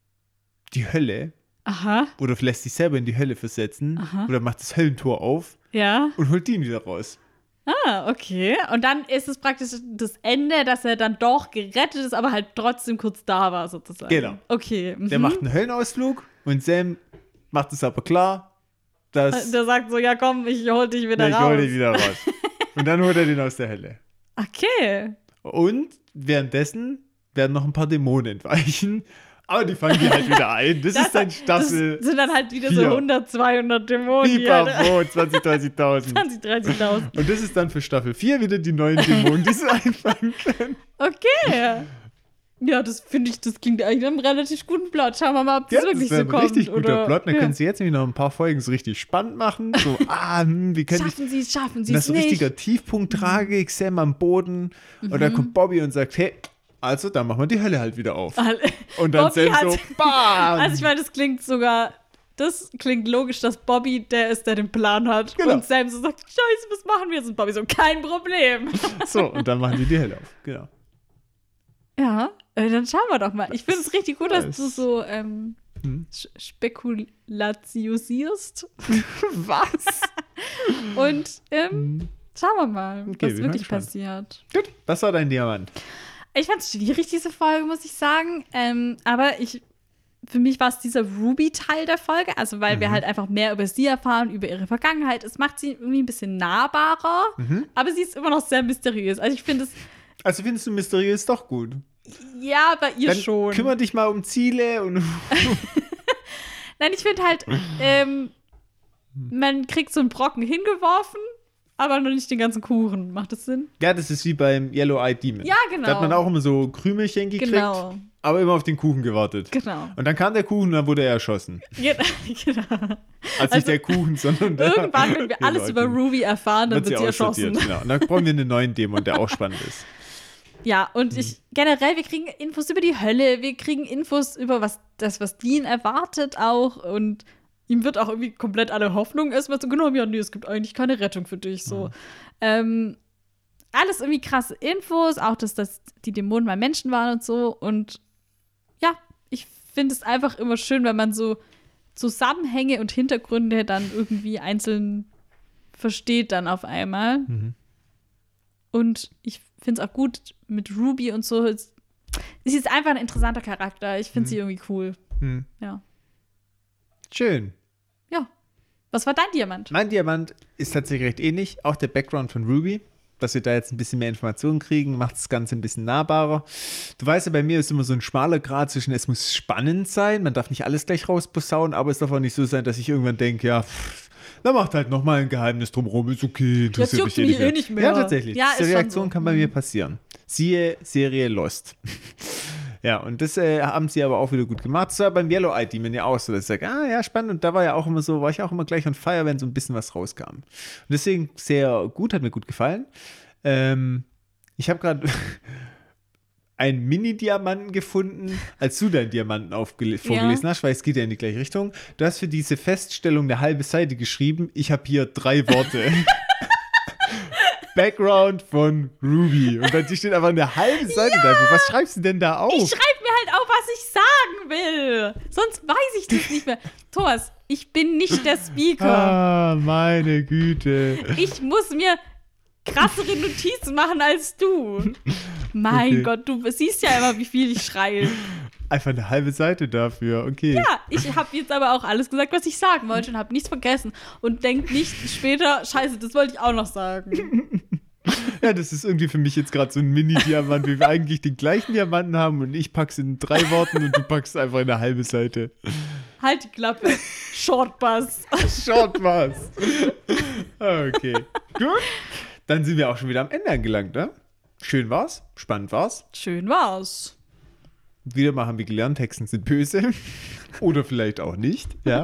die Hölle Aha, oder lässt sich selber in die Hölle versetzen oder macht das Höllentor auf ja. und holt Dean wieder raus. Okay. Und dann ist es praktisch das Ende, dass er dann doch gerettet ist, aber halt trotzdem kurz da war, sozusagen. Genau. Okay. Der macht einen Höllenausflug und Sam macht es aber klar, dass Der sagt so, ja komm, ich hol dich wieder ich raus. hol dich wieder raus. Und dann holt er den aus der Hölle. Okay. Und währenddessen werden noch ein paar Dämonen entweichen, aber die fangen die halt wieder ein. Das ist dann Staffel. Das sind dann halt wieder 4. so 100, 200 Dämonen. die halt- Pipapo, 20, 30.000. 20, 30.000. Und das ist dann für Staffel 4 wieder die neuen Dämonen, die sie einfangen können. Okay. Ja, das finde ich, das klingt eigentlich nach einem relativ guten Plot. Schauen wir mal, ob das wirklich ist so ein kommt. richtig guter oder? Plot. Dann Ja. können sie jetzt nämlich noch ein paar Folgen so richtig spannend machen. So, wie könnte ich Schaffen sie das es so nicht. richtiger Tiefpunkt trage, Sam am Boden. Und dann kommt Bobby und sagt, hey, also dann machen wir die Hölle halt wieder auf. Und dann Bobby Sam so, bam! Also ich meine, das klingt logisch, dass Bobby der ist, der den Plan hat. Genau. Und Sam so sagt, scheiße, was machen wir jetzt? Und Bobby so, kein Problem. So, und dann machen sie die Hölle auf. Genau. Ja, dann schauen wir doch mal. Ich finde es richtig gut, dass du so spekulatiosierst. Was? Und schauen wir mal, Okay, was bin wirklich gespannt. passiert. Gut, was war dein Diamant? Ich fand es schwierig, diese Folge, muss ich sagen. Aber ich für mich war es dieser Ruby-Teil der Folge, also weil wir halt einfach mehr über sie erfahren, über ihre Vergangenheit. Es macht sie irgendwie ein bisschen nahbarer, aber sie ist immer noch sehr mysteriös. Also ich finde es. Also findest du mysteriös doch gut? Ja, bei ihr Dann schon. Kümmere dich mal um Ziele und. Nein, ich finde halt, man kriegt so einen Brocken hingeworfen, aber noch nicht den ganzen Kuchen. Macht das Sinn? Ja, das ist wie beim Yellow-Eyed Demon. Ja, genau. Da hat man auch immer so Krümelchen gekriegt, aber immer auf den Kuchen gewartet. Genau. Und dann kam der Kuchen und dann wurde er erschossen. Genau. Also nicht der Kuchen, sondern der irgendwann, wenn wir alles über Ruby erfahren, dann wird sie erschossen. Genau. Und dann brauchen wir einen neuen Dämon, der auch spannend ist. Ja, und generell, wir kriegen Infos über die Hölle, wir kriegen Infos über was Dean erwartet auch und ihm wird auch irgendwie komplett alle Hoffnung erstmal so genommen, ja, nee, es gibt eigentlich keine Rettung für dich, so. Alles irgendwie krasse Infos, auch, dass die Dämonen mal Menschen waren und so und ja, ich finde es einfach immer schön, wenn man so Zusammenhänge und Hintergründe dann irgendwie einzeln versteht dann auf einmal. Und ich finde es auch gut mit Ruby und so. Sie ist einfach ein interessanter Charakter. Ich finde sie irgendwie cool. Ja. Schön. Ja. Was war dein Diamant? Mein Diamant ist tatsächlich recht ähnlich. Auch der Background von Ruby. Dass wir da jetzt ein bisschen mehr Informationen kriegen, macht das Ganze ein bisschen nahbarer. Du weißt ja, bei mir ist immer so ein schmaler Grat zwischen, es muss spannend sein, man darf nicht alles gleich rausposaunen, aber es darf auch nicht so sein, dass ich irgendwann denke, ja, da macht halt nochmal ein Geheimnis drumherum, ist okay, interessiert mich nicht mehr. Ja, tatsächlich. Ja, diese Reaktion so. Kann bei mir passieren. Siehe Serie Lost. Ja, und das haben sie aber auch wieder gut gemacht. Das war beim Yellow-Eyed Demon ja auch so, dass ich sage, ja, spannend. Und da war ich auch immer gleich on fire, wenn so ein bisschen was rauskam. Und deswegen sehr gut, hat mir gut gefallen. Ich habe gerade einen Mini-Diamanten gefunden, als du deinen Diamanten vorgelesen hast, weil es geht ja in die gleiche Richtung. Du hast für diese Feststellung eine halbe Seite geschrieben. Ich habe hier 3 Worte. Background von Ruby. Und dann steht einfach eine halbe Seite da. Was schreibst du denn da auf? Ich schreibe mir halt auf, was ich sagen will. Sonst weiß ich das nicht mehr. Thomas, ich bin nicht der Speaker. Ah, meine Güte. Ich muss mir krassere Notizen machen als du. Mein Gott, du siehst ja immer, wie viel ich schreie. Einfach eine halbe Seite dafür, okay. Ja, ich habe jetzt aber auch alles gesagt, was ich sagen wollte und habe nichts vergessen. Und denk nicht später, scheiße, das wollte ich auch noch sagen. Ja, das ist irgendwie für mich jetzt gerade so ein Mini-Diamant, wie wir eigentlich den gleichen Diamanten haben und ich pack's in 3 Worten und du packst einfach eine halbe Seite. Halt die Klappe. Shortbus. Shortbus. Okay, gut. Dann sind wir auch schon wieder am Ende angelangt, ne? Schön war's, spannend war's. Schön war's. Wieder mal haben wir gelernt, Hexen sind böse. Oder vielleicht auch nicht, ja.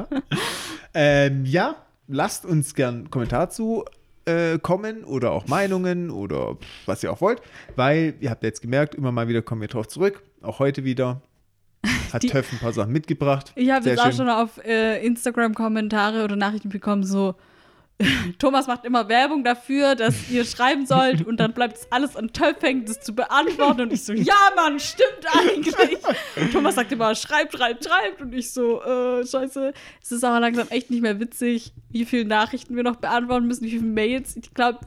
Ja, lasst uns gern einen Kommentar zu kommen oder auch Meinungen oder was ihr auch wollt, weil ihr habt jetzt gemerkt, immer mal wieder kommen wir drauf zurück. Auch heute wieder. Hat Töff ein paar Sachen mitgebracht. Ich habe jetzt auch schon auf Instagram Kommentare oder Nachrichten bekommen, so Thomas macht immer Werbung dafür, dass ihr schreiben sollt und dann bleibt es alles an Töpf hängen, das zu beantworten und ich so, ja Mann, stimmt eigentlich. Thomas sagt immer, schreibt und ich so, scheiße, es ist auch langsam echt nicht mehr witzig, wie viele Nachrichten wir noch beantworten müssen, wie viele Mails, ich glaube,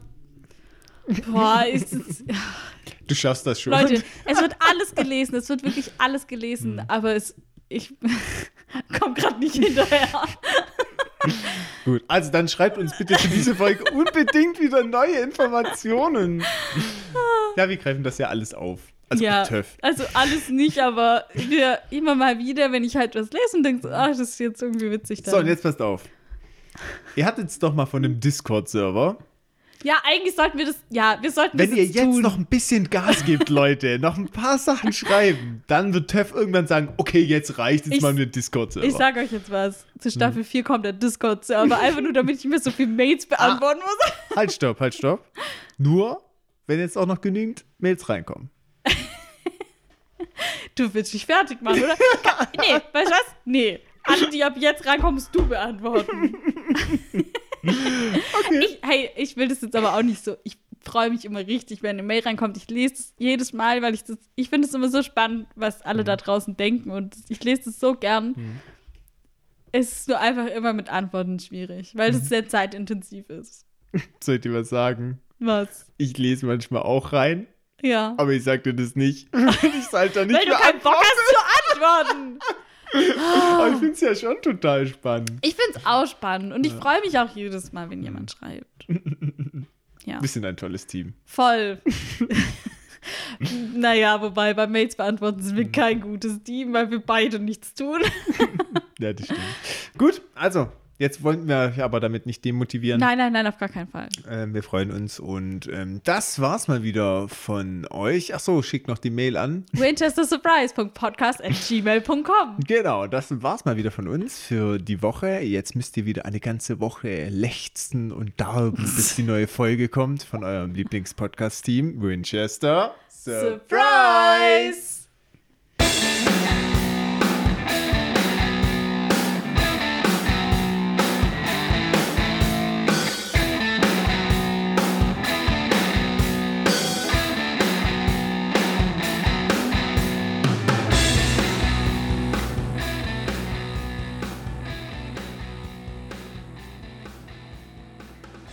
du schaffst das schon. Leute, es wird alles gelesen, es wird wirklich alles gelesen, aber ich komme gerade nicht hinterher. Gut, also dann schreibt uns bitte für diese Folge unbedingt wieder neue Informationen. Ja, wir greifen das ja alles auf. Also ja, Töff. also alles nicht, aber immer mal wieder, wenn ich halt was lese und denke, das ist jetzt irgendwie witzig. Dann. So, und jetzt passt auf. Ihr hattet es doch mal von einem Discord-Server. Ja, eigentlich sollten wir das, wir sollten Wenn das ihr jetzt noch ein bisschen Gas gebt, Leute, noch ein paar Sachen schreiben, dann wird Töff irgendwann sagen, okay, jetzt reicht es mal mit dem Discord-Server. Ich sag euch jetzt was. Zu Staffel 4 kommt der Discord-Server, einfach nur, damit ich mir so viel Mails beantworten muss. Halt, stopp. Nur, wenn jetzt auch noch genügend Mails reinkommen. Du willst dich fertig machen, oder? Nee, weißt du was? Nee. Alle, die ab jetzt reinkommen, musst du beantworten. Okay. Ich will das jetzt aber auch nicht so. Ich freue mich immer richtig, wenn eine Mail reinkommt. Ich lese es jedes Mal, weil ich finde es immer so spannend, was alle da draußen denken. Und ich lese es so gern. Es ist nur einfach immer mit Antworten schwierig, weil es sehr zeitintensiv ist. Soll ich dir was sagen? Was? Ich lese manchmal auch rein. Ja. Aber ich sag dir das nicht. Ich halt da nicht weil du keinen Bock hast zu antworten. Aber ich finde es ja schon total spannend. Ich finde es auch spannend und ich freue mich auch jedes Mal, wenn jemand schreibt. Ja. Wir sind ein tolles Team. Voll. Naja, wobei bei Mails beantworten sind wir kein gutes Team, weil wir beide nichts tun. Ja, das stimmt. Gut, also, jetzt wollten wir aber damit nicht demotivieren. Nein, auf gar keinen Fall. Wir freuen uns und das war's mal wieder von euch. Achso, schickt noch die Mail an. winchestersurprise.podcast@gmail.com. Genau, das war's mal wieder von uns für die Woche. Jetzt müsst ihr wieder eine ganze Woche lechzen und darben, bis die neue Folge kommt von eurem Lieblingspodcast-Team Winchester Surprise!